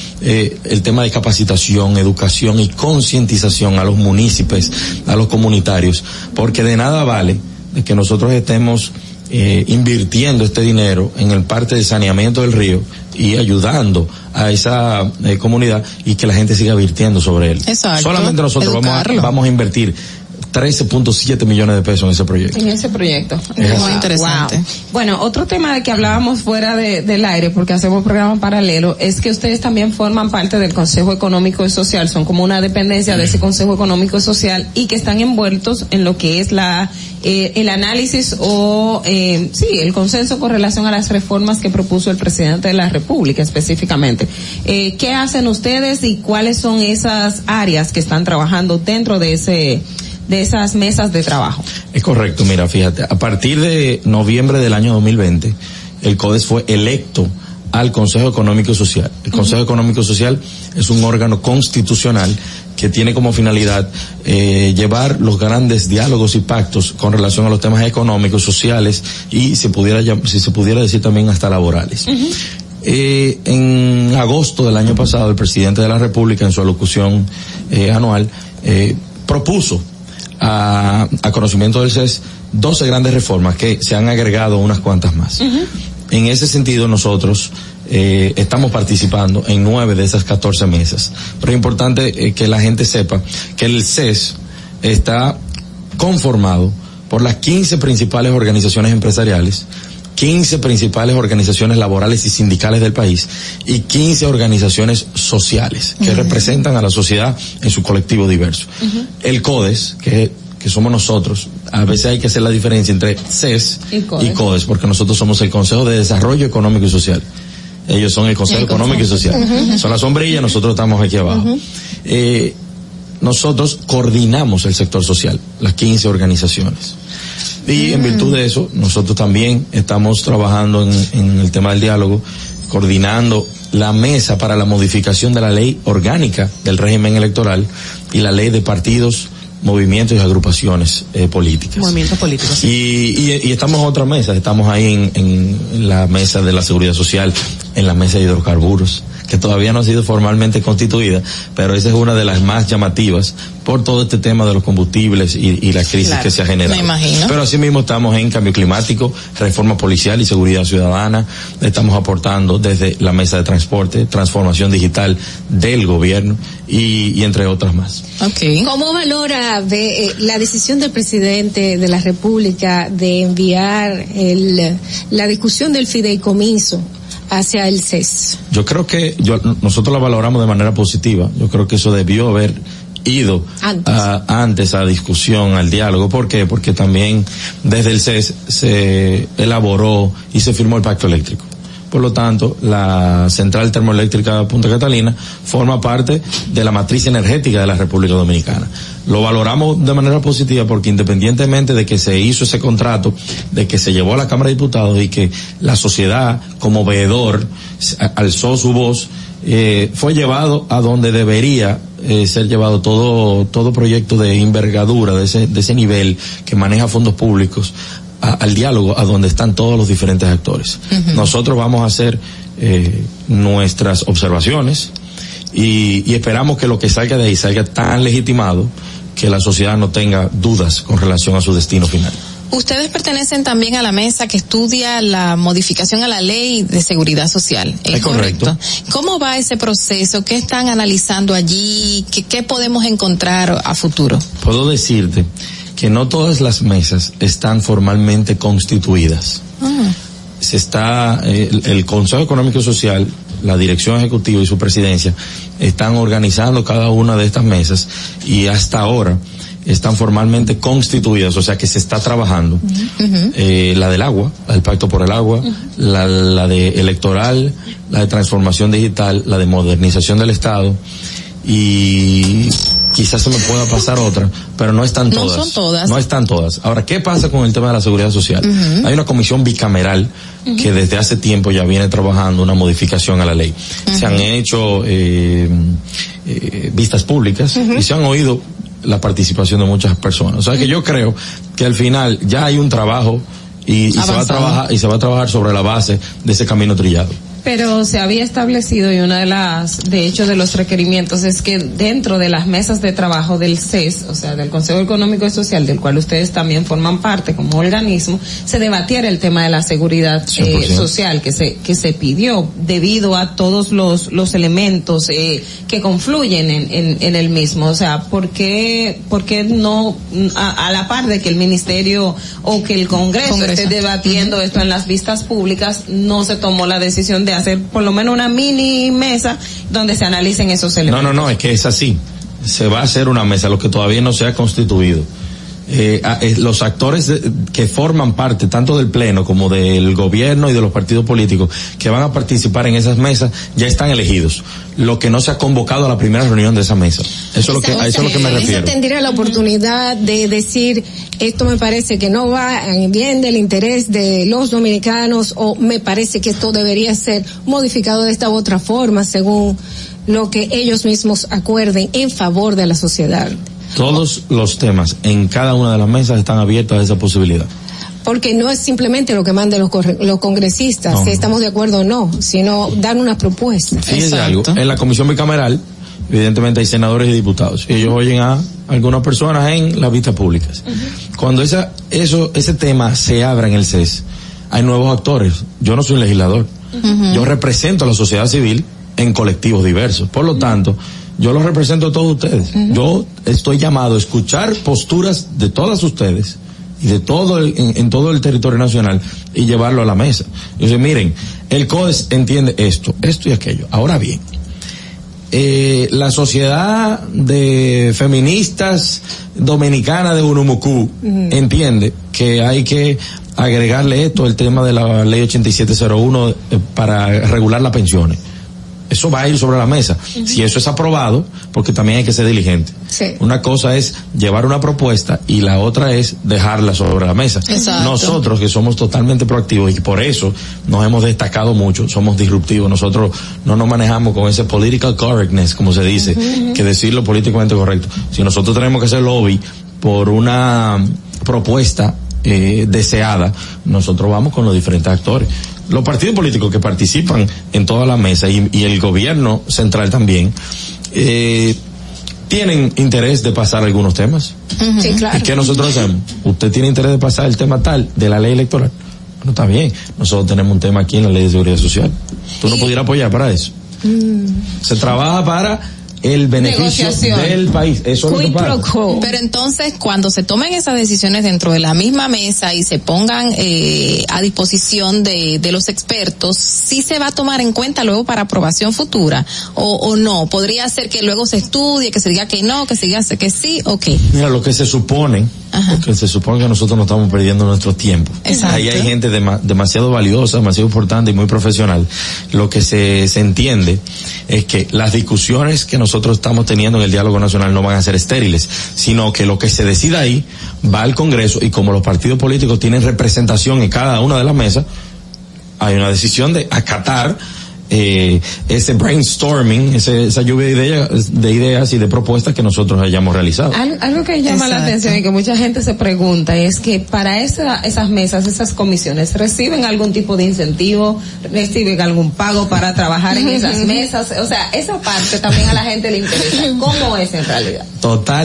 E: el tema de capacitación, educación y concientización a los municipios, a los comunitarios, porque de nada vale de que nosotros estemos invirtiendo este dinero en el parte de saneamiento del río y ayudando a esa comunidad y que la gente siga virtiendo sobre él.
A: Exacto.
E: Solamente nosotros vamos a invertir 13.7 millones de pesos en ese proyecto.
W: En ese proyecto.
A: Muy interesante.
W: Wow. Bueno, otro tema de que hablábamos fuera del aire, porque hacemos programa paralelo, es que ustedes también forman parte del Consejo Económico y Social, son como una dependencia de ese Consejo Económico y Social y que están envueltos en lo que es el análisis o el consenso con relación a las reformas que propuso el presidente de la República específicamente. ¿Qué hacen ustedes y cuáles son esas áreas que están trabajando dentro de esas mesas de trabajo?
E: Es correcto, mira, fíjate, a partir de noviembre del año 2020, el CODES fue electo al Consejo Económico y Social. El Consejo Económico y Social es un órgano constitucional que tiene como finalidad llevar los grandes diálogos y pactos con relación a los temas económicos, sociales y si se pudiera decir también hasta laborales. En agosto del año pasado, el presidente de la República, en su alocución anual, propuso a conocimiento del CES 12 grandes reformas que se han agregado unas cuantas más. En ese sentido, nosotros estamos participando en 9 de esas 14 mesas. Pero es importante que la gente sepa que el CES está conformado por las 15 principales organizaciones empresariales, 15 principales organizaciones laborales y sindicales del país y 15 organizaciones sociales que representan a la sociedad en su colectivo diverso. El CODES, que somos nosotros, a veces hay que hacer la diferencia entre CES y CODES, porque nosotros somos el Consejo de Desarrollo Económico y Social. Ellos son el Consejo Económico y Social. Son la sombrilla, nosotros estamos aquí abajo. Nosotros coordinamos el sector social, las 15 organizaciones. Y en virtud de eso, nosotros también estamos trabajando en el tema del diálogo, coordinando la mesa para la modificación de la ley orgánica del régimen electoral y la ley de partidos, movimientos y agrupaciones políticas.
W: Movimientos políticos.
E: Y estamos en otra mesa, estamos ahí en la mesa de la seguridad social, en la mesa de hidrocarburos, que todavía no ha sido formalmente constituida, pero esa es una de las más llamativas por todo este tema de los combustibles y la crisis que se ha generado.
A: Me imagino.
E: Pero asimismo estamos en cambio climático, reforma policial y seguridad ciudadana, estamos aportando desde la mesa de transporte, transformación digital del gobierno y entre otras más.
V: Okay. ¿Cómo valora la decisión del presidente de la República de enviar la discusión del fideicomiso hacia el CES?
E: Yo creo que nosotros la valoramos de manera positiva. Yo creo que eso debió haber ido antes a discusión, al diálogo. ¿Por qué? Porque también desde el CES se elaboró y se firmó el pacto eléctrico. Por lo tanto, la central termoeléctrica Punta Catalina forma parte de la matriz energética de la República Dominicana. Lo valoramos de manera positiva porque independientemente de que se hizo ese contrato, de que se llevó a la Cámara de Diputados y que la sociedad como veedor alzó su voz, fue llevado a donde debería ser llevado todo proyecto de envergadura de ese nivel que maneja fondos públicos al diálogo, a donde están todos los diferentes actores. Nosotros vamos a hacer nuestras observaciones y esperamos que lo que salga de ahí salga tan legitimado que la sociedad no tenga dudas con relación a su destino final.
A: Ustedes pertenecen también a la mesa que estudia la modificación a la ley de seguridad social. ¿Es correcto? ¿Cómo va ese proceso? ¿Qué están analizando allí? ¿Qué podemos encontrar a futuro?
E: Puedo decirte que no todas las mesas están formalmente constituidas. Se está, el Consejo Económico y Social, la Dirección Ejecutiva y su presidencia están organizando cada una de estas mesas y hasta ahora están formalmente constituidas, o sea que se está trabajando. La del agua, la del Pacto por el Agua, la de electoral, la de transformación digital, la de modernización del Estado, y quizás se me pueda pasar otra, pero no están todas.
A: No son todas.
E: No están todas. Ahora, ¿qué pasa con el tema de la seguridad social? Hay una comisión bicameral que desde hace tiempo ya viene trabajando una modificación a la ley. Se han hecho vistas públicas y se han oído la participación de muchas personas. O sea que yo creo que al final ya hay un trabajo y se va a trabajar sobre la base de ese camino trillado.
W: Pero se había establecido, y una de hecho de los requerimientos es que dentro de las mesas de trabajo del CES, o sea, del Consejo Económico y Social, del cual ustedes también forman parte como organismo, se debatiera el tema de la seguridad social que se pidió debido a todos los elementos que confluyen en el mismo. O sea, ¿por qué no a la par de que el ministerio o que el Congreso esté debatiendo esto en las vistas públicas, no se tomó la decisión de hacer por lo menos una mini mesa donde se analicen esos elementos?
E: No, es que es así. Se va a hacer una mesa, lo que todavía no se ha constituido. Los actores que forman parte tanto del Pleno como del gobierno y de los partidos políticos que van a participar en esas mesas ya están elegidos. Lo que no se ha convocado a la primera reunión de esa mesa. A eso es lo que me refiero.
V: Esa tendría la oportunidad de decir, esto me parece que no va en bien del interés de los dominicanos, o me parece que esto debería ser modificado de esta u otra forma según lo que ellos mismos acuerden en favor de la sociedad.
E: Todos los temas en cada una de las mesas están abiertos a esa posibilidad.
V: Porque no es simplemente lo que manden los congresistas, si estamos de acuerdo o no, sino dar una propuesta.
E: Fíjese algo, en la comisión bicameral, evidentemente hay senadores y diputados, y ellos oyen a algunas personas en las vistas públicas. Cuando ese tema se abra en el CES, hay nuevos actores. Yo no soy un legislador, yo represento a la sociedad civil en colectivos diversos, por lo tanto, yo los represento a todos ustedes. Yo estoy llamado a escuchar posturas de todas ustedes y de en todo el territorio nacional y llevarlo a la mesa. Yo sé, miren, el COES entiende esto y aquello. Ahora bien, la sociedad de feministas dominicana de Urumucú entiende que hay que agregarle el tema de la ley 8701 para regular las pensiones. Eso va a ir sobre la mesa. Si eso es aprobado, porque también hay que ser diligente. Una cosa es llevar una propuesta y la otra es dejarla sobre la mesa. Nosotros, que somos totalmente proactivos y por eso nos hemos destacado mucho, somos disruptivos. Nosotros no nos manejamos con ese political correctness, como se dice, que decirlo políticamente correcto. Si nosotros tenemos que hacer lobby por una propuesta deseada, nosotros vamos con los diferentes actores. Los partidos políticos que participan en toda la mesa y el gobierno central también tienen interés de pasar algunos temas.
V: Sí, claro.
E: ¿Y qué nosotros hacemos? Usted tiene interés de pasar el tema tal de la ley electoral. Bueno, está bien. Nosotros tenemos un tema aquí en la ley de seguridad social. ¿Tú no pudieras apoyar para eso? Se trabaja para el beneficio del país. Eso es lo que pasa.
A: Pero entonces, cuando se tomen esas decisiones dentro de la misma mesa y se pongan a disposición de los expertos, ¿sí se va a tomar en cuenta luego para aprobación futura? ¿O no? ¿Podría ser que luego se estudie, que se diga que no, que se diga que sí o qué?
E: Mira, lo que se supone, porque se supone que nosotros no estamos perdiendo nuestro tiempo.
A: Exacto.
E: Ahí hay gente demasiado valiosa, demasiado importante y muy profesional. Lo que se entiende es que las discusiones que nosotros estamos teniendo en el diálogo nacional no van a ser estériles, sino que lo que se decida ahí va al Congreso, y como los partidos políticos tienen representación en cada una de las mesas, hay una decisión de acatar ese brainstorming, esa lluvia de ideas y de propuestas que nosotros hayamos realizado.
W: Algo que llama la atención y que mucha gente se pregunta es que para esas mesas, esas comisiones, ¿reciben algún tipo de incentivo? ¿Reciben algún pago para trabajar en esas mesas? O sea, esa parte también a la gente le interesa. ¿Cómo es en realidad?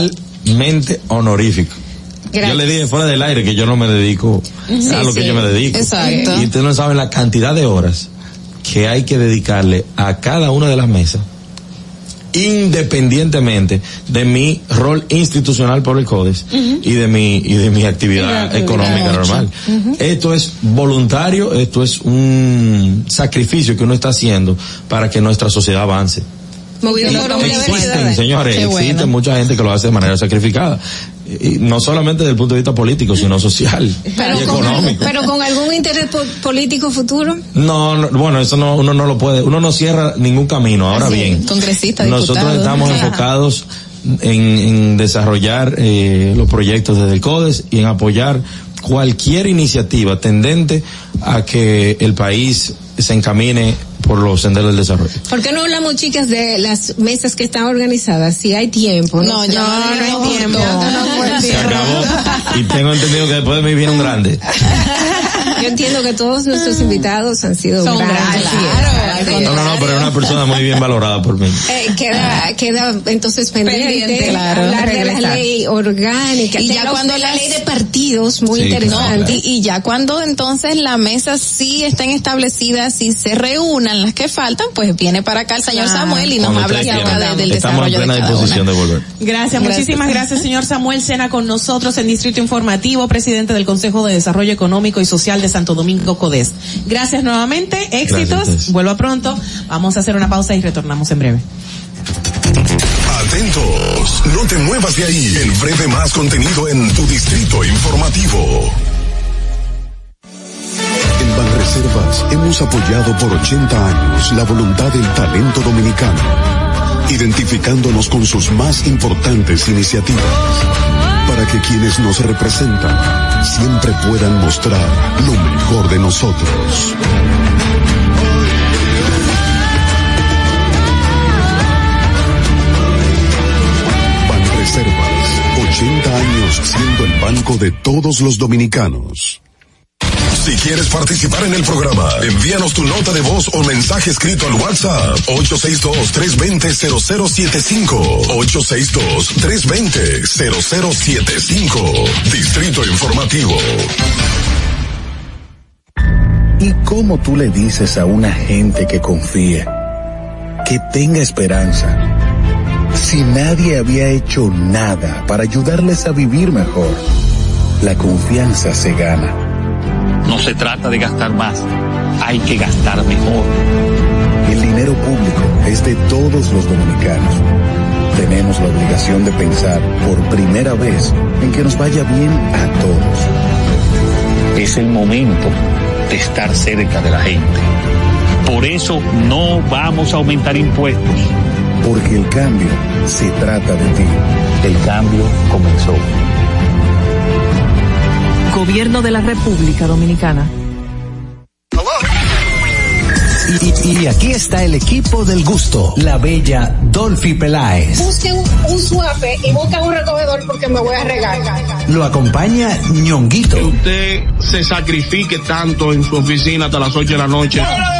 E: totalmente honorífico.
V: Gracias.
E: Yo le dije fuera del aire que yo no me dedico a lo que yo me dedico.
A: Exacto.
E: Y ustedes no saben la cantidad de horas que hay que dedicarle a cada una de las mesas, independientemente de mi rol institucional por el CODES y de mi actividad económica normal. Esto es voluntario, esto es un sacrificio que uno está haciendo para que nuestra sociedad avance.
V: Movido por una
E: Existen, señores, existen mucha gente que lo hace de manera sacrificada. Y no solamente desde el punto de vista político, sino social y económico.
V: Pero con algún interés político futuro.
E: No, bueno, eso no, uno no lo puede, uno no cierra ningún camino. Ahora bien,
A: congresista,
E: nosotros
A: diputado,
E: estamos enfocados en desarrollar los proyectos desde el CODES y en apoyar cualquier iniciativa tendente a que el país se encamine por los senderos del desarrollo.
V: ¿Por qué no hablamos, chicas, de las mesas que están organizadas? Si hay tiempo.
A: No hay tiempo.
E: Se acabó. Y tengo entendido que después de mí viene un grande.
V: Yo entiendo que todos nuestros invitados han sido grandes.
E: No, pero es una persona muy bien valorada por mí.
V: Queda entonces pendiente hablar de la ley orgánica.
A: Y ya cuando
V: la ley de partidos, muy interesante.
A: Y ya cuando entonces las mesas sí estén establecidas y se reúnan las que faltan, pues viene para acá el señor Samuel y nos habla acerca del desarrollo de cada
E: disposición
A: una.
E: de volver.
D: Gracias, muchísimas gracias, señor Samuel Sena, con nosotros en Distrito Informativo, presidente del Consejo de Desarrollo Económico y Social de Santo Domingo, CODES. Gracias nuevamente, éxitos,
E: gracias.
D: Vuelva pronto. Vamos a hacer una pausa y retornamos en breve.
U: Atentos, no te muevas de ahí. En breve más contenido en tu Distrito Informativo. En Banreservas hemos apoyado por 80 años la voluntad del talento dominicano, identificándonos con sus más importantes iniciativas, para que quienes nos representan siempre puedan mostrar lo mejor de nosotros. Banreservas, 80 años siendo el banco de todos los dominicanos. Si quieres participar en el programa, envíanos tu nota de voz o mensaje escrito al WhatsApp 862-320-0075. 862-320-0075. Distrito Informativo.
L: ¿Y cómo tú le dices a una gente que confíe, que tenga esperanza, si nadie había hecho nada para ayudarles a vivir mejor? La confianza se gana.
Y: No se trata de gastar más, hay que gastar mejor.
L: El dinero público es de todos los dominicanos. Tenemos la obligación de pensar por primera vez en que nos vaya bien a todos.
Y: Es el momento de estar cerca de la gente. Por eso no vamos a aumentar impuestos.
L: Porque el cambio se trata de ti.
Y: El cambio comenzó.
H: Gobierno de la República Dominicana.
C: Y aquí está el equipo del gusto, la bella Dolphy Peláez.
V: Busquen un suape y busquen un recogedor porque me voy a regar.
C: Lo acompaña Ñonguito.
I: Que usted se sacrifique tanto en su oficina hasta las 8 de la noche.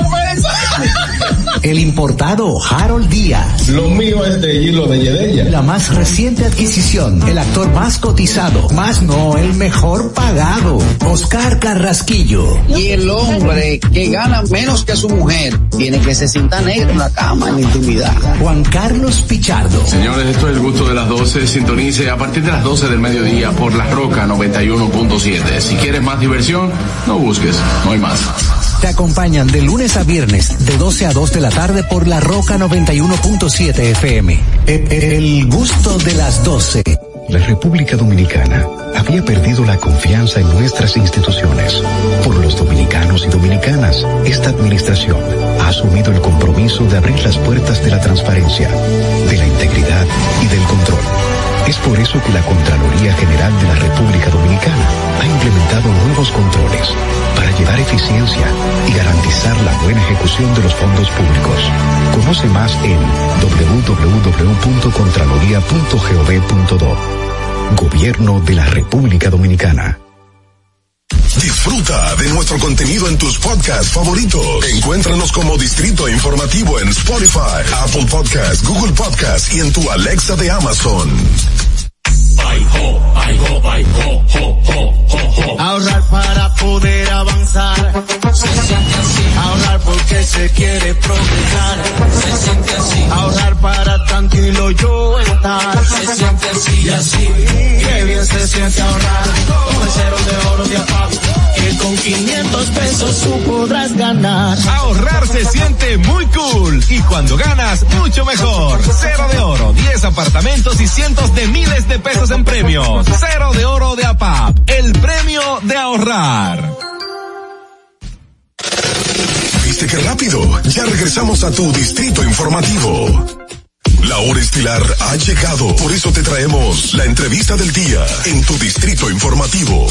C: El importado Harold Díaz.
I: Lo mío es de hilo de Yedella.
C: La más reciente adquisición, el actor más cotizado, más no, el mejor pagado, Oscar Carrasquillo.
M: Y el hombre que gana menos que su mujer tiene que se sienta negro en la cama, en la intimidad.
C: Juan Carlos Pichardo.
N: Señores, esto es el gusto de las 12. Sintonice a partir de las 12 del mediodía por La Roca 91.7. Si quieres más diversión, no busques, no hay más.
C: Te acompañan de lunes a viernes, de 12 a 2 de la tarde por La Roca 91.7 FM. El gusto de las 12.
K: La República Dominicana había perdido la confianza en nuestras instituciones. Por los dominicanos y dominicanas, esta administración ha asumido el compromiso de abrir las puertas de la transparencia, de la integridad y del control. Es por eso que la Contraloría General de la República Dominicana ha implementado nuevos controles para llevar eficiencia y garantizar la buena ejecución de los fondos públicos. Conoce más en www.contraloría.gov.do. Gobierno de la República Dominicana.
U: Disfruta de nuestro contenido en tus podcasts favoritos. Encuéntranos como Distrito Informativo en Spotify, Apple Podcasts, Google Podcasts y en tu Alexa de Amazon.
G: poder avanzar. Se siente así. Ahorrar porque se quiere progresar. Se siente así. Ahorrar para tranquilo yo estar. Se siente así y así. Qué bien se siente ahorrar. Con el Cero de Oro de APAP, que con 500 pesos tú podrás ganar.
J: Ahorrar se siente muy cool y cuando ganas mucho mejor. Cero de Oro, 10 apartamentos y cientos de miles de pesos en premios. Cero de Oro de APAP, el premio de ahorrar.
U: ¿Viste qué rápido? Ya regresamos a tu distrito informativo. La hora estilar ha llegado, por eso te traemos la entrevista del día en tu distrito informativo.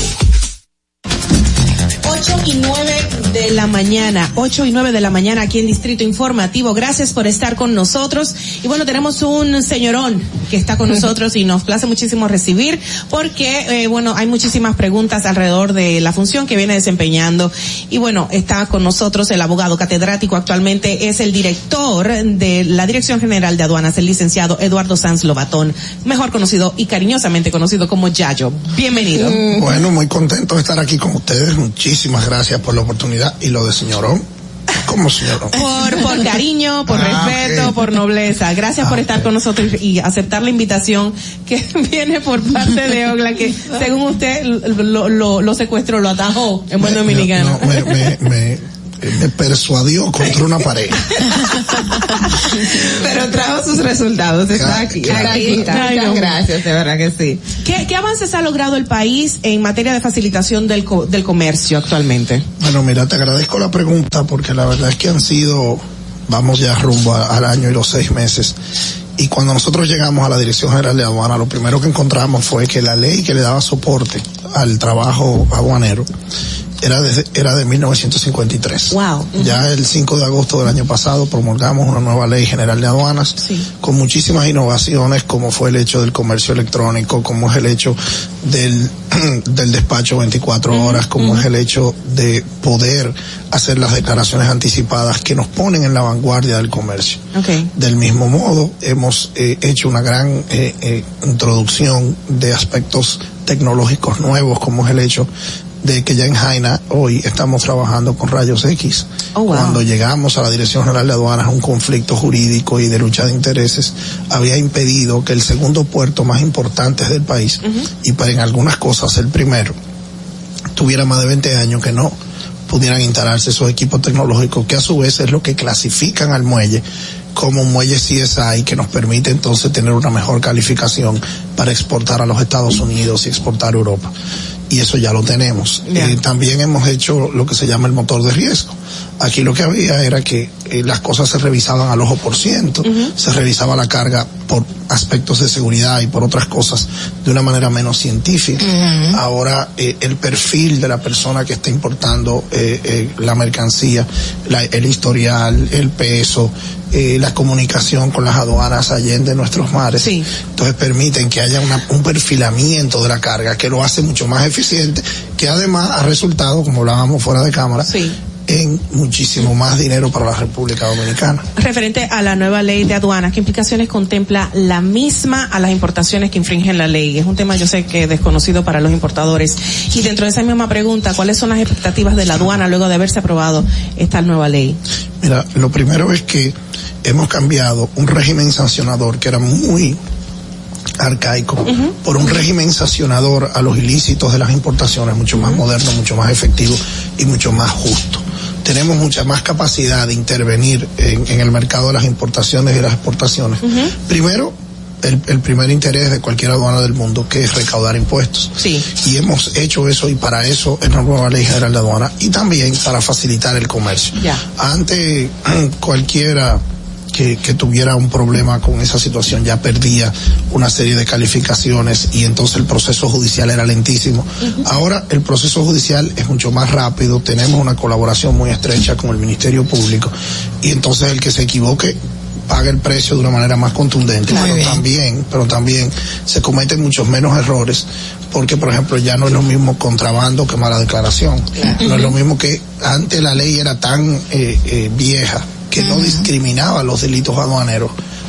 D: 8 y 9 de la mañana, 8 y 9 de la mañana aquí en Distrito Informativo. Gracias por estar con nosotros. Y bueno, tenemos un señorón que está con nosotros y nos place muchísimo recibir porque, bueno, hay muchísimas preguntas alrededor de la función que viene desempeñando. Y bueno, está con nosotros el abogado catedrático, actualmente es el director de la Dirección General de Aduanas, el licenciado Eduardo Sanz Lobatón, mejor conocido y cariñosamente conocido como Yayo. Bienvenido.
F: Bueno, muy contento de estar aquí con ustedes. Muchísimas gracias por la oportunidad y lo de señorón. ¿Cómo señorón?
D: Por cariño, por respeto, okay, por nobleza. Gracias por estar con nosotros y aceptar la invitación que viene por parte de Ogla, que según usted lo secuestró, lo atajó en buen dominicano.
F: Me persuadió contra una pared.
D: Pero trajo sus resultados, está aquí. Muchas gracias, de verdad que sí. ¿Qué avances ha logrado el país en materia de facilitación del comercio actualmente?
F: Bueno, mira, te agradezco la pregunta porque la verdad es que han sido, vamos ya rumbo al año y los 6 meses. Y cuando nosotros llegamos a la Dirección General de Aduana, lo primero que encontramos fue que la ley que le daba soporte al trabajo aduanero era de 1953.
D: Wow.
F: Ya el 5 de agosto del año pasado promulgamos una nueva ley general de aduanas, sí, con muchísimas innovaciones, como fue el hecho del comercio electrónico, como es el hecho del despacho 24 horas, como es el hecho de poder hacer las declaraciones anticipadas que nos ponen en la vanguardia del comercio.
D: Okay.
F: Del mismo modo, hemos hecho una gran introducción de aspectos tecnológicos nuevos, como es el hecho de que ya en Jaina hoy estamos trabajando con rayos X.
D: Oh, wow.
F: Cuando llegamos a la Dirección General de Aduanas, un conflicto jurídico y de lucha de intereses había impedido que el segundo puerto más importante del país, y para en algunas cosas el primero, tuviera más de 20 años que no pudieran instalarse esos equipos tecnológicos, que a su vez es lo que clasifican al muelle como un muelle CSI, que nos permite entonces tener una mejor calificación para exportar a los Estados Unidos y exportar a Europa. Y eso ya lo tenemos. También hemos hecho lo que se llama el motor de riesgo. Aquí lo que había era que las cosas se revisaban al ojo por ciento, se revisaba la carga por aspectos de seguridad y por otras cosas de una manera menos científica. Ahora el perfil de la persona que está importando la mercancía, el historial, el peso, la comunicación con las aduanas allende nuestros mares, sí, entonces permiten que haya un perfilamiento de la carga que lo hace mucho más eficiente, que además ha resultado, como hablábamos fuera de cámara, sí, en muchísimo más dinero para la República Dominicana.
D: Referente a la nueva ley de aduanas, ¿qué implicaciones contempla la misma a las importaciones que infringen la ley? Es un tema, yo sé, que desconocido para los importadores. Y dentro de esa misma pregunta, ¿cuáles son las expectativas de la aduana luego de haberse aprobado esta nueva ley?
F: Mira, lo primero es que hemos cambiado un régimen sancionador que era muy arcaico por un régimen sancionador a los ilícitos de las importaciones mucho más moderno, mucho más efectivo y mucho más justo. Tenemos mucha más capacidad de intervenir en el mercado de las importaciones y las exportaciones. Primero, el primer interés de cualquier aduana del mundo, que es recaudar impuestos.
D: Sí.
F: Y hemos hecho eso, y para eso es la nueva Ley General de Aduana, y también para facilitar el comercio.
D: Ya.
F: Antes, cualquiera que tuviera un problema con esa situación ya perdía una serie de calificaciones y entonces el proceso judicial era lentísimo. Ahora el proceso judicial es mucho más rápido, tenemos una colaboración muy estrecha con el Ministerio Público, y entonces el que se equivoque paga el precio de una manera más contundente, pero también se cometen muchos menos errores, porque por ejemplo ya no es lo mismo contrabando que mala declaración. No es lo mismo que antes la ley era tan vieja que no discriminaba los delitos aduaneros.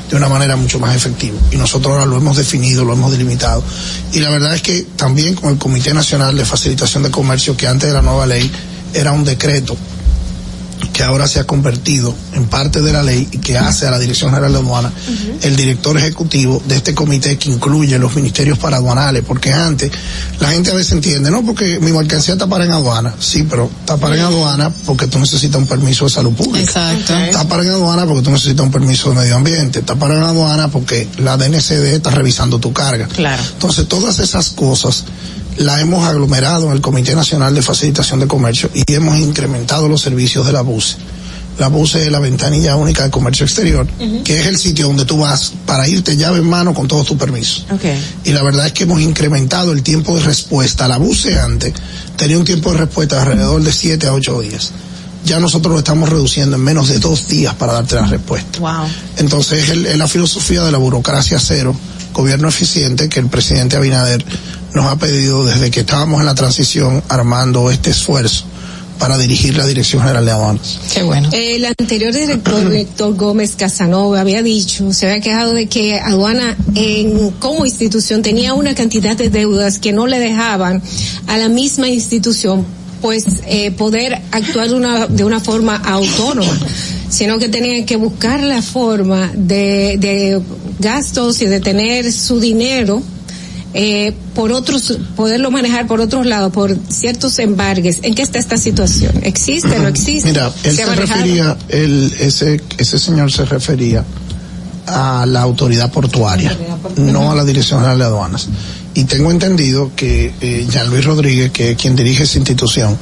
F: de una manera mucho más efectiva. Y nosotros ahora lo hemos definido, lo hemos delimitado. Y la verdad es que también con el Comité Nacional de Facilitación de Comercio, que antes de la nueva ley era un decreto, que ahora se ha convertido en parte de la ley y que hace a la Dirección General de Aduanas el director ejecutivo de este comité que incluye los ministerios paraduanales, porque antes la gente a veces entiende, no, porque mi mercancía está para en aduana, sí, pero está para en aduana porque tú necesitas un permiso de salud pública.
A: Exacto.
F: Está para en aduana porque tú necesitas un permiso de medio ambiente, está para en aduana porque la DNCD está revisando tu carga.
D: Claro.
F: Entonces todas esas cosas la hemos aglomerado en el Comité Nacional de Facilitación de Comercio y hemos incrementado los servicios de la BUCE. La BUCE es la ventanilla única de comercio exterior, que es el sitio donde tú vas para irte llave en mano con todos tus permisos.
D: Okay.
F: Y la verdad es que hemos incrementado el tiempo de respuesta. La BUCE antes tenía un tiempo de respuesta de alrededor de 7 a 8 días. Ya nosotros lo estamos reduciendo en menos de 2 días para darte la respuesta.
D: Wow.
F: Entonces es la filosofía de la burocracia cero, gobierno eficiente, que el presidente Abinader nos ha pedido desde que estábamos en la transición armando este esfuerzo para dirigir la Dirección General de Aduanas.
A: Qué bueno.
V: El anterior director, Héctor Gómez Casanova, se había quejado de que Aduana como institución tenía una cantidad de deudas que no le dejaban a la misma institución pues poder actuar de una forma autónoma, sino que tenían que buscar la forma de gastos y de tener su dinero por otros, poderlo manejar por otros lados, por ciertos embargues. ¿En qué está esta situación? ¿Existe, no existe?
F: Mira, él se refería, ese señor se refería a la autoridad portuaria, no a la Dirección General de Aduanas. Y tengo entendido que Jean Luis Rodríguez, que es quien dirige esa institución,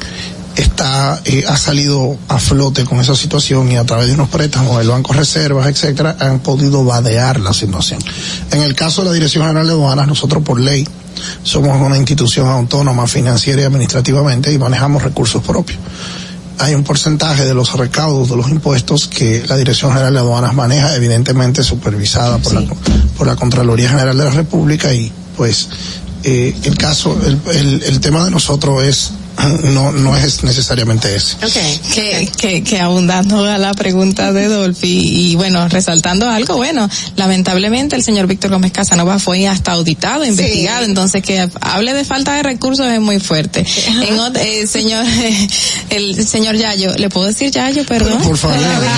F: ha salido a flote con esa situación y a través de unos préstamos del Banco Reservas, etcétera, han podido vadear la situación. En el caso de la Dirección General de Aduanas, nosotros por ley somos una institución autónoma financiera y administrativamente y manejamos recursos propios. Hay un porcentaje de los recaudos de los impuestos que la Dirección General de Aduanas maneja, evidentemente supervisada por la Contraloría General de la República, y pues el tema de nosotros es no es necesariamente ese.
A: Okay. Que abundando a la pregunta de Dolphy y bueno, resaltando algo, bueno, lamentablemente el señor Víctor Gómez Casanova fue hasta auditado, investigado, entonces que hable de falta de recursos es muy fuerte. El señor Yayo, ¿le puedo decir Yayo, perdón?
F: Por favor,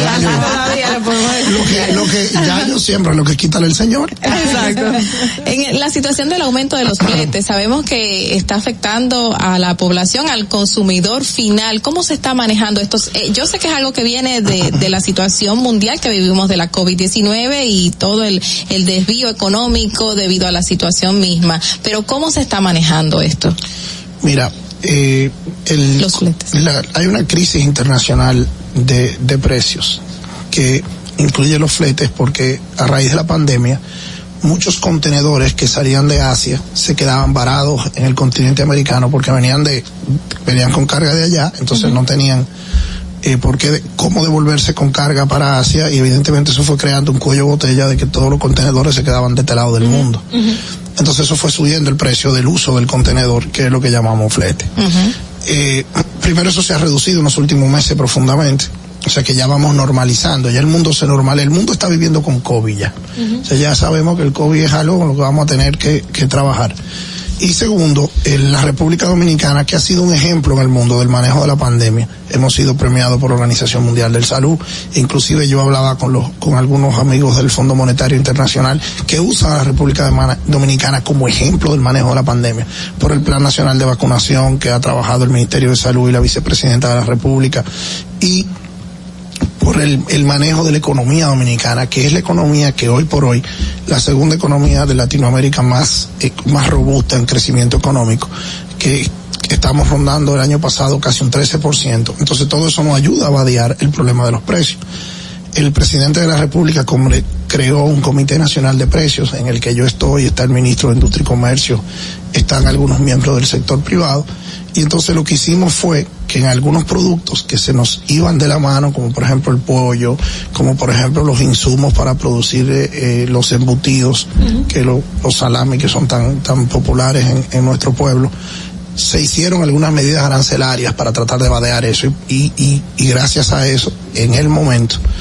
F: Yayo. Lo que Yayo siempre, lo que quítale el señor.
A: Exacto. En la situación del aumento de los fletes, sabemos que está afectando a la población, al consumidor final. ¿Cómo se está manejando estos? Yo sé que es algo que viene de la situación mundial que vivimos de la COVID-19 y todo el desvío económico debido a la situación misma, pero ¿cómo se está manejando esto?
F: Mira,
A: los fletes.
F: Hay una crisis internacional de precios que incluye los fletes porque a raíz de la pandemia muchos contenedores que salían de Asia se quedaban varados en el continente americano porque venían con carga de allá, entonces no tenían cómo devolverse con carga para Asia, y evidentemente eso fue creando un cuello de botella de que todos los contenedores se quedaban de este lado del mundo. Entonces eso fue subiendo el precio del uso del contenedor, que es lo que llamamos flete. Primero eso se ha reducido en los últimos meses profundamente. O sea que ya vamos normalizando, ya el mundo el mundo está viviendo con COVID ya. O sea, ya sabemos que el COVID es algo con lo que vamos a tener que trabajar. Y segundo, la República Dominicana, que ha sido un ejemplo en el mundo del manejo de la pandemia, hemos sido premiados por la Organización Mundial de la Salud. Inclusive yo hablaba con algunos amigos del Fondo Monetario Internacional que usan a la República Dominicana como ejemplo del manejo de la pandemia, por el Plan Nacional de Vacunación que ha trabajado el Ministerio de Salud y la Vicepresidenta de la República, y por el manejo de la economía dominicana, que es la economía que hoy por hoy, la segunda economía de Latinoamérica más robusta en crecimiento económico, que estamos rondando el año pasado casi un 13%. Entonces todo eso nos ayuda a vadear el problema de los precios. El presidente de la República creó un Comité Nacional de Precios en el que yo estoy, está el ministro de Industria y Comercio, están algunos miembros del sector privado, y entonces lo que hicimos fue que en algunos productos que se nos iban de la mano, como por ejemplo el pollo, como por ejemplo los insumos para producir los embutidos, que los salamis que son tan populares en nuestro pueblo, se hicieron algunas medidas arancelarias para tratar de vadear eso, y gracias a eso, en el momento,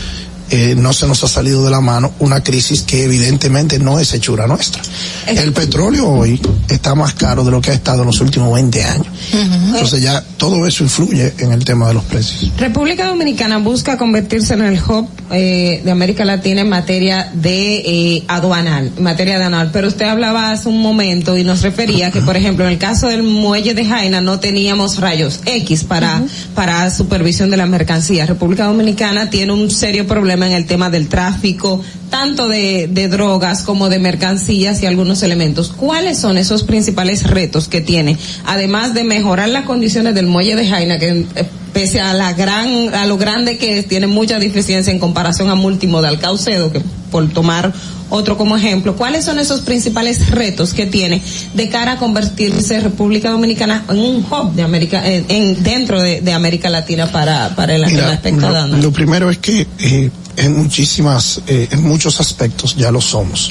F: no se nos ha salido de la mano una crisis que evidentemente no es hechura nuestra. El petróleo hoy está más caro de lo que ha estado en los últimos 20 años. Entonces ya todo eso influye en el tema de los precios.
W: República Dominicana busca convertirse en el hub de América Latina en materia de aduanal, pero usted hablaba hace un momento y nos refería que, por ejemplo, en el caso del muelle de Jaina no teníamos rayos X para supervisión de la mercancía. República Dominicana tiene un serio problema en el tema del tráfico, tanto de drogas como de mercancías y algunos elementos. ¿Cuáles son esos principales retos que tiene? Además de mejorar las condiciones del muelle de Jaina, que pese a lo grande que es, tiene mucha deficiencia en comparación a Multimodal Caucedo, que por tomar otro como ejemplo, ¿cuáles son esos principales retos que tiene de cara a convertirse República Dominicana en un hub de América, dentro de América Latina para el aspecto dando?
F: Lo primero es que en muchos aspectos ya lo somos.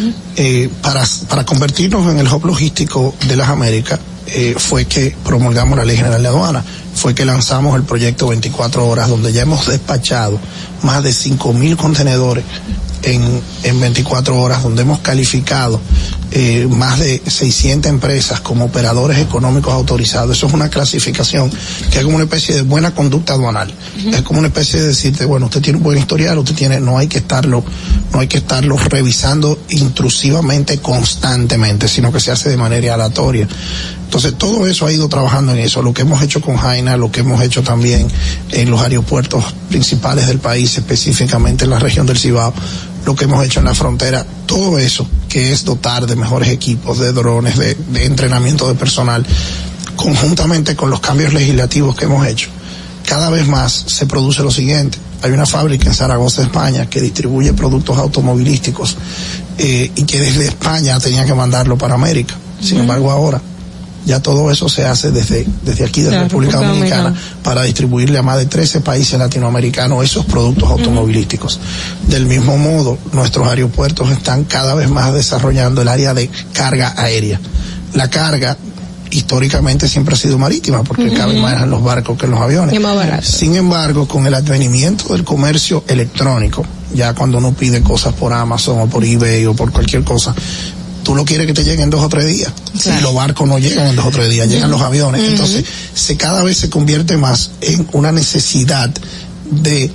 F: Para convertirnos en el hub logístico de las Américas, fue que promulgamos la Ley General de Aduana, fue que lanzamos el proyecto 24 horas, donde ya hemos despachado más de 5,000 contenedores en 24 horas, donde hemos calificado más de 600 empresas como operadores económicos autorizados. Eso es una clasificación que es como una especie de buena conducta aduanal. Es como una especie de decirte, bueno, usted tiene un buen historial, no hay que estarlo revisando intrusivamente constantemente, sino que se hace de manera aleatoria. Entonces todo eso ha ido trabajando en eso, lo que hemos hecho con Jaina, lo que hemos hecho también en los aeropuertos principales del país, específicamente en la región del Cibao, lo que hemos hecho en la frontera, todo eso que es dotar de mejores equipos, de drones, de entrenamiento de personal, conjuntamente con los cambios legislativos que hemos hecho, cada vez más se produce lo siguiente. Hay una fábrica en Zaragoza, España, que distribuye productos automovilísticos y que desde España tenía que mandarlo para América. Sin embargo, ahora ya todo eso se hace desde aquí de la República Dominicana para distribuirle a más de 13 países latinoamericanos esos productos automovilísticos. Del mismo modo, nuestros aeropuertos están cada vez más desarrollando el área de carga aérea. La carga históricamente siempre ha sido marítima, porque cabe más en los barcos que en los aviones. Es más barato. Sin embargo, con el advenimiento del comercio electrónico, ya cuando uno pide cosas por Amazon o por eBay o por cualquier cosa, tú lo quieres que te lleguen en 2 o 3 días. Sí. Y los barcos no llegan en 2 o 3 días, llegan los aviones. Entonces, cada vez se convierte más en una necesidad de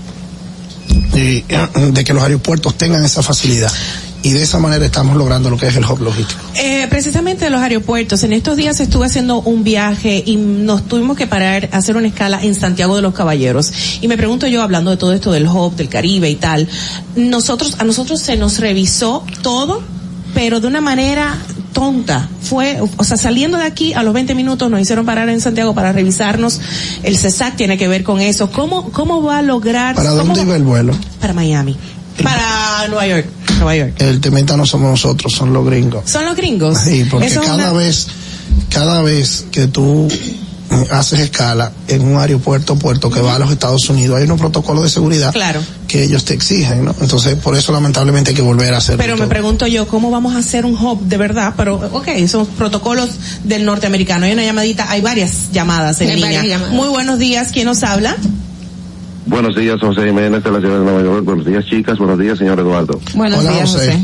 F: que los aeropuertos tengan esa facilidad. Y de esa manera estamos logrando lo que es el hub logístico.
D: Precisamente los aeropuertos. En estos días estuve haciendo un viaje y nos tuvimos que parar a hacer una escala en Santiago de los Caballeros. Y me pregunto yo, hablando de todo esto del hub, del Caribe y tal, a nosotros se nos revisó todo, pero de una manera tonta. Saliendo de aquí, a los 20 minutos nos hicieron parar en Santiago para revisarnos. El CESAC tiene que ver con eso. ¿Cómo va a lograr?
F: ¿Para dónde iba el vuelo?
D: Para Miami. Para Nueva York.
F: El temita no somos nosotros, son los gringos.
D: ¿Son los gringos?
F: Sí, porque cada vez que tú haces escala en un puerto que va a los Estados Unidos, hay unos protocolos de seguridad que ellos te exigen, ¿no? Entonces, por eso lamentablemente hay que volver a hacerlo.
D: Pero me pregunto yo, ¿cómo vamos a hacer un hub de verdad? Pero, son protocolos del norteamericano. Hay una llamadita, hay varias llamadas en línea. Muy buenos días, ¿quién nos habla?
O: Buenos días, José Jiménez de la ciudad de Nueva York. Buenos días, chicas. Buenos días, señor Eduardo.
W: Buenos días, José.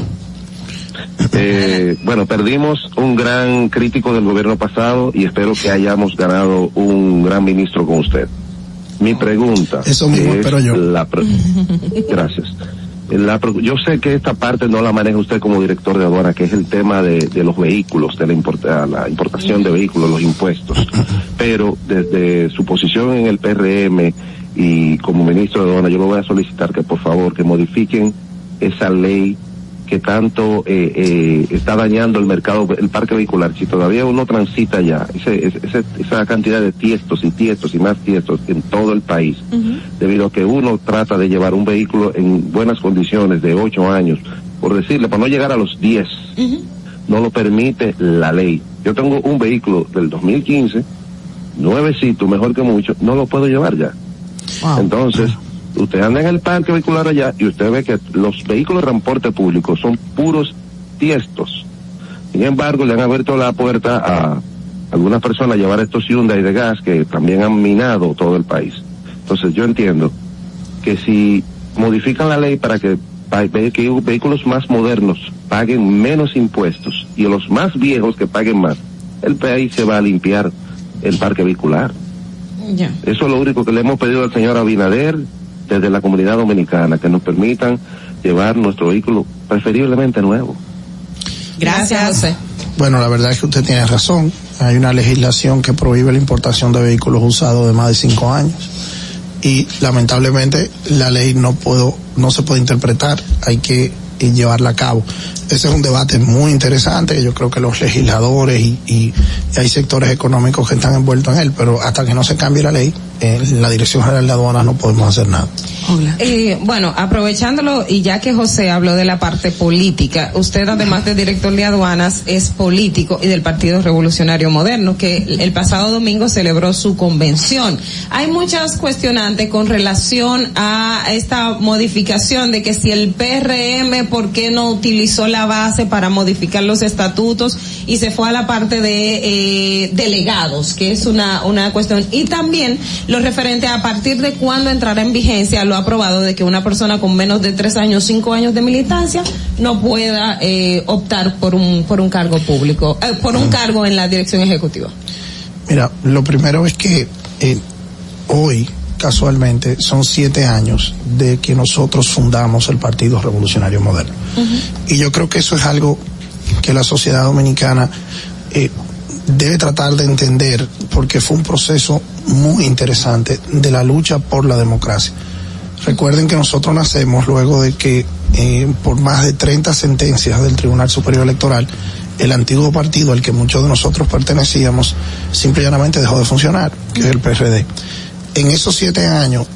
O: Perdimos un gran crítico del gobierno pasado y espero que hayamos ganado un gran ministro con usted. Mi pregunta.
F: Eso mismo espero yo.
O: Gracias. Yo sé que esta parte no la maneja usted como director de aduana, que es el tema de los vehículos, de la importación de vehículos, los impuestos. Pero desde su posición en el PRM y como ministro de aduana, yo le voy a solicitar que por favor que modifiquen esa ley que tanto está dañando el mercado, el parque vehicular. Si todavía uno transita ya esa cantidad de tiestos y más tiestos en todo el país, debido a que uno trata de llevar un vehículo en buenas condiciones de 8 años, por decirle, para no llegar a los 10, no lo permite la ley. Yo tengo un vehículo del 2015, nuevecito, mejor que mucho, no lo puedo llevar ya. Wow. Entonces, usted anda en el parque vehicular allá y usted ve que los vehículos de transporte público son puros tiestos. Sin embargo, le han abierto la puerta a algunas personas a llevar estos Hyundai de gas que también han minado todo el país. Entonces, yo entiendo que si modifican la ley para que vehículos más modernos paguen menos impuestos y los más viejos que paguen más, el país se va a limpiar el parque vehicular.
W: Ya.
O: Eso es lo único que le hemos pedido al señor Abinader desde la comunidad dominicana, que nos permitan llevar nuestro vehículo preferiblemente nuevo.
W: Gracias, José.
F: Bueno, la verdad es que usted tiene razón. Hay una legislación que prohíbe la importación de vehículos usados de más de 5 años. Y lamentablemente la ley no se puede interpretar, hay que llevarla a cabo. Ese es un debate muy interesante, yo creo que los legisladores y hay sectores económicos que están envueltos en él, pero hasta que no se cambie la ley, en la Dirección General de Aduanas no podemos hacer nada.
W: Bueno, aprovechándolo, y ya que José habló de la parte política, usted además de director de aduanas es político y del Partido Revolucionario Moderno, que el pasado domingo celebró su convención. Hay muchas cuestionantes con relación a esta modificación de que si el PRM, ¿por qué no utilizó la base para modificar los estatutos y se fue a la parte de delegados, que es una cuestión? Y también lo referente a partir de cuándo entrará en vigencia lo aprobado de que una persona con menos de 3 años, 5 años de militancia no pueda optar por un cargo público, por un cargo en la dirección ejecutiva.
F: Mira, lo primero es que hoy casualmente son 7 años de que nosotros fundamos el Partido Revolucionario Moderno. Y yo creo que eso es algo que la sociedad dominicana debe tratar de entender, porque fue un proceso muy interesante de la lucha por la democracia. Recuerden que nosotros nacemos luego de que por más de 30 sentencias del Tribunal Superior Electoral, el antiguo partido al que muchos de nosotros pertenecíamos simple y llanamente dejó de funcionar, que es el PRD. En esos 7 años,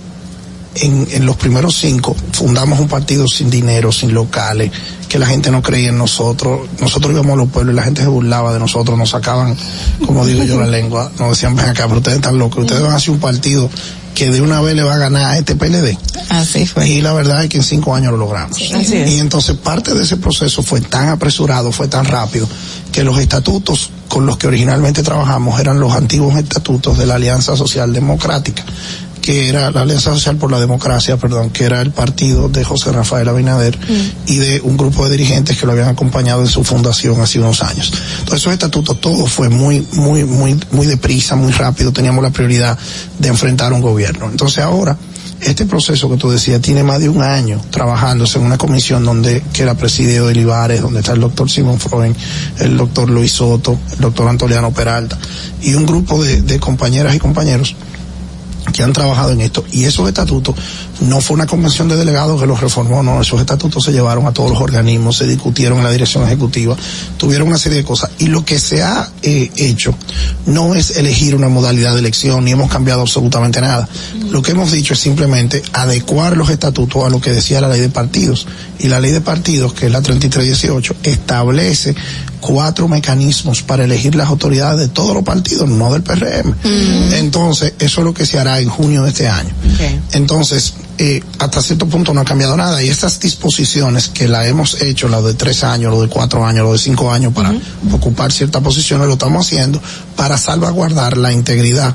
F: en los primeros 5, fundamos un partido sin dinero, sin locales, que la gente no creía en nosotros. Nosotros íbamos a los pueblos y la gente se burlaba de nosotros, nos sacaban, como digo yo, la lengua, nos decían, ven acá, pero ustedes están locos, ustedes van a hacer un partido que de una vez le va a ganar a este PLD.
A: Así fue.
F: Y la verdad es que en 5 años lo logramos.
A: Sí, así es.
F: Y entonces parte de ese proceso fue tan apresurado, fue tan rápido, que los estatutos con los que originalmente trabajamos eran los antiguos estatutos de la Alianza Social Democrática, que era la Alianza Social por la Democracia, que era el partido de José Rafael Abinader y de un grupo de dirigentes que lo habían acompañado en su fundación hace unos años. Entonces esos estatutos, todo fue muy deprisa, muy rápido, teníamos la prioridad de enfrentar un gobierno. Entonces ahora, este proceso que tú decías tiene más de 1 año trabajándose en una comisión que la preside Odile Ibares, donde está el doctor Simón Freund, el doctor Luis Soto, el doctor Antoliano Peralta y un grupo de compañeras y compañeros que han trabajado en esto. Y esos estatutos no fue una convención de delegados que los reformó, no, esos estatutos se llevaron a todos los organismos, se discutieron en la dirección ejecutiva, tuvieron una serie de cosas, y lo que se ha hecho no es elegir una modalidad de elección, ni hemos cambiado absolutamente nada. Lo que hemos dicho es simplemente adecuar los estatutos a lo que decía la ley de partidos, y la ley de partidos, que es la 3318, establece 4 mecanismos para elegir las autoridades de todos los partidos, no del PRM. Entonces, eso es lo que se hará en junio de este año. Entonces, hasta cierto punto no ha cambiado nada, y estas disposiciones que la hemos hecho, la de 3 años, lo de 4 años, lo de 5 años, para ocupar ciertas posiciones, lo estamos haciendo para salvaguardar la integridad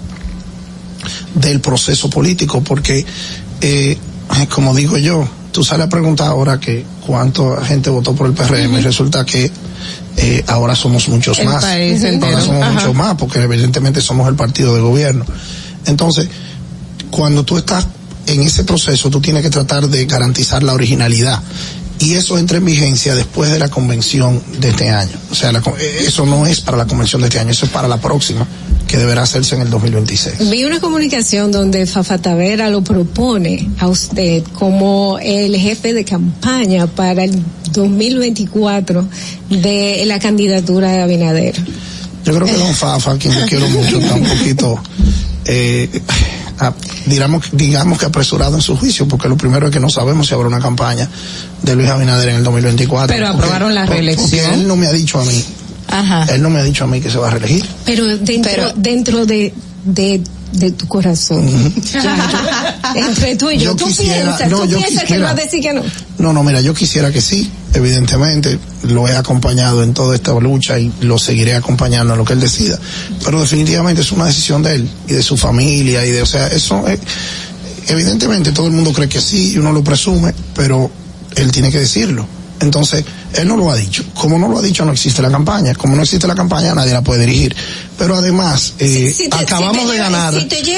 F: del proceso político, porque, como digo yo, tú sales a preguntar ahora que cuánta gente votó por el PRM, y resulta que ahora somos muchos más. Ahora somos muchos más, porque evidentemente somos el partido de gobierno. Entonces, cuando tú estás en ese proceso, tú tienes que tratar de garantizar la originalidad. Y eso entra en vigencia después de la convención de este año. O sea, eso no es para la convención de este año, eso es para la próxima, que deberá hacerse en el 2026.
V: Vi una comunicación donde Fafa Tavera lo propone a usted como el jefe de campaña para el 2024 de la candidatura de Abinader.
F: Yo creo que don Fafa, a quien yo quiero mucho, está un poquito, digamos que apresurado en su juicio, porque lo primero es que no sabemos si habrá una campaña de Luis Abinader en el 2024.
W: Pero aprobaron la reelección.
F: Porque él no me ha dicho a mí. Él no me ha dicho a mí que se va a reelegir.
V: Pero dentro de tu corazón. Entre tú y yo. ¿Tú piensas que él va a decir que no?
F: No, mira, yo quisiera que sí, evidentemente, lo he acompañado en toda esta lucha y lo seguiré acompañando en lo que él decida, pero definitivamente es una decisión de él y de su familia y o sea, eso evidentemente todo el mundo cree que sí y uno lo presume, pero él tiene que decirlo. Entonces, él no lo ha dicho. Como no lo ha dicho, no existe la campaña. Como no existe la campaña, nadie la puede dirigir. Pero además, acabamos de ganar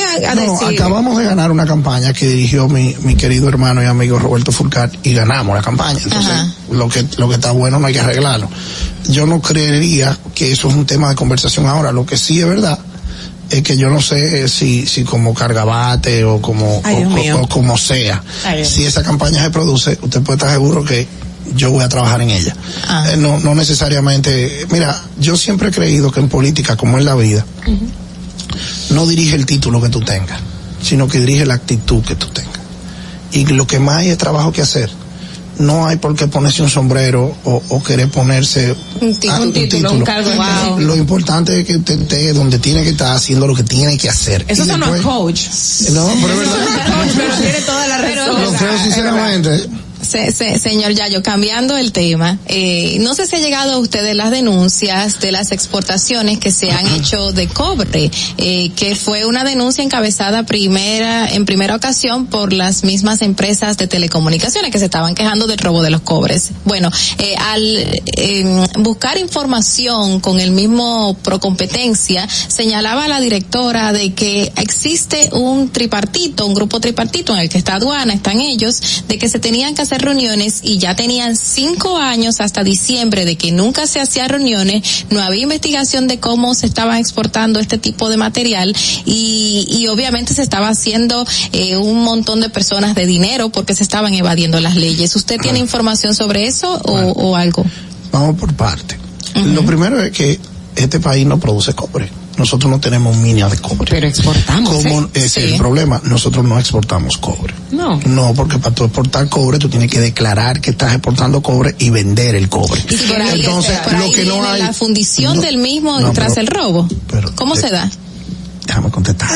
F: una campaña que dirigió mi querido hermano y amigo Roberto Fulcar, y ganamos la campaña. Entonces, lo que está bueno no hay que arreglarlo. Yo no creería que eso es un tema de conversación ahora. Lo que sí es verdad es que yo no sé si como cargabate o como sea. Si esa campaña se produce, usted puede estar seguro que yo voy a trabajar en ella. No necesariamente. Mira, yo siempre he creído que en política, como en la vida, no dirige el título que tú tengas, sino que dirige la actitud que tú tengas. Y lo que más hay es trabajo que hacer. No hay por qué ponerse un sombrero o querer ponerse un título. Un cargo. Wow. Lo importante es que usted esté donde tiene que estar, haciendo lo que tiene que hacer.
D: Eso son los coach.
F: No, pero es verdad.
D: Pero tiene toda la razón.
F: Lo creo sinceramente.
A: Señor Yayo, cambiando el tema, no sé si ha llegado a ustedes las denuncias de las exportaciones que se han hecho de cobre, que fue una denuncia encabezada en primera ocasión por las mismas empresas de telecomunicaciones que se estaban quejando del robo de los cobres. Bueno, al buscar información con el mismo Procompetencia, señalaba la directora de que existe un grupo tripartito en el que está aduana, están ellos, de que se tenían que hacer reuniones y ya tenían 5 años hasta diciembre de que nunca se hacía reuniones, no había investigación de cómo se estaban exportando este tipo de material y obviamente se estaba haciendo un montón de personas de dinero porque se estaban evadiendo las leyes. ¿Usted tiene información sobre eso o algo?
F: Vamos por parte. Lo primero es que este país no produce cobre. Nosotros no tenemos minas de cobre.
W: Pero exportamos.
F: Ese es el problema. Nosotros no exportamos cobre. No, porque para tú exportar cobre, tú tienes que declarar que estás exportando cobre y vender el cobre.
A: Y por ahí,
F: entonces,
A: lo que no hay, la fundición del mismo tras el robo. ¿Cómo se da?
F: Déjame contestar.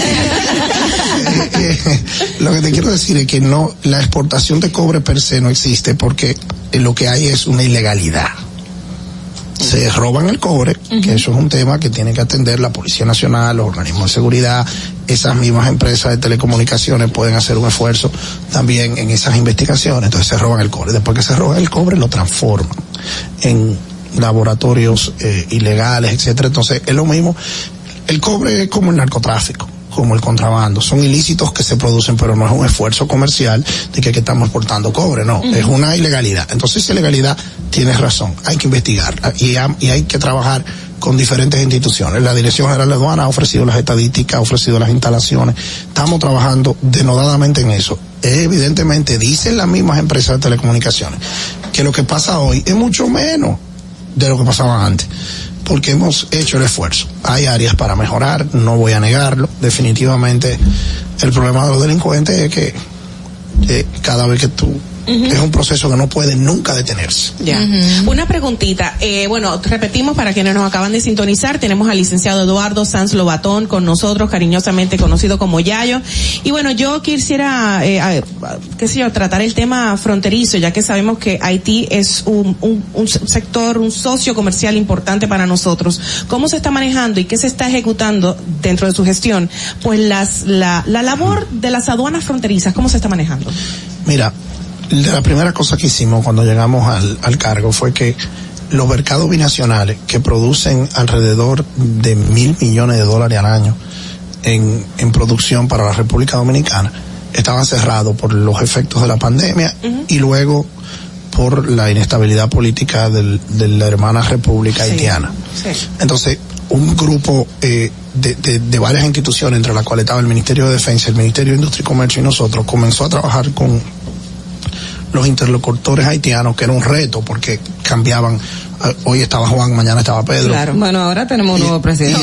F: Lo que te quiero decir es que no, la exportación de cobre per se no existe porque lo que hay es una ilegalidad. Se roban el cobre, que eso es un tema que tiene que atender la Policía Nacional, los organismos de seguridad, esas mismas empresas de telecomunicaciones pueden hacer un esfuerzo también en esas investigaciones. Entonces se roban el cobre. Después que se roban el cobre, lo transforman en laboratorios ilegales, etcétera. Entonces es lo mismo. El cobre es como el narcotráfico, como el contrabando. Son ilícitos que se producen, pero no es un esfuerzo comercial de que estamos exportando cobre, no. Es una ilegalidad. Entonces, esa ilegalidad, tienes razón, hay que investigarla y hay que trabajar con diferentes instituciones. La Dirección General de Aduana ha ofrecido las estadísticas, ha ofrecido las instalaciones. Estamos trabajando denodadamente en eso. Evidentemente, dicen las mismas empresas de telecomunicaciones que lo que pasa hoy es mucho menos de lo que pasaba antes, porque hemos hecho el esfuerzo. Hay áreas para mejorar, no voy a negarlo. Definitivamente el problema de los delincuentes es que cada vez que tú es un proceso que no puede nunca detenerse.
D: Una preguntita, bueno, repetimos para quienes nos acaban de sintonizar, tenemos al licenciado Eduardo Sanz Lobatón con nosotros, cariñosamente conocido como Yayo, y bueno, yo quisiera, tratar el tema fronterizo, ya que sabemos que Haití es un sector, un socio comercial importante para nosotros. ¿Cómo se está manejando y qué se está ejecutando dentro de su gestión? Pues la labor de las aduanas fronterizas, ¿cómo se está manejando?
F: Mira, la primera cosa que hicimos cuando llegamos al cargo fue que los mercados binacionales que producen alrededor de $1,000 millones al año en producción para la República Dominicana estaban cerrados por los efectos de la pandemia y luego por la inestabilidad política de la hermana República Haitiana. Entonces, un grupo de varias instituciones, entre las cuales estaba el Ministerio de Defensa, el Ministerio de Industria y Comercio y nosotros, comenzó a trabajar con los interlocutores haitianos, que era un reto porque cambiaban. Hoy estaba Juan, mañana estaba Pedro.
W: Claro. Bueno, ahora tenemos un nuevo presidente.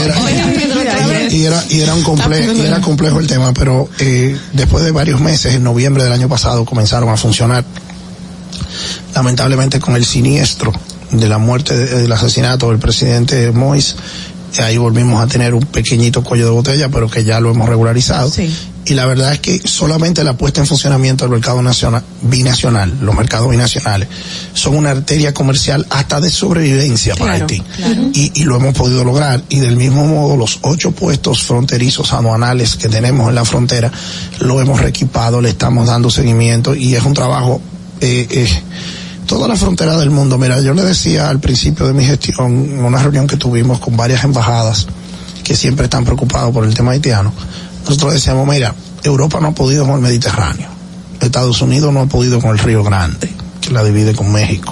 F: Y era complejo el tema, pero después de varios meses, en noviembre del año pasado, comenzaron a funcionar. Lamentablemente, con el siniestro de la muerte, del asesinato del presidente Moïse, ahí volvimos a tener un pequeñito cuello de botella, pero que ya lo hemos regularizado. Y la verdad es que solamente la puesta en funcionamiento del mercado binacional, los mercados binacionales, son una arteria comercial hasta de sobrevivencia para Haití. Claro. Y lo hemos podido lograr. Y del mismo modo, los 8 puestos fronterizos aduanales que tenemos en la frontera, lo hemos reequipado, le estamos dando seguimiento y es un trabajo, toda la frontera del mundo. Mira, yo le decía al principio de mi gestión, en una reunión que tuvimos con varias embajadas que siempre están preocupados por el tema haitiano, nosotros decíamos, mira, Europa no ha podido con el Mediterráneo, Estados Unidos no ha podido con el Río Grande, que la divide con México.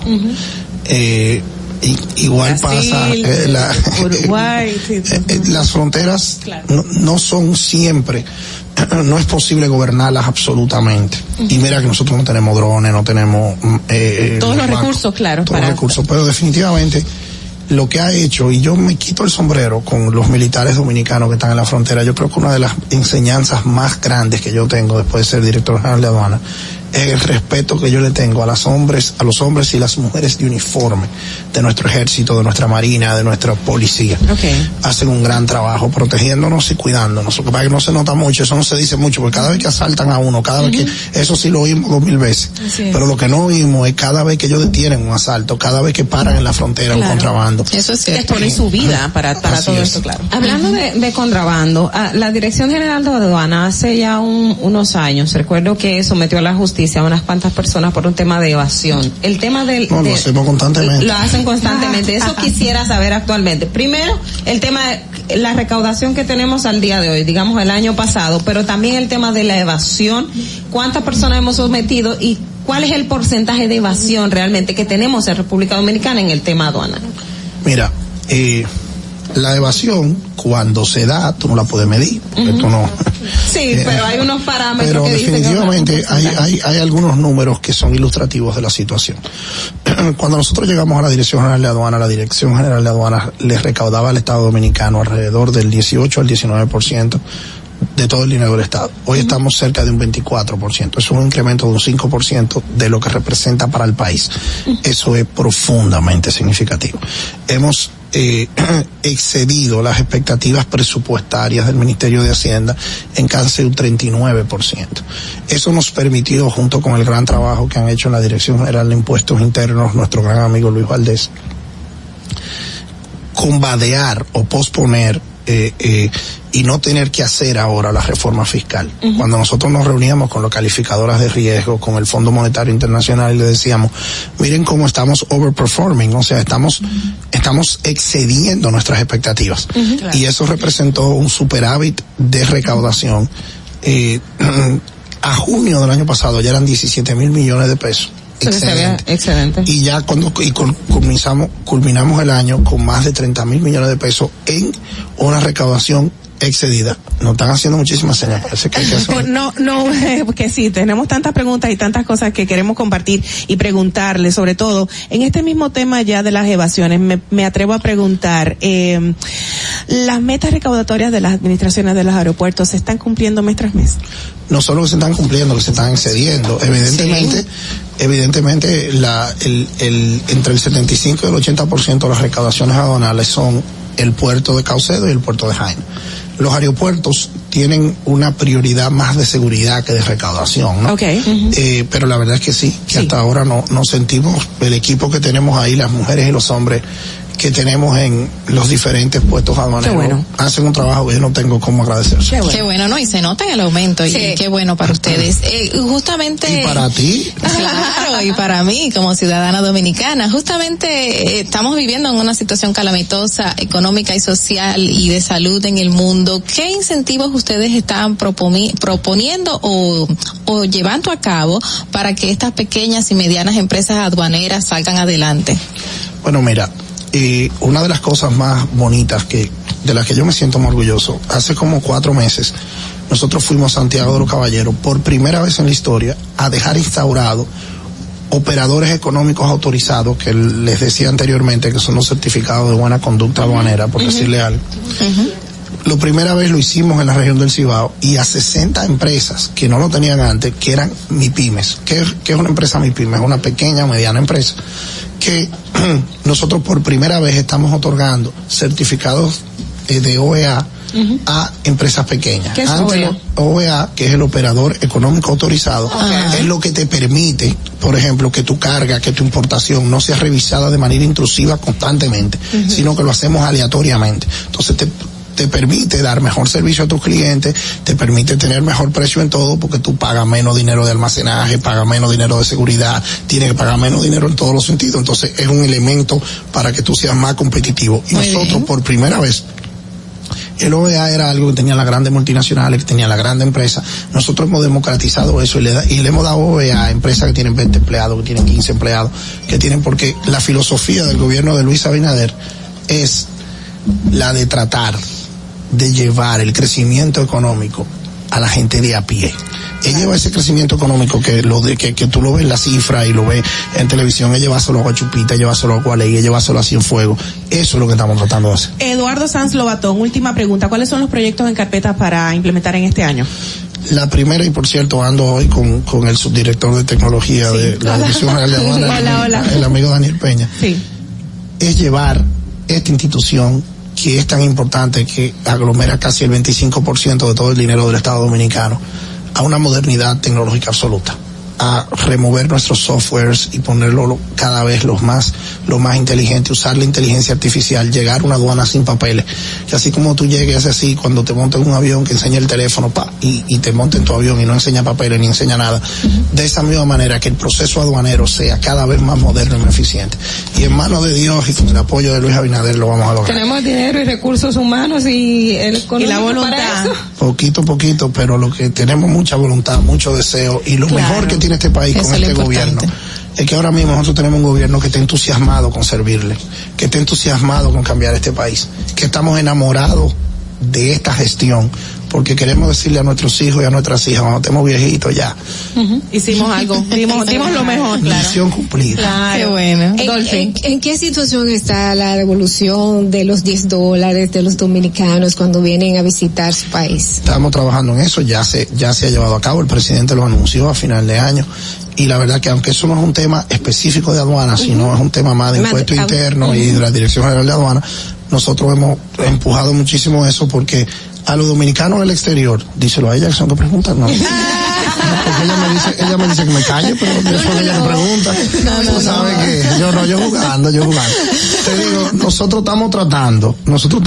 F: Igual Brasil, pasa, Uruguay, las fronteras no son siempre, no es posible gobernarlas absolutamente. Y mira que nosotros no tenemos drones, no tenemos
D: todos los recursos, claro,
F: todos los recursos, pero definitivamente lo que ha hecho, y yo me quito el sombrero con los militares dominicanos que están en la frontera, yo creo que una de las enseñanzas más grandes que yo tengo después de ser director general de aduana es el respeto que yo le tengo a los hombres y las mujeres de uniforme de nuestro ejército, de nuestra marina, de nuestra policía. Hacen un gran trabajo protegiéndonos y cuidándonos. Lo que pasa es que no se nota mucho, eso no se dice mucho, porque cada vez que asaltan a uno, cada vez que, eso sí lo oímos 2000 veces. Pero lo que no oímos es cada vez que ellos detienen un asalto, cada vez que paran en la frontera un contrabando.
D: Eso es cierto. Exponen su vida para todo esto, claro.
W: Hablando de contrabando, la Dirección General de Aduana hace ya unos años, recuerdo que sometió a la justicia a unas cuantas personas por un tema de evasión. El tema lo
F: hacemos constantemente.
W: Lo hacen constantemente. Eso quisiera saber actualmente. Primero, el tema de la recaudación que tenemos al día de hoy, digamos el año pasado, pero también el tema de la evasión. ¿Cuántas personas hemos sometido y cuál es el porcentaje de evasión realmente que tenemos en República Dominicana en el tema aduana?
F: Mira, la evasión, cuando se da, tú no la puedes medir. Tú no.
W: Sí, pero hay unos parámetros.
F: Pero
W: que
F: definitivamente
W: dicen
F: hay algunos números que son ilustrativos de la situación. Cuando nosotros llegamos a la Dirección General de Aduana, la Dirección General de Aduana les recaudaba al Estado Dominicano alrededor del 18 al 19% de todo el dinero del Estado. Hoy estamos cerca de un 24%. Es un incremento de un 5% de lo que representa para el país. Eso es profundamente significativo. Hemos excedido las expectativas presupuestarias del Ministerio de Hacienda en casi un 39%. Eso nos permitió, junto con el gran trabajo que han hecho en la Dirección General de Impuestos Internos, nuestro gran amigo Luis Valdés, combadear o posponer y no tener que hacer ahora la reforma fiscal. Cuando nosotros nos reuníamos con las calificadoras de riesgo, con el Fondo Monetario Internacional, y le decíamos, miren cómo estamos overperforming, o sea, estamos excediendo nuestras expectativas. Claro. Y eso representó un superávit de recaudación. A junio del año pasado ya eran 17,000 millones de pesos.
W: Excelente.
F: Y ya cuando culminamos el año con más de 30,000 millones de pesos en una recaudación excedida. Nos están haciendo muchísimas señales.
D: Porque sí, tenemos tantas preguntas y tantas cosas que queremos compartir y preguntarle, sobre todo en este mismo tema ya de las evasiones. Me atrevo a preguntar, las metas recaudatorias de las administraciones de los aeropuertos se están cumpliendo mes tras mes.
F: No solo que se están cumpliendo, que se están excediendo. Evidentemente, entre el 75 y el 80% de las recaudaciones aduanales son el puerto de Caucedo y el puerto de Jaina. Los aeropuertos tienen una prioridad más de seguridad que de recaudación, ¿no? Pero la verdad es que sí, hasta ahora no sentimos, el equipo que tenemos ahí, las mujeres y los hombres que tenemos en los diferentes puestos aduaneros, hacen un trabajo que yo no tengo cómo agradecerse.
A: Qué bueno, ¿no? Y se nota en el aumento, y qué bueno para ustedes. Justamente...
F: ¿Y para ti?
A: Claro, y para mí, como ciudadana dominicana. Justamente estamos viviendo en una situación calamitosa, económica y social y de salud en el mundo. ¿Qué incentivos ustedes están proponiendo o llevando a cabo para que estas pequeñas y medianas empresas aduaneras salgan adelante?
F: Bueno, mira, una de las cosas más bonitas de las que yo me siento muy orgulloso, hace como 4 meses, nosotros fuimos a Santiago de los Caballeros por primera vez en la historia a dejar instaurado operadores económicos autorizados, que les decía anteriormente que son los certificados de buena conducta aduanera, por decirle algo. La primera vez lo hicimos en la región del Cibao, y a 60 empresas que no lo tenían antes, que eran MIPYMES. ¿Qué es una empresa MIPYME? Es una pequeña o mediana empresa que nosotros por primera vez estamos otorgando certificados de OEA a empresas pequeñas.
W: ¿Qué es
F: Antes, OVA, que es el operador económico autorizado, es lo que te permite, por ejemplo, que tu carga, que tu importación no sea revisada de manera intrusiva constantemente, sino que lo hacemos aleatoriamente. Entonces te permite dar mejor servicio a tus clientes, te permite tener mejor precio en todo, porque tú pagas menos dinero de almacenaje, pagas menos dinero de seguridad, tienes que pagar menos dinero en todos los sentidos. Entonces es un elemento para que tú seas más competitivo. Y nosotros, por primera vez, el OEA era algo que tenían las grandes multinacionales, que tenían las grandes empresas. Nosotros hemos democratizado eso y le hemos dado OEA a empresas que tienen 20 empleados, que tienen 15 empleados, que tienen, porque la filosofía del gobierno de Luis Abinader es la de tratar de llevar el crecimiento económico a la gente de a pie. Él lleva ese crecimiento económico que tú lo ves en la cifra y lo ves en televisión, él llevárselo a Guachupita, llevárselo a Gualey, llevárselo a Cienfuegos. Eso es lo que estamos tratando de hacer.
D: Eduardo Sanz Lobatón, última pregunta. ¿Cuáles son los proyectos en carpeta para implementar en este año?
F: La primera, y por cierto, ando hoy con el subdirector de tecnología de la Dirección General de Aduanas, el amigo Daniel Peña, es llevar esta institución que es tan importante, que aglomera casi el 25% de todo el dinero del Estado Dominicano, a una modernidad tecnológica absoluta, a remover nuestros softwares y ponerlo cada vez lo más inteligente, usar la inteligencia artificial, llegar a una aduana sin papeles, que así como tú llegues así, cuando te montes en un avión que enseña el teléfono, y te montes en tu avión y no enseña papeles ni enseña nada, de esa misma manera que el proceso aduanero sea cada vez más moderno y más eficiente. Y en manos de Dios y con el apoyo de Luis Abinader lo vamos a lograr.
W: Tenemos dinero y recursos humanos y la voluntad.
F: Poquito a poquito, pero lo que tenemos mucha voluntad, mucho deseo, y lo mejor que tiene este país con este gobierno es que ahora mismo nosotros tenemos un gobierno que está entusiasmado con servirle, que está entusiasmado con cambiar este país, que estamos enamorados de esta gestión, porque queremos decirle a nuestros hijos y a nuestras hijas, cuando estemos viejitos ya.
D: Hicimos algo, dimos lo mejor, claro.
F: Misión cumplida.
D: Claro.
V: Qué bueno. ¿En qué situación está la devolución de los $10 de los dominicanos cuando vienen a visitar su país?
F: Estamos trabajando en eso, ya se ha llevado a cabo, el presidente lo anunció a final de año. Y la verdad que aunque eso no es un tema específico de aduana, sino es un tema más de impuestos internos y de la Dirección General de Aduana, nosotros hemos empujado muchísimo eso, porque a los dominicanos en el exterior, díselo a ella, que son que preguntan, ¿no? Porque ella me dice que me calle, pero después ella me pregunta. No, sabes que yo jugando. Te digo, nosotros estamos tratando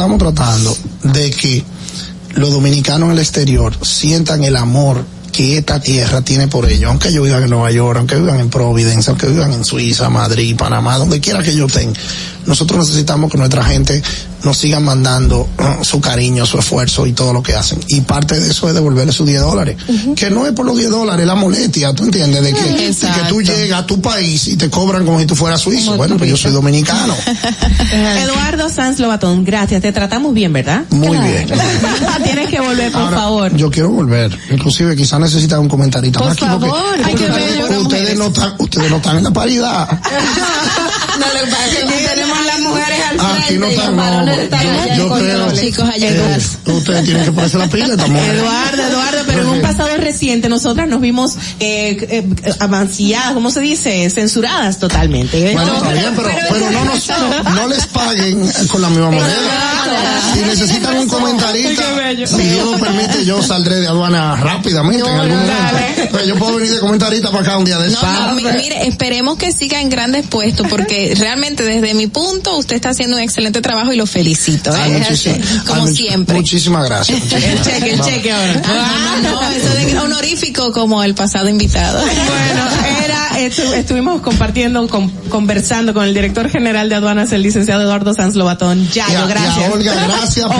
F: de que los dominicanos en el exterior sientan el amor que esta tierra tiene por ellos, aunque ellos vivan en Nueva York, aunque vivan en Providence, aunque vivan en Suiza, Madrid, Panamá, donde quiera que ellos estén. Nosotros necesitamos que nuestra gente nos siga mandando su cariño, su esfuerzo y todo lo que hacen. Y parte de eso es devolverle sus $10. Que no es por los $10, la molestia, ¿tú entiendes? De que tú llegas a tu país y te cobran como si tú fueras suizo. Bueno, pues yo soy dominicano.
D: Eduardo Sanz Lobatón, gracias. Te tratamos bien, ¿verdad?
F: Muy bien.
D: Tienes que volver, por favor.
F: Yo quiero volver. Inclusive quizás necesitan un comentarito
D: por
F: más.
D: Favor.
F: Ustedes no están en la paridad.
W: No, lo que pasa es que tenemos las mujeres al frente.
F: Aquí no están, yo creo.
A: Chicos, ayudar.
F: Ustedes tienen que ponerse la pila.
D: Eduardo, pero en un pasado reciente nosotras nos vimos amancilladas, ¿cómo se dice? Censuradas totalmente.
F: Bueno, está bien, pero no les paguen con la misma moneda. Si necesitan un comentarista, si Dios lo permite, yo saldré de aduana rápidamente en algún momento. Pero yo puedo venir de comentarista para acá un día de esto.
A: Mire, esperemos que siga en grandes puestos, porque realmente desde mi punto usted está haciendo un excelente trabajo y lo felicito. Como siempre.
F: Muchísimas gracias.
D: El cheque ahora.
A: Eso de honorífico como el pasado invitado.
D: Bueno, estuvimos conversando con el director general de aduanas, el licenciado Eduardo Sanz Lobatón. Gracias.
F: Y a Olga, gracias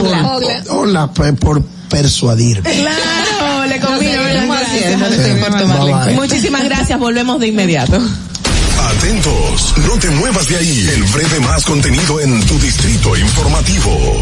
F: por persuadirme.
D: Claro, le conviene. Muchísimas gracias, volvemos de inmediato.
U: Atentos, no te muevas de ahí. El breve más contenido en tu distrito informativo.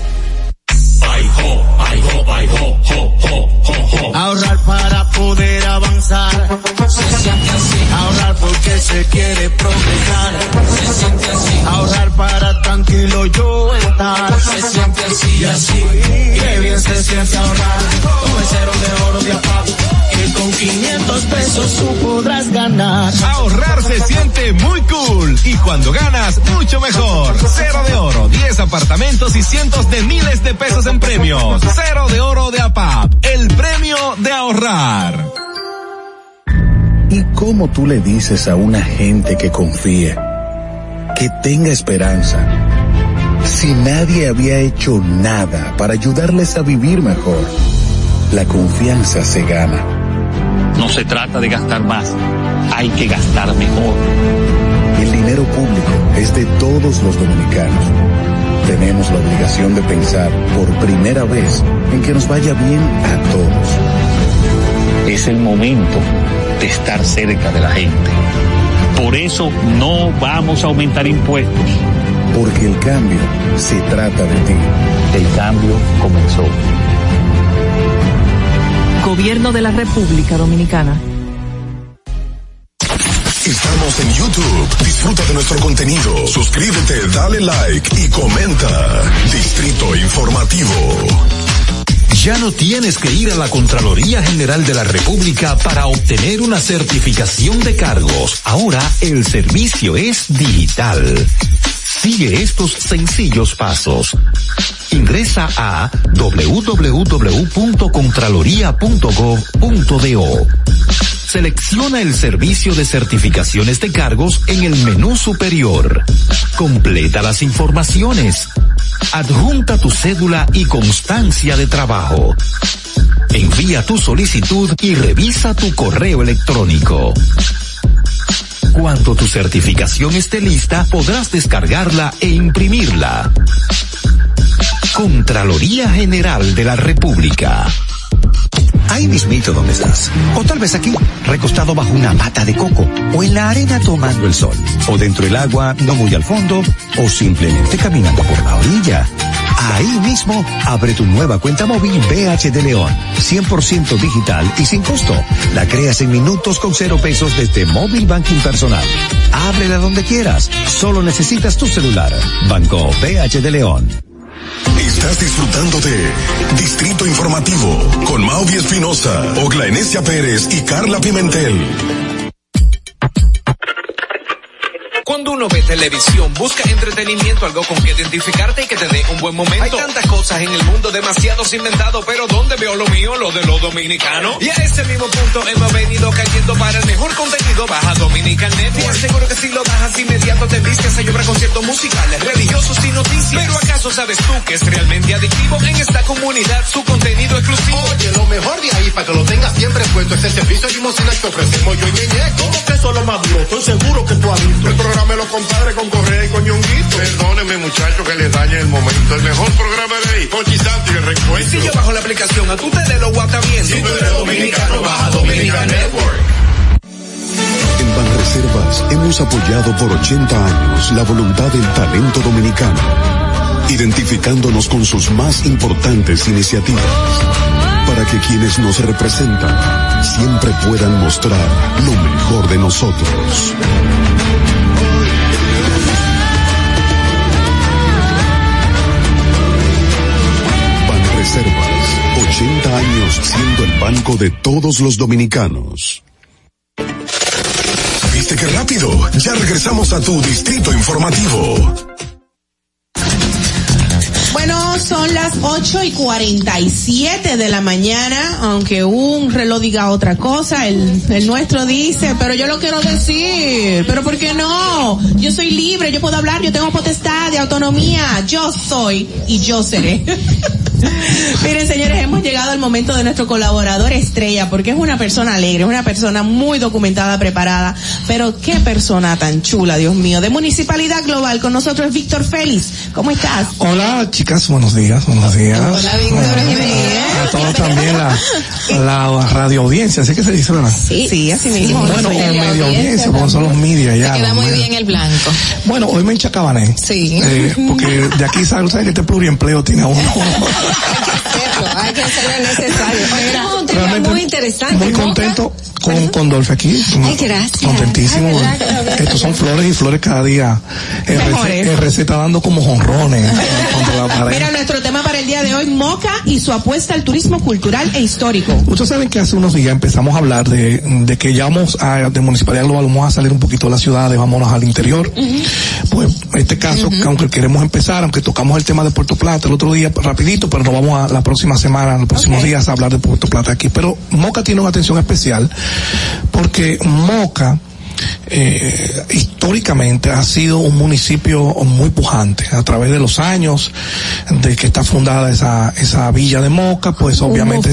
G: Ahorrar para poder avanzar. Se siente así. Ahorrar porque se quiere progresar. Se siente así. Ahorrar para tranquilo yo estar. Se siente así y así. Qué bien se siente ahorrar. Con el 0 de oro de APAP. que con 500 pesos tú podrás ganar.
J: Ahorrar se siente muy cool y cuando ganas, mucho mejor. Cero de Oro, 10 apartamentos y cientos de miles de pesos en premios. Cero de Oro de APAP, el premio de ahorrar.
L: ¿Y cómo tú le dices a una gente que confíe, que tenga esperanza, si nadie había hecho nada para ayudarles a vivir mejor? La confianza se gana.
Y: No se trata de gastar más, hay que gastar mejor.
L: El dinero público es de todos los dominicanos. Tenemos la obligación de pensar por primera vez en que nos vaya bien a todos.
Y: Es el momento de estar cerca de la gente. Por eso no vamos a aumentar impuestos.
L: Porque el cambio se trata de ti.
Y: El cambio comenzó.
H: Gobierno de la República Dominicana.
U: Estamos en YouTube. Disfruta de nuestro contenido. Suscríbete, dale like y comenta. Distrito Informativo.
P: Ya no tienes que ir a la Contraloría General de la República para obtener una certificación de cargos. Ahora el servicio es digital. Sigue estos sencillos pasos. Ingresa a www.contraloría.gov.do. Selecciona el servicio de certificaciones de cargos en el menú superior. Completa las informaciones. Adjunta tu cédula y constancia de trabajo. Envía tu solicitud y revisa tu correo electrónico. Cuando tu certificación esté lista, podrás descargarla e imprimirla. Contraloría General de la República.
B: Ahí mismito donde estás. O tal vez aquí, recostado bajo una mata de coco. O en la arena tomando el sol. O dentro del agua, no muy al fondo. O simplemente caminando por la orilla. Ahí mismo, abre tu nueva cuenta móvil BH de León. 100% digital y sin costo. La creas en minutos con 0 pesos desde Móvil Banking Personal. Ábrela donde quieras. Solo necesitas tu celular. Banco BH de León.
U: Estás disfrutando de Distrito Informativo con Mauvi Espinosa, Ogla Enesia Pérez y Carla Pimentel.
R: Cuando uno ve televisión, busca entretenimiento, algo con que identificarte y que te dé un buen momento. Hay tantas cosas en el mundo, demasiados inventados, pero ¿dónde veo lo mío? Lo de los dominicanos. Y a ese mismo punto hemos venido cayendo para el mejor contenido. Baja Dominican Network. Te aseguro que si lo bajas inmediato te vistes a llorar conciertos musicales, religiosos y noticias. Pero ¿acaso sabes tú que es realmente adictivo en esta comunidad su contenido exclusivo?
S: Oye, lo mejor de ahí para que lo tengas siempre puesto es el servicio de limosina que ofrecemos yo y Ñeñeco. ¿Cómo que eso es lo más duro? Estoy seguro que tú has visto. El programa de los compadres con Correa y con Ñonguito. Perdóneme, muchacho, que les dañe el momento. El mejor programa de ahí, Pochi Santo y el Reencuentro.
R: Si yo bajo la aplicación, a tú te de lo guataviendo.
S: Si tú eres dominicano, baja Dominican Network.
U: En Banreservas hemos apoyado por 80 años la voluntad del talento dominicano, identificándonos con sus más importantes iniciativas, para que quienes nos representan siempre puedan mostrar lo mejor de nosotros. Banreservas, 80 años siendo el banco de todos los dominicanos. ¿Viste qué rápido? Ya regresamos a tu Distrito Informativo.
D: Bueno, son las 8:47 de la mañana, aunque un reloj diga otra cosa, el nuestro dice, pero yo lo quiero decir, pero ¿por qué no? Yo soy libre, yo puedo hablar, yo tengo potestad de autonomía, yo soy y yo seré. Miren, señores, hemos llegado al momento de nuestro colaborador estrella, porque es una persona alegre, es una persona muy documentada, preparada, pero qué persona tan chula, Dios mío. De Municipalidad Global, con nosotros es Víctor Félix. ¿Cómo estás?
F: Hola, chicas, buenos días.
D: Hola, Víctor, bienvenido.
F: A todos también la radio audiencia, ¿así que se dice, verdad?
D: Sí, así mismo.
F: Bueno, medio audiencia, como son los media ya.
A: Te queda muy bien el blanco.
F: Bueno, hoy me enchacabané.
A: Sí.
F: Porque de aquí sabes que este pluriempleo tiene a uno.
V: Hay que hacerlo necesario. Es un tema muy interesante.
F: Muy contento con Dolphy aquí.
V: Ay, gracias.
F: Contentísimo.
V: Ay, verdad.
F: Estos son flores y flores cada día. El receta dando como jonrones.
D: Mira, nuestro tema para el día de hoy, Moca y su apuesta al turismo cultural e histórico.
E: Ustedes saben que hace unos días empezamos a hablar de que ya vamos de Municipalidad Global, vamos a salir un poquito de la ciudad, vámonos al interior. Pues en este caso, aunque queremos empezar, aunque tocamos el tema de Puerto Plata el otro día rapidito, pero nos vamos a la próxima semana, en los próximos días a hablar de Puerto Plata aquí. Pero Moca tiene una atención especial porque Moca históricamente ha sido un municipio muy pujante a través de los años de que está fundada esa villa de Moca, pues obviamente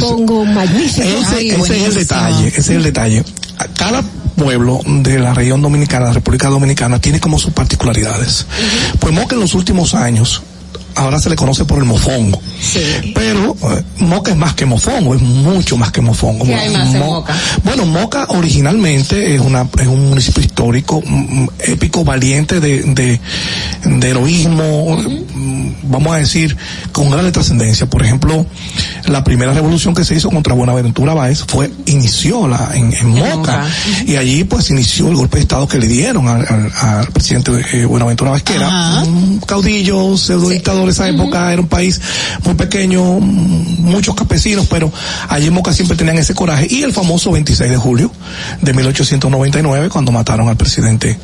E: ese es el detalle. Cada pueblo de la región dominicana, la República Dominicana, tiene como sus particularidades. Pues Moca en los últimos años ahora se le conoce por el mofongo. Sí. Pero Moca es más que mofongo, es mucho más que mofongo.
W: ¿Qué hay más en Moca?
E: Bueno, Moca originalmente es un municipio histórico, épico, valiente de heroísmo, vamos a decir, con gran trascendencia. Por ejemplo, la primera revolución que se hizo contra Buenaventura Báez inició en Moca. Y allí pues inició el golpe de Estado que le dieron al presidente Buenaventura Báez, que era un caudillo, pseudo dictador. Esa época era un país muy pequeño, muchos campesinos, pero allí en Moca siempre tenían ese coraje. Y el famoso 26 de julio de 1899, cuando mataron al presidente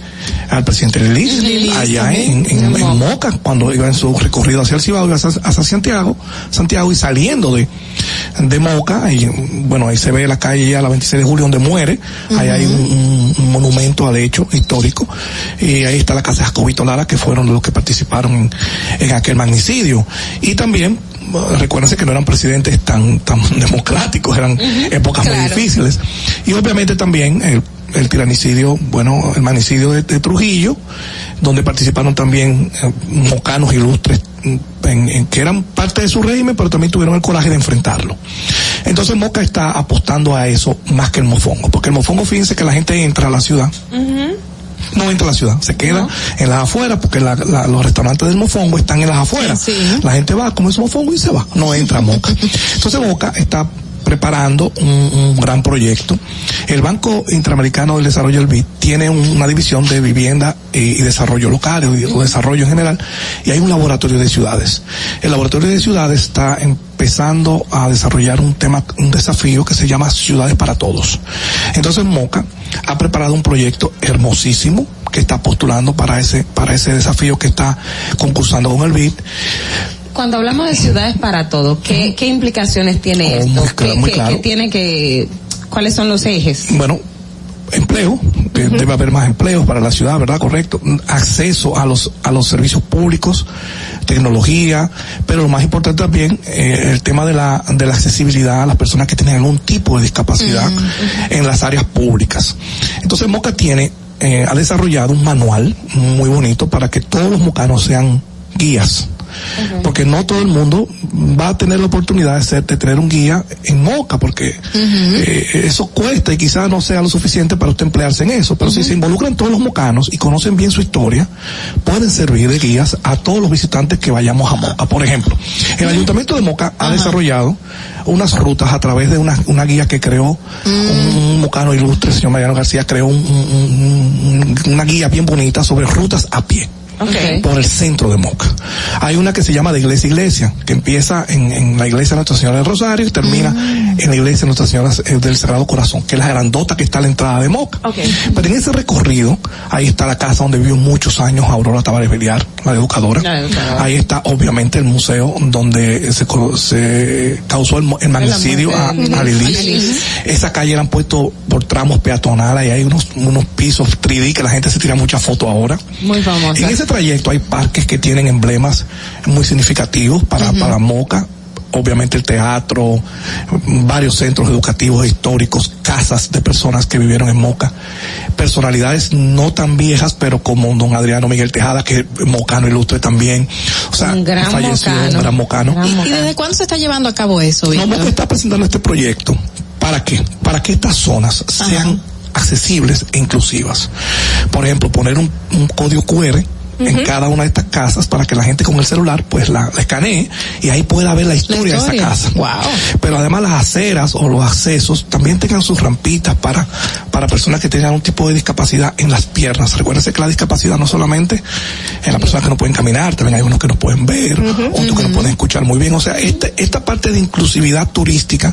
E: Lilis, allá en Moca, cuando iba en su recorrido hacia el Cibao, hacia Santiago, y saliendo de Moca, y bueno, ahí se ve la calle ya, la 26 de julio, donde muere. Ahí hay un monumento al hecho histórico, y ahí está la casa de Jacobito Lara, que fueron los que participaron en aquel magnicidio. Y también recuérdense que no eran presidentes tan democráticos, eran épocas muy difíciles. Y obviamente también el tiranicidio, bueno, el magnicidio de Trujillo, donde participaron también mocanos ilustres que eran parte de su régimen, pero también tuvieron el coraje de enfrentarlo. Entonces Moca está apostando a eso más que el mofongo, porque el mofongo, fíjense que la gente entra a la ciudad, no entra a la ciudad, se queda en las afueras, porque los restaurantes del mofongo están en las afueras. La gente va a comer su mofongo y se va, no entra a Moca. Entonces Moca está preparando un gran proyecto. El Banco Interamericano del Desarrollo, el BID, tiene una división de vivienda y desarrollo local o desarrollo en general, y hay un laboratorio de ciudades. El laboratorio de ciudades está empezando a desarrollar un desafío que se llama Ciudades para Todos. Entonces Moca ha preparado un proyecto hermosísimo que está postulando para ese desafío que está concursando con el BID.
W: Cuando hablamos de ciudades para todos, ¿qué implicaciones tiene esto?
E: Muy claro.
W: ¿Cuáles son los ejes?
E: Bueno, empleo, debe haber más empleos para la ciudad, ¿verdad? Correcto. Acceso a los servicios públicos, tecnología, pero lo más importante también, el tema de la accesibilidad a las personas que tienen algún tipo de discapacidad en las áreas públicas. Entonces Moca ha desarrollado un manual muy bonito para que todos los mocanos sean guías. Porque no todo el mundo va a tener la oportunidad de tener un guía en Moca, porque eso cuesta y quizás no sea lo suficiente para usted emplearse en eso, pero si se involucran todos los mocanos y conocen bien su historia, pueden servir de guías a todos los visitantes que vayamos a Moca. Por ejemplo, el Ayuntamiento de Moca ha desarrollado unas rutas a través de una guía que creó un mocano ilustre, el señor Mariano García, creó una guía bien bonita sobre rutas a pie. Por el centro de Moca. Hay una que se llama de iglesia a iglesia, que empieza en la iglesia de Nuestra Señora del Rosario y termina en la iglesia de Nuestra Señora del Sagrado Corazón, que es la grandota que está a la entrada de Moca. Pero en ese recorrido, ahí está la casa donde vivió muchos años Aurora Tavares Beliar, la educadora. Ahí está obviamente el museo donde se causó el magnicidio a Lilis. Esa calle la han puesto por tramos peatonales y hay unos pisos 3D que la gente se tira muchas fotos ahora.
W: Muy famosa.
E: En ese trayecto hay parques que tienen emblemas muy significativos para Moca. Obviamente el teatro, varios centros educativos históricos, casas de personas que vivieron en Moca, personalidades no tan viejas, pero como don Adriano Miguel Tejada, que es mocano ilustre también, o sea, un gran mocano.
A: ¿Y desde cuándo se está llevando a cabo eso, Víctor?
E: Moca está presentando este proyecto. ¿Para qué? Para que estas zonas sean accesibles e inclusivas. Por ejemplo, poner un código QR en cada una de estas casas para que la gente con el celular pues la escanee y ahí pueda ver la historia de esa casa.
A: Wow.
E: Pero además las aceras o los accesos también tengan sus rampitas para personas que tengan un tipo de discapacidad en las piernas. Recuérdense que la discapacidad no solamente en las personas que no pueden caminar, también hay unos que no pueden ver, otros que no pueden escuchar muy bien. O sea, esta parte de inclusividad turística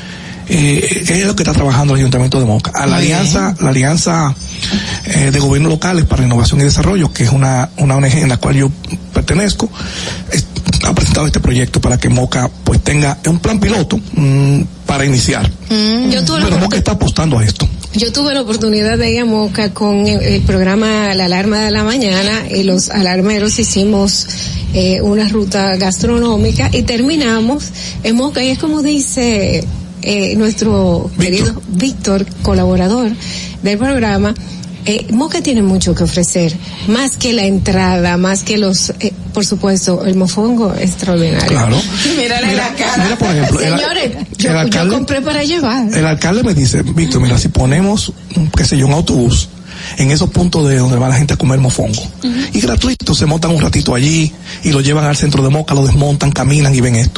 E: es lo que está trabajando el Ayuntamiento de Moca. La alianza de gobiernos locales para innovación y desarrollo, que es una ONG en la cual yo pertenezco, ha presentado este proyecto para que Moca pues tenga un plan piloto para iniciar. Pero Moca está apostando a esto.
V: Yo tuve la oportunidad de ir a Moca con el programa La Alarma de la Mañana y los alarmeros hicimos una ruta gastronómica y terminamos en Moca y es como dice nuestro querido Víctor, colaborador del programa, Moca tiene mucho que ofrecer, más que la entrada, más que los, por supuesto, el mofongo extraordinario.
E: Claro.
V: Mírale la cara.
E: Mira, por ejemplo,
V: señores, yo compré para llevar.
E: El alcalde me dice, Víctor, mira, si ponemos, qué sé yo, un autobús en esos puntos de donde va la gente a comer mofongo, y gratuito, se montan un ratito allí y lo llevan al centro de Moca, lo desmontan, caminan y ven esto.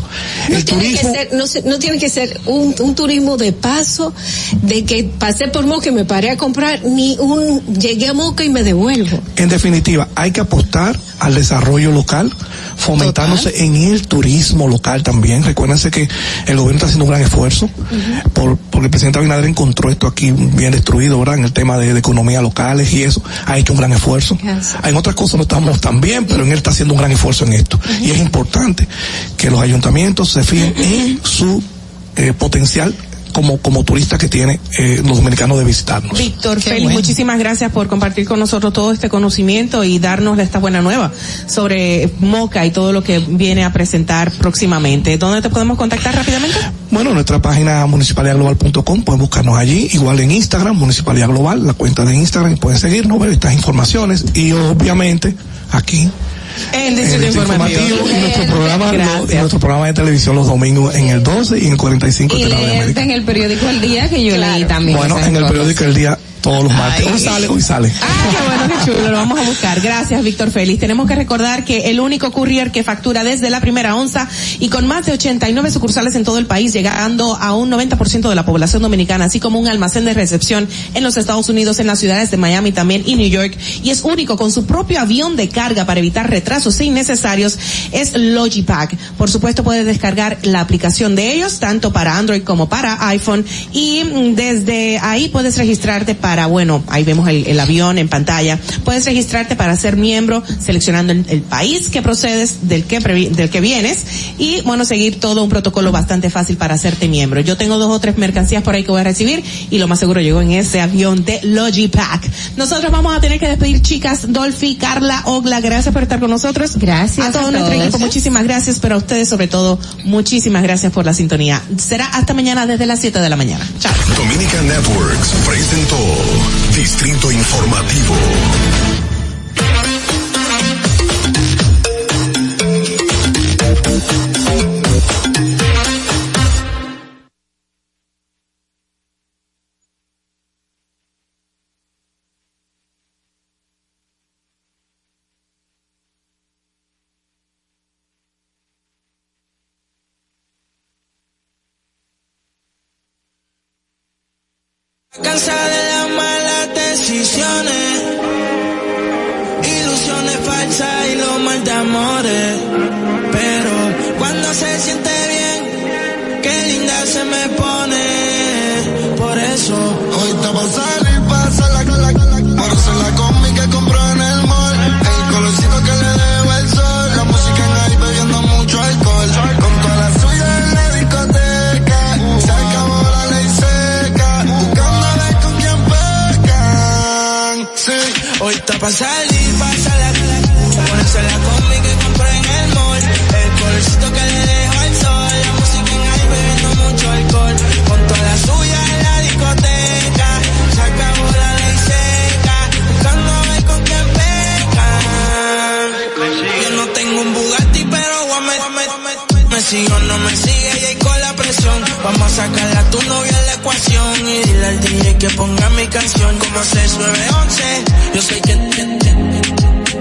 V: No tiene que ser un turismo de paso, de que pasé por Moca y me paré a comprar, ni llegué a Moca y me devuelvo.
E: En definitiva, hay que apostar al desarrollo local, fomentándose en el turismo local también. Recuérdense que el gobierno está haciendo un gran esfuerzo, porque el presidente Abinader encontró esto aquí bien destruido, ¿verdad? En el tema de economía locales y eso, ha hecho un gran esfuerzo. En otras cosas no estamos tan bien, pero en él está haciendo un gran esfuerzo en esto. Y es importante que los ayuntamientos se fijen en su potencial como turista que tiene los dominicanos de visitarnos.
D: Víctor, Félix, muchísimas gracias por compartir con nosotros todo este conocimiento y darnos esta buena nueva sobre Moca y todo lo que viene a presentar próximamente. ¿Dónde te podemos contactar rápidamente?
E: Bueno, nuestra página municipalidadglobal.com, pueden buscarnos allí, igual en Instagram, Municipalidad Global, la cuenta de Instagram, pueden seguirnos, ver estas informaciones y obviamente aquí
D: el Distrito Informativo
E: y nuestro programa de televisión los domingos en el 12 y en el 45 de la América.
W: En el periódico El Día, que yo leí también.
E: Bueno, en el periódico El Día todos los martes. Hoy sale.
D: Qué bueno, qué chulo, lo vamos a buscar. Gracias, Víctor Félix. Tenemos que recordar que el único courier que factura desde la primera onza y con más de 89 sucursales en todo el país, llegando a un 90% de la población dominicana, así como un almacén de recepción en los Estados Unidos, en las ciudades de Miami también y New York, y es único con su propio avión de carga para evitar retrasos innecesarios, es Logipack. Por supuesto, puedes descargar la aplicación de ellos, tanto para Android como para iPhone, y desde ahí puedes registrarte para, bueno, ahí vemos el avión en pantalla, puedes registrarte para ser miembro, seleccionando el país que procedes, del que vienes, y bueno, seguir todo un protocolo bastante fácil para hacerte miembro. Yo tengo 2 o 3 mercancías por ahí que voy a recibir, y lo más seguro llegó en ese avión de Logipack. Nosotros vamos a tener que despedir, chicas. Dolphy, Carla, Ogla, gracias por estar con nosotros.
W: Gracias
D: a todo nuestro equipo, muchísimas gracias, pero a ustedes sobre todo, muchísimas gracias por la sintonía. Será hasta mañana desde las 7 de la mañana. Chao.
U: Dominican Networks presentó Distrito Informativo.
G: Cansada de las malas decisiones, ilusiones falsas y lo mal de amores. Pero cuando se siente bien, qué linda se me pone. Por eso hoy te va a salir, pasa la por hacer la combi que compró en el mall. El colorcito que le dejo el sol, la música en ahí bebiendo mucho alcohol. Con toda la suya en la discoteca, se acabó la ley seca, buscando a ver con quién pecan. Sí, hoy está pa' salir, pasa la ponerse la combi que compré en el mall. El colorcito que le dejo al sol, la música en ahí bebiendo mucho alcohol. Con toda la suya en la discoteca, se acabó la ley seca, buscando a ver con quién pecan. Yo no tengo un Bugatti, pero me sigo, no me sigue y ahí con la presión. Vamos a sacarla a tu novia en la ecuación y dile al DJ que ponga mi canción como 6911. Yo sé que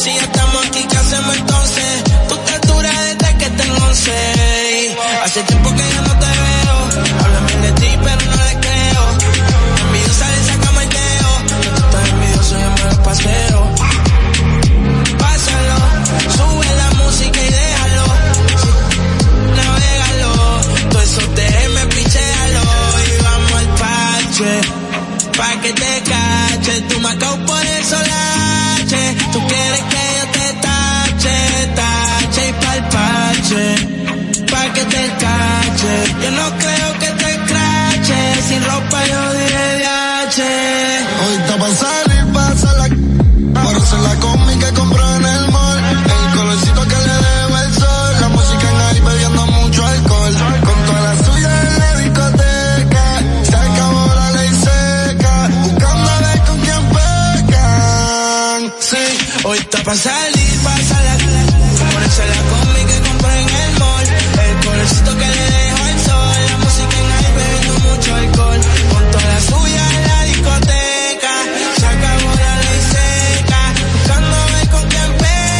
G: Si ya estamos aquí, ¿qué hacemos entonces? Tú te duras desde que tengo 11. Hace tiempo que ya no te veo. Háblame de ti, pero no le creo. Envidiosa le sacamos el dedo. Tú estás envidioso, yo me lo paseo. Pásalo, sube la música y déjalo. Navégalo, todo eso déjeme pichéalo. Y vamos al parche, pa' que te cache. Tú me acabo por el solache. Tú quieres que yo te tache y pa'l parche, pa' que te cache. Yo no creo que te crache. Sin ropa yo diré DH.
I: Hoy está pa' salir, pasa la por eso la combi que compró en el mall. El colorcito que le dejo el sol. La música en ahí bebiendo mucho alcohol. Con toda la suya en la discoteca. Se acabó la ley seca. Buscando a ver con quién pecan.
G: Sí, hoy está pa' salir, pasa la por eso la combi que compré en el mall. El colorcito que le dejo el sol. La música en ahí bebiendo mucho alcohol. Con toda la suya en la discoteca. Se acabó la ley seca. Buscando a ver con quién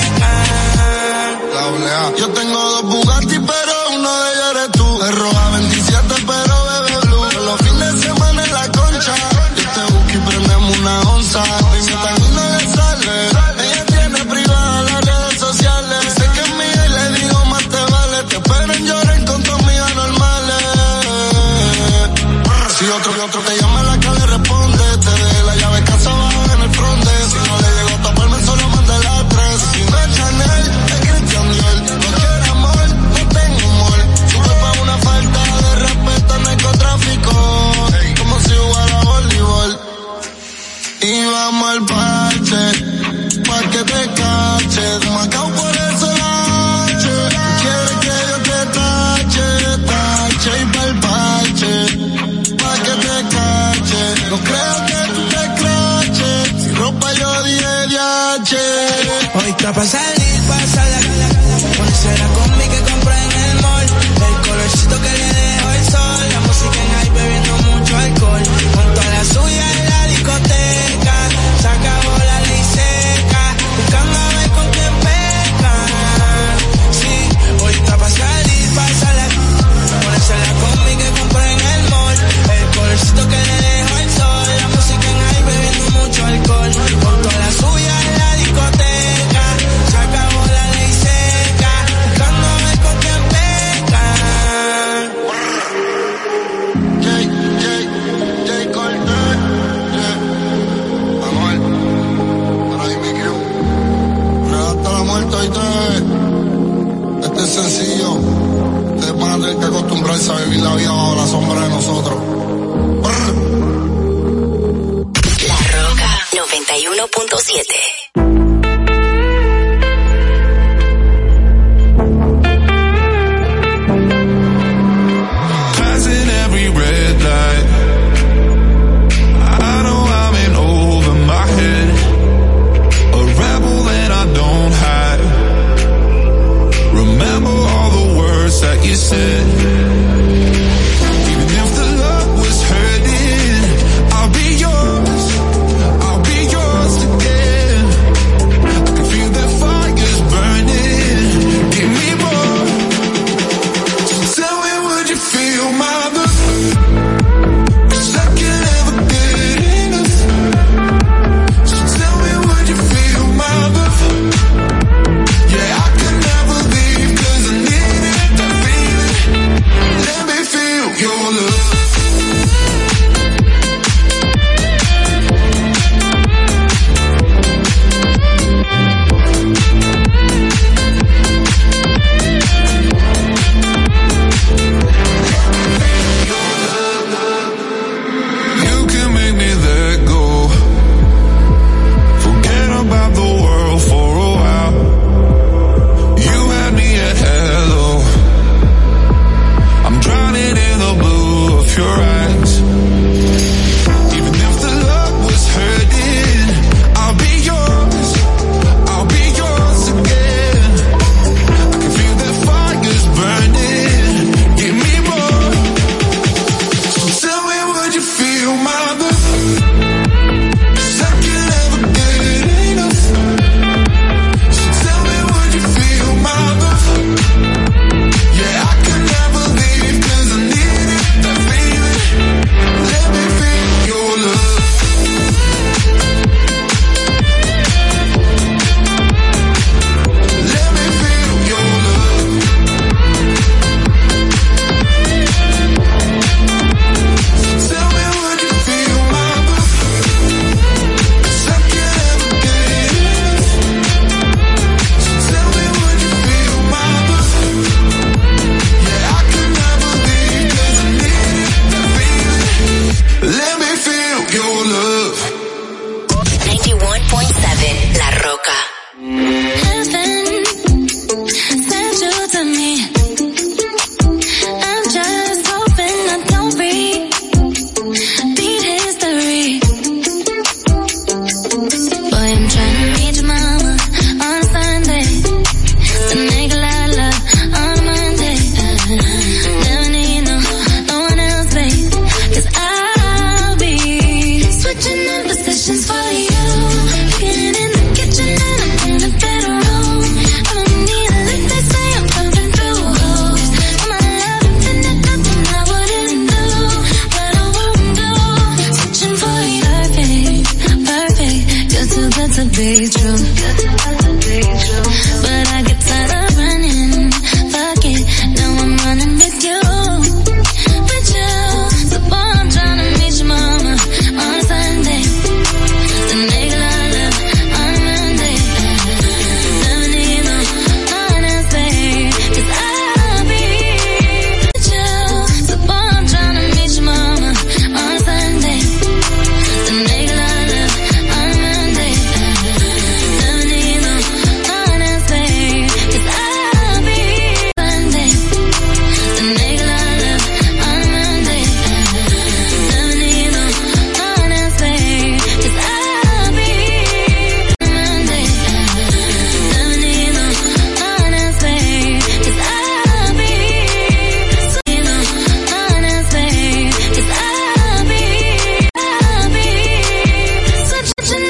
G: pecan.
I: Yo tengo dos Bugatti, pero uno de ellos eres tú. Es roja 27, pero bebe blue. Los fines de semana en la concha. Yo te busco y prendemos una onza. Y mi tango no le sale. Ella tiene privada las redes sociales. Sé que es mía y le digo más te vale. Te esperen, lloren con tus amigas normales. Si otro te llama la que le responde. Te deje la llave casa abajo en el fronte. Si no le llego a taparme, solo manda la 3. Si no es Chanel, es Christian Dior. No quiero amor, no tengo humor. Sube pa' una falta de respeto al narcotráfico. Como si jugara voleibol. Y vamos al parche, pa' que te cache. Macao por el solache. Quieres que yo te tache y pa'l parche, pa' que te cache. No creo que tú te craches. Si ropa yo dije DH.
G: Hoy está pa' salir, pasa la ponerse la combi que compré en el mall. El colorcito que le dejo el sol. La música en ahí bebiendo mucho alcohol. Con toda la suya en la discoteca. Se acabó la ley seca. Buscando a ver con quién peca. Sí, hoy está pa' salir, pasa la ponerse la combi que compré en el mall. El colorcito que le dejo el sol. La música en ahí bebiendo mucho alcohol. Con toda la suya en la discoteca. Se acabó la ley seca. Buscando a ver con quién peca.
I: Jay Cortez, Anuel, para ahí mi crew. Redacta la muerte hoy te. Este es sencillo. Ustedes van a tener que acostumbrarse a vivir la vida bajo la sombra de nosotros.
M: La Roca 91.7.
Q: Passing every red light. I know I'm in over my head. A rebel that I don't hide. Remember all the words that you said. Even if the love was hurting, I'll be yours. I'll be yours again. I can feel the fires burning. Give me more. So tell me, would you feel my love? 'Cause I can never get enough. So tell me, would you feel my love? Yeah, I can never leave 'cause I need it to feel it.
C: days